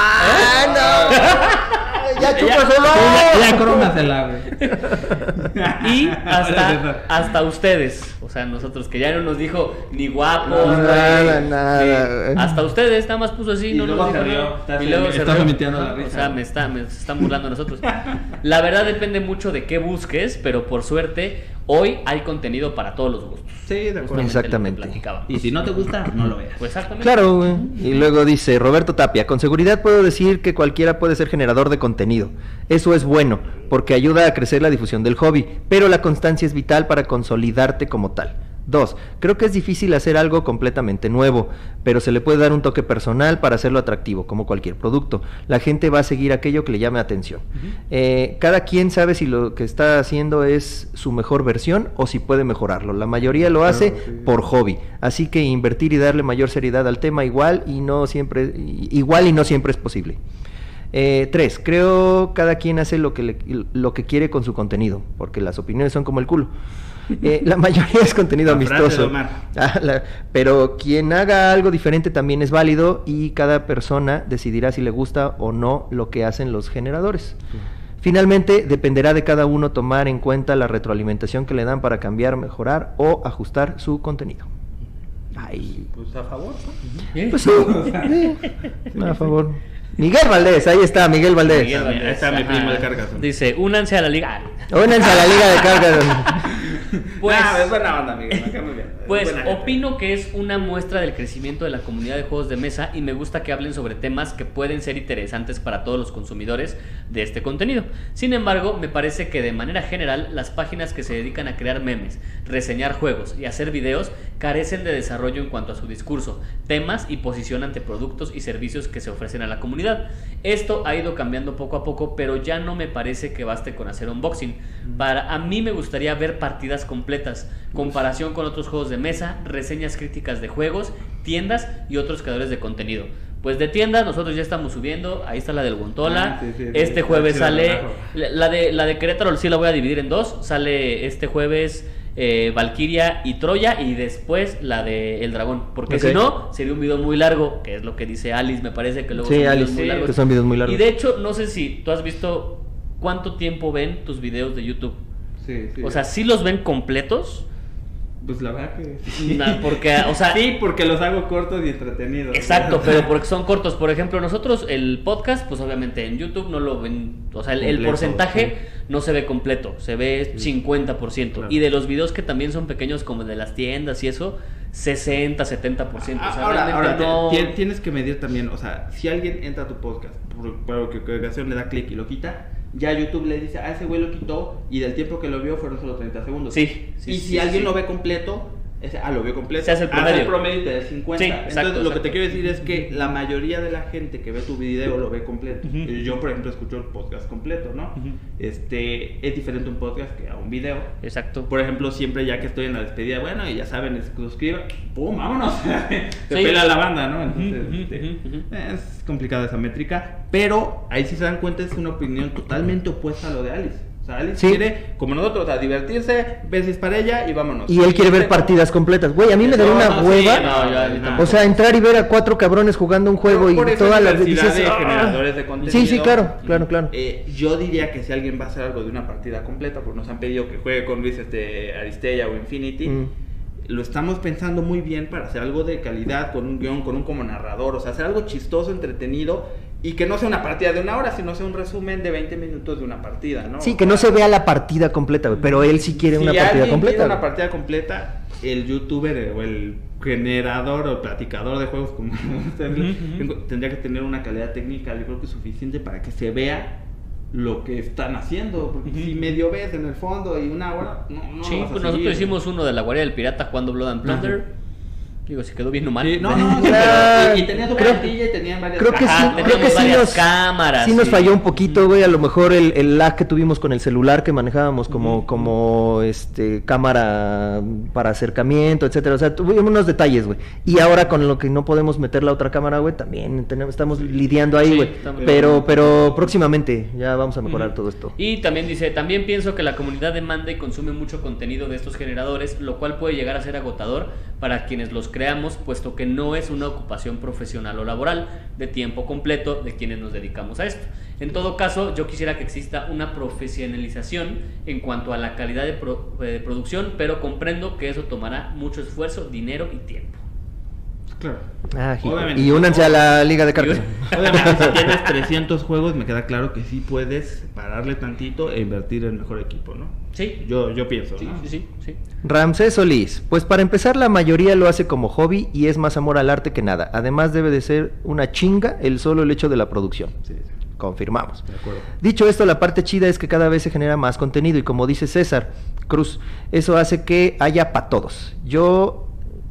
A: No. Ya chúpasela.
C: Ya crómasela, güey.
B: Y hasta ustedes. O sea, nosotros que ya no nos dijo ni guapos.
A: Nada.
B: Hasta ustedes, nada más puso así.
C: Y
B: no
C: luego
B: nos
C: se
B: dijo
C: rió.
B: nada. Y luego se
C: Estás
B: rió.
C: omitiendo la risa.
B: O sea, me están burlando a nosotros. La verdad depende mucho de qué busques, pero por suerte, hoy hay contenido para todos los gustos.
C: Sí, de acuerdo.
A: Exactamente.
C: Y si no te gusta, no lo veas.
B: Pues exactamente.
A: Claro, güey. Y luego dice Roberto Tapia, con seguridad puedo decir que cualquiera puede ser generador de contenido. Eso es bueno, porque ayuda a crecer la difusión del hobby, pero la constancia es vital para consolidarte como tal. 2. Creo que es difícil hacer algo completamente nuevo, pero se le puede dar un toque personal para hacerlo atractivo, como cualquier producto. La gente va a seguir aquello que le llame atención. Cada quien sabe si lo que está haciendo es su mejor versión o si puede mejorarlo. La mayoría lo hace por hobby, así que invertir y darle mayor seriedad al tema igual y no siempre es posible. 3. Creo cada quien hace lo que quiere con su contenido, porque las opiniones son como el culo. La mayoría es contenido amistoso, pero quien haga algo diferente también es válido y cada persona decidirá si le gusta o no lo que hacen los generadores. Finalmente, dependerá de cada uno tomar en cuenta la retroalimentación que le dan para cambiar, mejorar o ajustar su contenido.
C: Pues a favor,
B: ¿no?
A: Pues sí, a favor. Miguel Valdés, ahí está, Miguel Valdés.
C: Ahí está mi primo el Carcassonne.
B: Dice, únanse a la liga.
A: Únanse a la liga de Carcassonne.
C: Pues es buena onda, Miguel, me cae muy bien.
B: Pues opino que es una muestra del crecimiento de la comunidad de juegos de mesa y me gusta que hablen sobre temas que pueden ser interesantes para todos los consumidores de este contenido. Sin embargo, me parece que de manera general las páginas que se dedican a crear memes, reseñar juegos y hacer videos carecen de desarrollo en cuanto a su discurso, temas y posición ante productos y servicios que se ofrecen a la comunidad. Esto ha ido cambiando poco a poco, pero ya no me parece que baste con hacer unboxing. A mí me gustaría ver partidas completas, comparación con otros juegos de mesa, reseñas críticas de juegos, tiendas y otros creadores de contenido. Pues de tiendas nosotros ya estamos subiendo, ahí está la del Guantola, este jueves sale, la de Querétaro sí la voy a dividir en dos, sale este jueves Valkyria y Troya y después la de El Dragón, porque si no sería un video muy largo, que es lo que dice Alice, me parece que luego son videos muy largos.
A: Que son videos muy largos.
B: Y de hecho no sé si tú has visto cuánto tiempo ven tus videos de YouTube. O sea, ¿sí los ven completos?
C: Pues la verdad que
B: sí. Porque, o sea,
C: sí, porque los hago cortos y entretenidos.
B: Exacto, pero porque son cortos. Por ejemplo, nosotros el podcast, pues obviamente en YouTube no lo ven, o sea, el porcentaje no se ve completo, se ve 50%. Claro. Y de los videos que también son pequeños, como de las tiendas y eso, 60, 70%. O sea,
C: ahora no... tienes que medir también, o sea, si alguien entra a tu podcast, por que ocasión le da clic y lo quita, ya YouTube le dice, ese güey lo quitó y del tiempo que lo vio fueron solo 30 segundos. Y si alguien lo ve completo, lo vio completo,
B: se hace el
C: promedio y te da 50. Entonces lo que te quiero decir es que la mayoría de la gente que ve tu video lo ve completo. Yo, por ejemplo, escucho el podcast completo, ¿no? Es diferente un podcast que a un video.
B: Exacto.
C: Por ejemplo, siempre ya que estoy en la despedida, bueno, y ya saben, suscriban, ¡pum! ¡Vámonos! Se pela la banda, ¿no? Entonces, es complicada esa métrica, pero ahí si se dan cuenta es una opinión totalmente opuesta a lo de Alice. O sea, Alice quiere, como nosotros, divertirse, ver si es para ella y vámonos.
A: Y él quiere ver partidas completas. Güey, a mí me daría una hueva. O sea, entrar y ver a 4 cabrones jugando un juego y toda la
C: diversidad de generadores de contenido.
A: Sí, claro.
C: Yo diría que si alguien va a hacer algo de una partida completa, porque nos han pedido que juegue con Luis Aristella o Infinity, lo estamos pensando muy bien para hacer algo de calidad, con un guión, con un como narrador, o sea, hacer algo chistoso, entretenido, y que no sea una partida de 1 hora, sino sea un resumen de 20 minutos de una partida, ¿no?
A: Sí, que no se vea la partida completa, güey, pero él sí quiere una partida completa.
C: Si quiere una partida completa, el youtuber o el generador o platicador de juegos, como tendría que tener una calidad técnica, yo creo que es suficiente para que se vea lo que están haciendo, porque si medio ves en el fondo y 1 hora, no
B: sí,
C: vas a
B: pues
C: seguir.
B: Nosotros hicimos uno de la Guardia del Pirata jugando Blood and Plunder. Digo, si quedó bien o mal.
C: Sí, y tenía su plantilla y tenían varias
B: varias cámaras.
A: Sí nos falló un poquito, güey, a lo mejor el lag que tuvimos con el celular que manejábamos como cámara para acercamiento, etcétera. O sea, tuvimos unos detalles, güey. Y ahora con lo que no podemos meter la otra cámara, güey, también estamos lidiando ahí, güey. Pero próximamente ya vamos a mejorar todo esto.
B: Y también dice, también pienso que la comunidad demanda y consume mucho contenido de estos generadores, lo cual puede llegar a ser agotador para quienes los creamos, puesto que no es una ocupación profesional o laboral de tiempo completo de quienes nos dedicamos a esto. En todo caso, yo quisiera que exista una profesionalización en cuanto a la calidad de producción, pero comprendo que eso tomará mucho esfuerzo, dinero y tiempo.
C: Claro.
A: Y únanse a la Liga de Cartas.
C: Obviamente, si tienes 300 juegos, me queda claro que sí puedes pararle tantito e invertir en mejor equipo, ¿no?
B: Sí.
C: Yo pienso, ¿no?
B: Sí.
A: Ramsés Solís, pues para empezar la mayoría lo hace como hobby y es más amor al arte que nada. Además debe de ser una chinga el hecho de la producción. Sí. Confirmamos.
C: De acuerdo.
A: Dicho esto, la parte chida es que cada vez se genera más contenido y como dice César Cruz, eso hace que haya para todos. Yo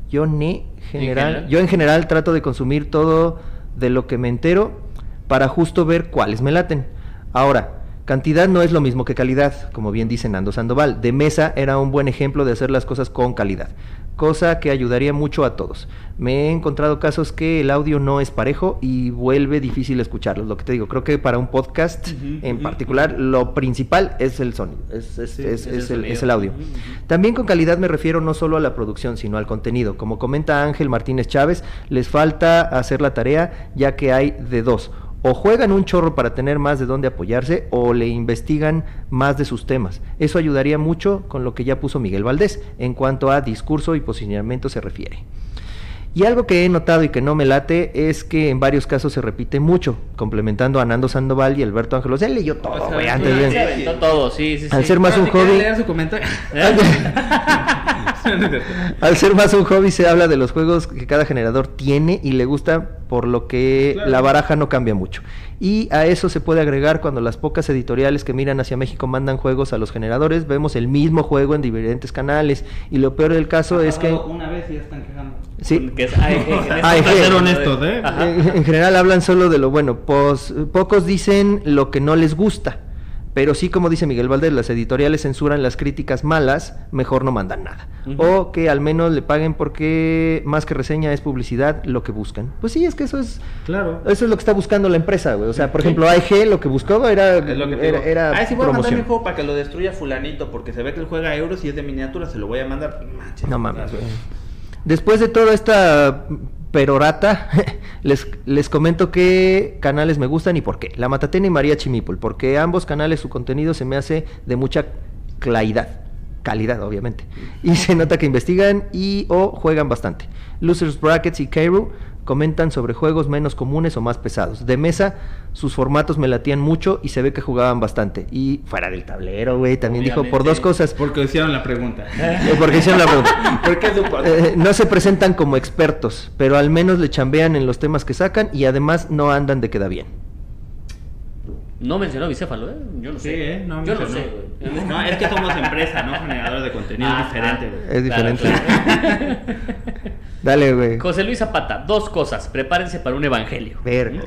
A: en general trato de consumir todo de lo que me entero para justo ver cuáles me laten. Ahora, cantidad no es lo mismo que calidad, como bien dice Nando Sandoval. De Mesa era un buen ejemplo de hacer las cosas con calidad, cosa que ayudaría mucho a todos. Me he encontrado casos que el audio no es parejo y vuelve difícil escucharlos. Lo que te digo, creo que para un podcast en particular, lo principal es el sonido, es el audio. También con calidad me refiero no solo a la producción, sino al contenido. Como comenta Ángel Martínez Chávez, les falta hacer la tarea, ya que hay de dos. O juegan un chorro para tener más de dónde apoyarse o le investigan más de sus temas. Eso ayudaría mucho con lo que ya puso Miguel Valdés en cuanto a discurso y posicionamiento se refiere. Y algo que he notado y que no me late es que en varios casos se repite mucho, complementando a Nando Sandoval y Alberto Ángelos. Él leyó todo, güey, antes
B: de... todo, sí.
A: Al ser más un hobby...
C: Leer su comentario.
A: Al ser más un hobby se habla de los juegos que cada generador tiene y le gusta, por lo que la baraja no cambia mucho. Y a eso se puede agregar cuando las pocas editoriales que miran hacia México mandan juegos a los generadores, vemos el mismo juego en diferentes canales. Y lo peor del caso es que...
C: Una vez y ya están quejando.
A: Sí.
B: Que es AEG.
C: Para ser honestos, ¿eh?
A: En general hablan solo de lo bueno. Pues, pocos dicen lo que no les gusta. Pero sí, como dice Miguel Valdés, las editoriales censuran las críticas malas, mejor no mandan nada. O que al menos le paguen porque más que reseña es publicidad lo que buscan. Pues sí, es que eso es...
C: Claro.
A: Eso es lo que está buscando la empresa, güey. O sea, por ejemplo, AEG lo que buscaba era...
C: Si voy a mandar mi juego para que lo destruya fulanito porque se ve que él juega euros y es de miniatura, se lo voy a mandar.
A: No mames, güey. Después de toda esta perorata, les comento qué canales me gustan y por qué. La Matatena y María Chimipul, porque ambos canales su contenido se me hace de mucha calidad obviamente, y se nota que investigan y o juegan bastante. Losers Brackets y Kairu comentan sobre juegos menos comunes o más pesados. De mesa, sus formatos me latían mucho y se ve que jugaban bastante. Y fuera del tablero, güey, también obviamente, dijo por dos cosas.
C: Porque hicieron la pregunta.
A: No se presentan como expertos, pero al menos le chambean en los temas que sacan y además no andan de queda bien.
B: No mencionó Bicéfalo, ¿eh? Yo no sé.
C: Sí, no
B: yo no sé, güey.
C: No, es que somos empresa, ¿no? Generadores de contenido, es diferente, güey.
A: Es diferente. Claro. Dale, güey.
B: José Luis Zapata, 2 cosas. Prepárense para un evangelio.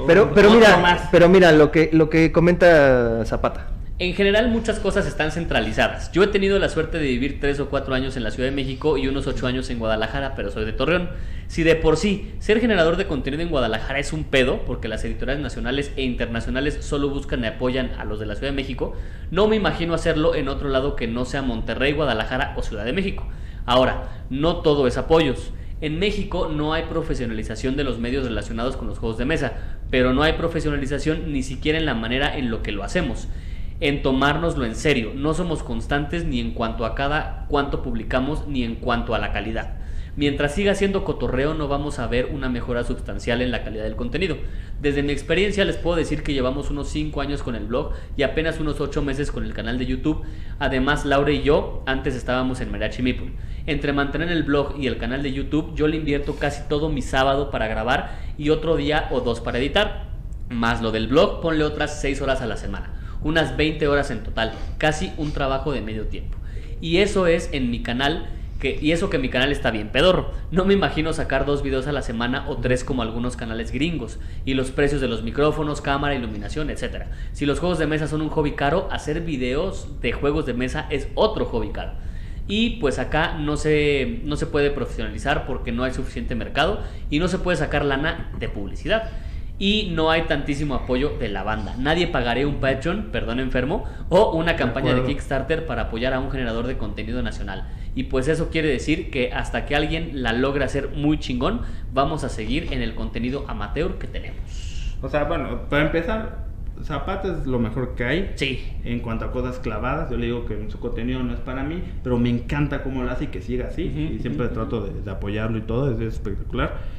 A: Pero mira lo que comenta Zapata.
B: En general muchas cosas están centralizadas. Yo he tenido la suerte de vivir 3 o 4 años en la Ciudad de México y unos 8 años en Guadalajara, pero soy de Torreón. Si de por sí ser generador de contenido en Guadalajara es un pedo, porque las editoriales nacionales e internacionales solo buscan y apoyan a los de la Ciudad de México, no me imagino hacerlo en otro lado que no sea Monterrey, Guadalajara o Ciudad de México. Ahora, no todo es apoyos. En México no hay profesionalización de los medios relacionados con los juegos de mesa, pero no hay profesionalización ni siquiera en la manera en lo que lo hacemos. En tomárnoslo en serio, no somos constantes ni en cuanto a cuánto publicamos ni en cuanto a la calidad. Mientras siga siendo cotorreo no vamos a ver una mejora sustancial en la calidad del contenido. Desde mi experiencia les puedo decir que llevamos unos 5 años con el blog y apenas unos 8 meses con el canal de YouTube. Además, Laura y yo antes estábamos en María Chimipul. Entre mantener el blog y el canal de YouTube, yo le invierto casi todo mi sábado para grabar y otro día o 2 para editar. Más lo del blog, ponle otras 6 horas a la semana. Unas 20 horas en total, casi un trabajo de medio tiempo. Y eso es en mi canal, y eso que mi canal está bien pedorro. No me imagino sacar 2 videos a la semana o 3 como algunos canales gringos. Y los precios de los micrófonos, cámara, iluminación, etc. Si los juegos de mesa son un hobby caro, hacer videos de juegos de mesa es otro hobby caro. Y pues acá no se puede profesionalizar porque no hay suficiente mercado y no se puede sacar lana de publicidad. Y no hay tantísimo apoyo de la banda. Nadie pagaría un Patreon, perdón enfermo, o una campaña de Kickstarter para apoyar a un generador de contenido nacional. Y pues eso quiere decir que hasta que alguien la logre hacer muy chingón, vamos a seguir en el contenido amateur que tenemos.
C: O sea, bueno, para empezar, Zapata es lo mejor que hay.
B: Sí.
C: En cuanto a cosas clavadas, yo le digo que su contenido no es para mí, pero me encanta cómo lo hace y que siga así. Y siempre trato de apoyarlo y todo, es espectacular.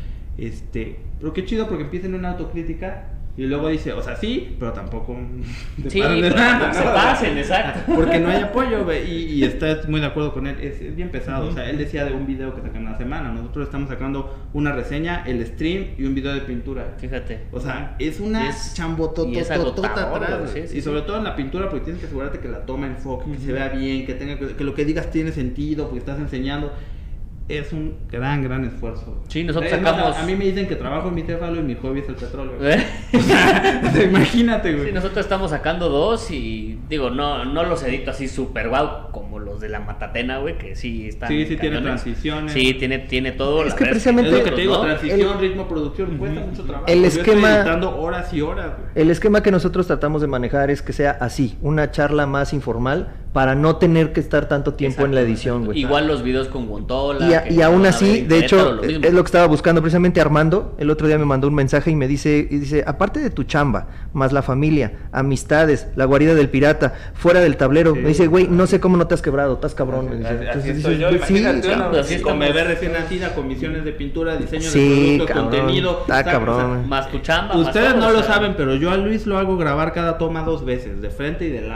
C: Pero qué chido porque empieza en una autocrítica y luego dice, o sea, sí, pero tampoco
B: sí, pero nada, se pasen, exacto.
C: Porque no hay apoyo, y estás muy de acuerdo con él, es bien pesado. O sea, él decía de un video que sacan a la semana, nosotros estamos sacando una reseña, el stream y un video de pintura.
B: Fíjate.
C: O sea, es una chambotototota atrás, y sobre todo en la pintura porque tienes que asegurarte que la toma enfoque, que se vea bien, que lo que digas tiene sentido porque estás enseñando. Es un gran esfuerzo.
B: Sí, nosotros sacamos...
C: A mí me dicen que trabajo en Bicéfalo y mi hobby es el petróleo. O sea, imagínate, güey.
B: Sí, nosotros estamos sacando 2 y digo, no los edito así súper guau como los de la Matatena, güey, que sí están...
C: Sí, tiene transiciones.
B: Sí, tiene todo.
A: Es que precisamente...
C: Es lo que te digo, transición, ritmo, producción, cuesta mucho trabajo.
A: El esquema...
C: Estoy editando horas y horas, güey.
A: El esquema que nosotros tratamos de manejar es que sea así, una charla más informal para no tener que estar tanto tiempo en la edición, güey.
B: Igual los videos con Guantola.
A: Y aún así, de hecho, es lo que estaba buscando precisamente Armando. El otro día me mandó un mensaje y me dice, aparte de tu chamba, más la familia, amistades, la guarida del pirata, fuera del tablero, me dice, güey, no sé cómo no te has quebrado, estás cabrón.
C: Así estoy yo, imagínate, con bebé recién nacida, comisiones de pintura, diseño de productos, contenido.
A: Está cabrón.
B: O sea, más tu chamba.
C: Ustedes no lo saben, pero yo a Luis lo hago grabar cada toma 2 veces, de frente y de lado.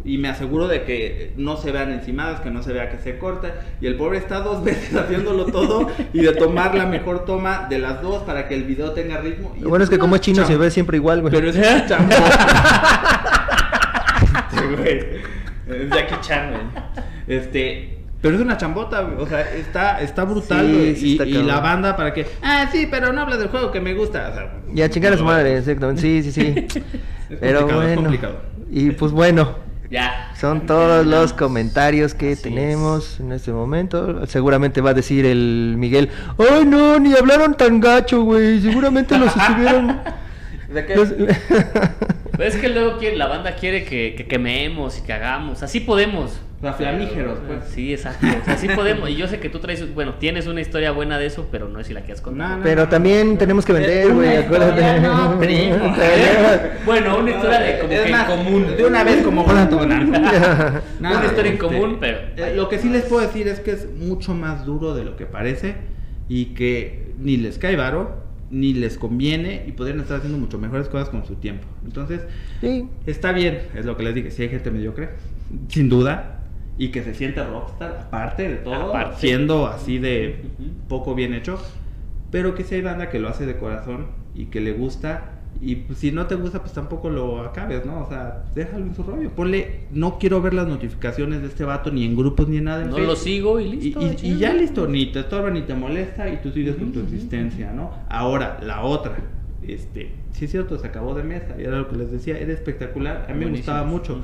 C: y me aseguro de que no se vean encimadas, que no se vea que se corta, y el pobre está 2 veces haciéndolo todo y de tomar la mejor toma de las 2 para que el video tenga ritmo.
A: Lo bueno es que como es chino se ve siempre igual, güey.
C: Pero es un chambota. Güey. Es Jackie Chan, güey. Pero es una chambota, güey. O sea, está brutal, güey.
A: Sí,
C: y la banda para que... sí, pero no habla del juego que me gusta. O sea,
A: ya, chingar a su madre, exactamente. Sí. Pero bueno.
C: Es complicado.
A: Y pues bueno.
B: Ya.
A: Son todos los comentarios que tenemos en este momento. Seguramente va a decir el Miguel, ¡ay no! Ni hablaron tan gacho, güey. Seguramente los estuvieron...
C: ¿De qué?
B: Pero es que luego la banda quiere que quememos y que hagamos. Así podemos.
C: Flamígeros, pues.
B: Sí, exacto. O sea, así podemos. Y yo sé que tú tienes una historia buena de eso, pero no es si la quieras contar.
A: Pero también tenemos que vender, güey, acuérdate.
C: No, primo.
B: Bueno, una historia de como que en común.
C: De una vez como una
B: Una historia en común, pero...
C: lo que sí les puedo decir es que es mucho más duro de lo que parece y que ni les cae varo, ni les conviene y podrían estar haciendo mucho mejores cosas con su tiempo. Entonces, está bien, es lo que les dije, si hay gente mediocre, sin duda, y que se siente rockstar, aparte de todo, siendo así de poco bien hecho, pero que si hay banda que lo hace de corazón y que le gusta, y pues, si no te gusta, pues tampoco lo acabes, ¿no? O sea, déjalo en su rollo, ponle, no quiero ver las notificaciones de este vato ni en grupos ni en nada.
B: No lo sigo y listo.
C: Y ya listo, ni te estorba ni te molesta y tú sigues con tu existencia, ¿no? Ahora, la otra, sí es cierto, se acabó de mesa, y era lo que les decía, era espectacular, a mí me gustaba mucho.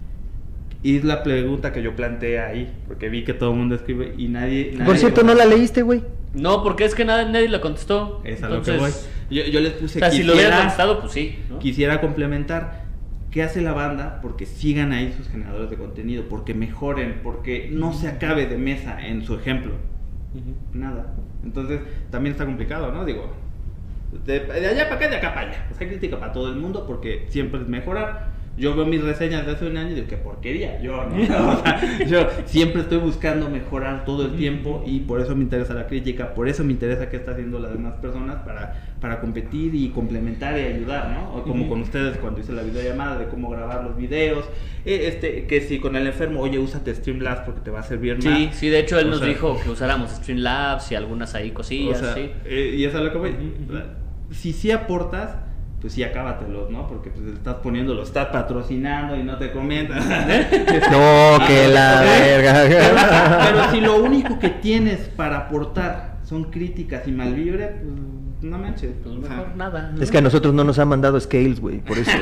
C: Y es la pregunta que yo planteé ahí, porque vi que todo el mundo escribe y nadie...
A: Por cierto, ¿no la leíste, güey?
B: No, porque es que nadie la contestó.
C: Es a lo que voy. Yo les puse...
B: O sea, si lo hubieran contestado, pues sí, ¿no?
C: Quisiera complementar qué hace la banda porque sigan ahí sus generadores de contenido, porque mejoren, porque no se acabe de mesa en su ejemplo. Nada. Entonces, también está complicado, ¿no? Digo, de allá para acá, de acá para allá. O sea, crítica para todo el mundo porque siempre es mejorar. Yo veo mis reseñas de hace un año y digo, qué porquería, yo no. O sea, yo siempre estoy buscando mejorar todo el tiempo y por eso me interesa la crítica, por eso me interesa qué está haciendo las demás personas para competir y complementar y ayudar, ¿no? O como con ustedes cuando hice la videollamada de cómo grabar los videos, que si con el enfermo, oye, úsate Streamlabs porque te va a servir más.
B: Sí, de hecho él nos dijo que usáramos Streamlabs y algunas ahí cosillas,
C: o sea, sí. Y eso es lo que voy. Si sí aportas, pues sí, acábatelos, ¿no? Porque pues lo estás patrocinando y no te comentan.
A: No, que la verga.
C: Pero si lo único que tienes para aportar son críticas y malvibre, pues no manches.
B: Pues mejor nada.
A: Es que a nosotros no nos han mandado scales, güey, por eso.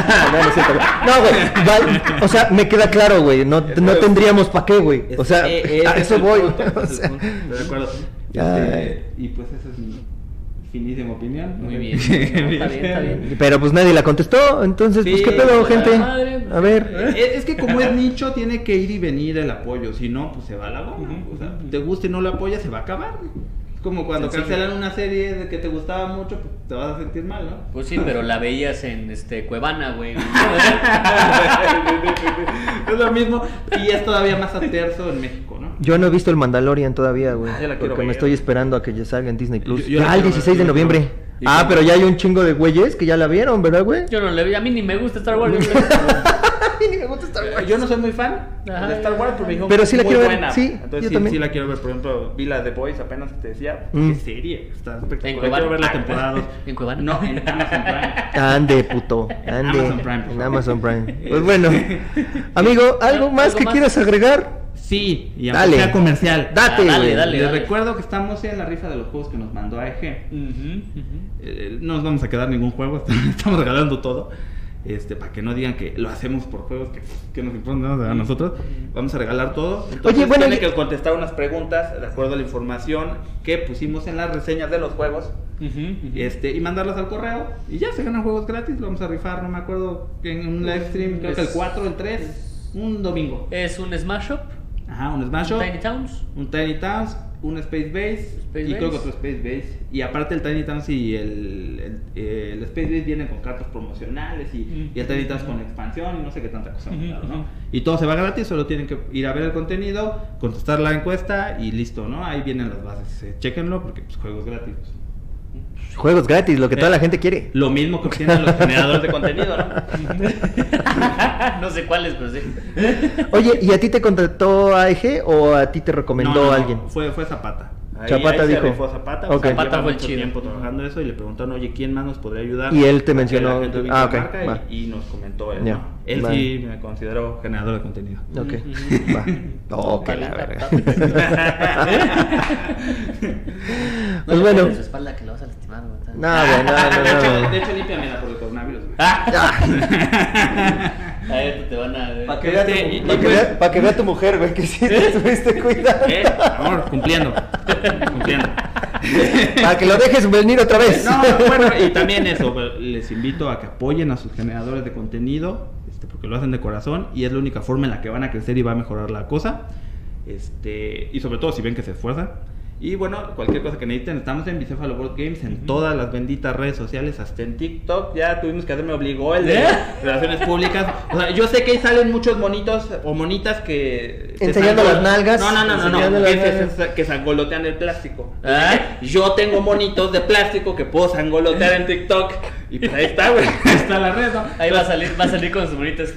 A: No, güey, o sea, me queda claro, güey, no tendríamos pa' qué, güey. O sea, a eso voy.
C: O sea, de acuerdo. Y pues esa es mi finísima opinión.
B: Muy bien. Está bien.
A: Pero pues nadie la contestó, entonces, pues qué pedo, gente. A ver.
C: Es que como es nicho, tiene que ir y venir el apoyo. Si no, pues se va a la goma. O sea, te gusta y no lo apoyas, se va a acabar. Como cuando cancelan una serie de que te gustaba mucho, pues te vas a sentir mal, ¿no?
B: Pues sí, pero la veías en Cuevana, güey.
C: Es lo mismo y es todavía más aterzo en México, ¿no?
A: Yo no he visto el Mandalorian todavía, güey. Porque me estoy esperando a que ya salga en Disney Plus. Ya el 16 de noviembre. Pero ya hay un chingo de güeyes que ya la vieron, ¿verdad, güey?
B: Yo no le vi, a mí ni me gusta Star Wars.
A: Ni me gusta Star Wars.
C: Yo no soy muy fan de Star Wars, pero me dijo
A: pero sí la quiero
C: buena.
A: ver. Sí,
C: entonces sí la quiero ver. Por ejemplo, vi la de Boys apenas te decía. Qué serie, está espectacular.
B: Quiero
C: ver la temporada 2.
B: ¿En Cuevana?
C: No, en Amazon Prime.
A: Ande, puto. Ande.
C: Amazon Prime,
A: en Amazon Prime. Pues bueno, amigo, ¿algo más que quieras agregar?
C: Sí, y aunque sea comercial.
A: Dale.
C: Les recuerdo que estamos en la rifa de los juegos que nos mandó AEG. No nos vamos a quedar ningún juego, estamos regalando todo. Para que no digan que lo hacemos por juegos que nos importan a nosotros. Vamos a regalar todo. Entonces,
A: oye, bueno,
C: tiene que contestar unas preguntas de acuerdo a la información que pusimos en las reseñas de los juegos. Y mandarlas al correo. Y ya se ganan juegos gratis. Lo vamos a rifar, no me acuerdo, en un live stream, creo que el 4, el 3, un domingo.
B: Es un Smash Up.
C: Ajá, un Smash Up. Un Tiny Towns, un Space Base creo que otro Space Base. Y aparte el Tiny Towns y el Space Base vienen con cartas promocionales y el Tiny Towns con expansión y no sé qué tanta cosa, ¿no? Y todo se va gratis, solo tienen que ir a ver el contenido, contestar la encuesta y listo, ¿no? Ahí vienen las bases. Chéquenlo porque pues juegos gratis.
A: Juegos gratis, lo que toda la gente quiere.
C: Lo mismo que obtienen los generadores de contenido, ¿no?
B: No sé cuáles, pero sí.
A: Oye, ¿y a ti te contrató AEG o a ti te recomendó alguien?
C: Fue Zapata.
A: Zapata
C: ahí
A: dijo.
C: Fue Zapata.
A: Okay.
B: Zapata fue el
C: mucho
B: chido.
C: tiempo trabajando eso y le preguntaron, oye, ¿quién más nos podría ayudar?
A: Y él te mencionó.
C: Ok. Y nos comentó él.
A: Yeah.
C: ¿no? Él sí me consideró generador de contenido.
A: Ok. Va. No, que la verdad. Pues bueno.
B: En su espalda que lo vas a lastimar, güey.
A: No.
C: De hecho, límpiamela por el coronavirus.
B: A ver, te van a ver.
A: Para que vea tu mujer, güey, que sí te estuviste cuidando.
C: Amor, cumpliendo.
A: Para que lo dejes venir otra vez.
C: No, bueno, y también eso, les invito a que apoyen a sus generadores de contenido, porque lo hacen de corazón y es la única forma en la que van a crecer y va a mejorar la cosa. Y sobre todo si ven que se esfuerzan. Y bueno, cualquier cosa que necesiten, estamos en Bicéfalo Board Games en todas las benditas redes sociales, hasta en TikTok. Ya tuvimos que hacer, me obligó el de relaciones públicas. O sea, yo sé que ahí salen muchos monitos o monitas que
A: enseñando las nalgas.
C: No, que sangolotean el plástico. Yo tengo monitos de plástico que puedo sangolotear en TikTok. Y pues ahí está, güey. Está la red, ¿no?
B: Ahí va a salir con sus bonitas.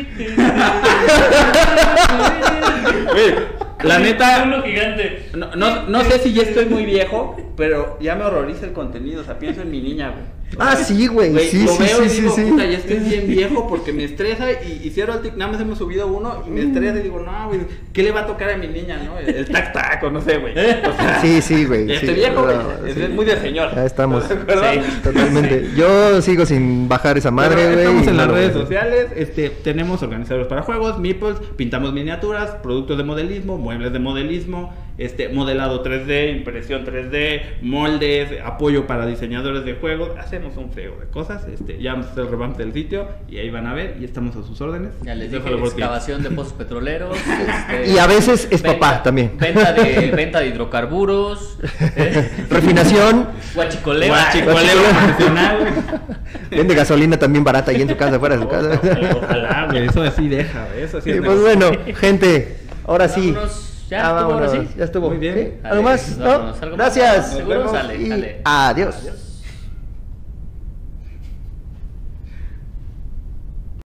C: La neta,
B: uno gigante.
C: No sé si ya estoy muy viejo, pero ya me horroriza el contenido. O sea, pienso en mi niña, güey.
A: Sí, güey. Sí,
C: lo veo y
A: sí,
C: digo,
A: sí.
C: puta, ya estoy bien viejo porque me estresa y cierro el TikTok. Nada más hemos subido uno y me estresa y digo, no, güey, ¿qué le va a tocar a mi niña, no? El tac-tac o no sé, güey. O sea,
A: sí, güey.
C: Estoy viejo, güey. Es muy de señor.
A: Ya estamos.
C: Sí,
A: totalmente. Yo sigo sin bajar esa madre, güey.
C: Estamos en las redes sociales. Tenemos organizadores para juegos, meeples, pintamos miniaturas, productos de modelismo, muebles de modelismo, modelado 3D, impresión 3D, moldes, apoyo para diseñadores de juegos. Hacemos un frego de cosas. Ya vamos a hacer el revamp del sitio y ahí van a ver y estamos a sus órdenes.
B: Ya les dije, excavación de pozos petroleros.
A: Y a veces es papá también.
B: Venta de hidrocarburos.
A: Refinación.
B: Guachicoleo
C: profesional.
A: Vende gasolina también barata ahí en su casa, fuera de su casa.
C: Ojalá, güey. Eso así deja, güey. Eso sí.
A: Y pues bueno, gente, ahora sí.
B: Vámonos.
A: Ya estuvo.
C: Muy bien.
A: ¿Sí? ¿Algo más? ¿No? Gracias.
B: Seguro sale.
A: Adiós.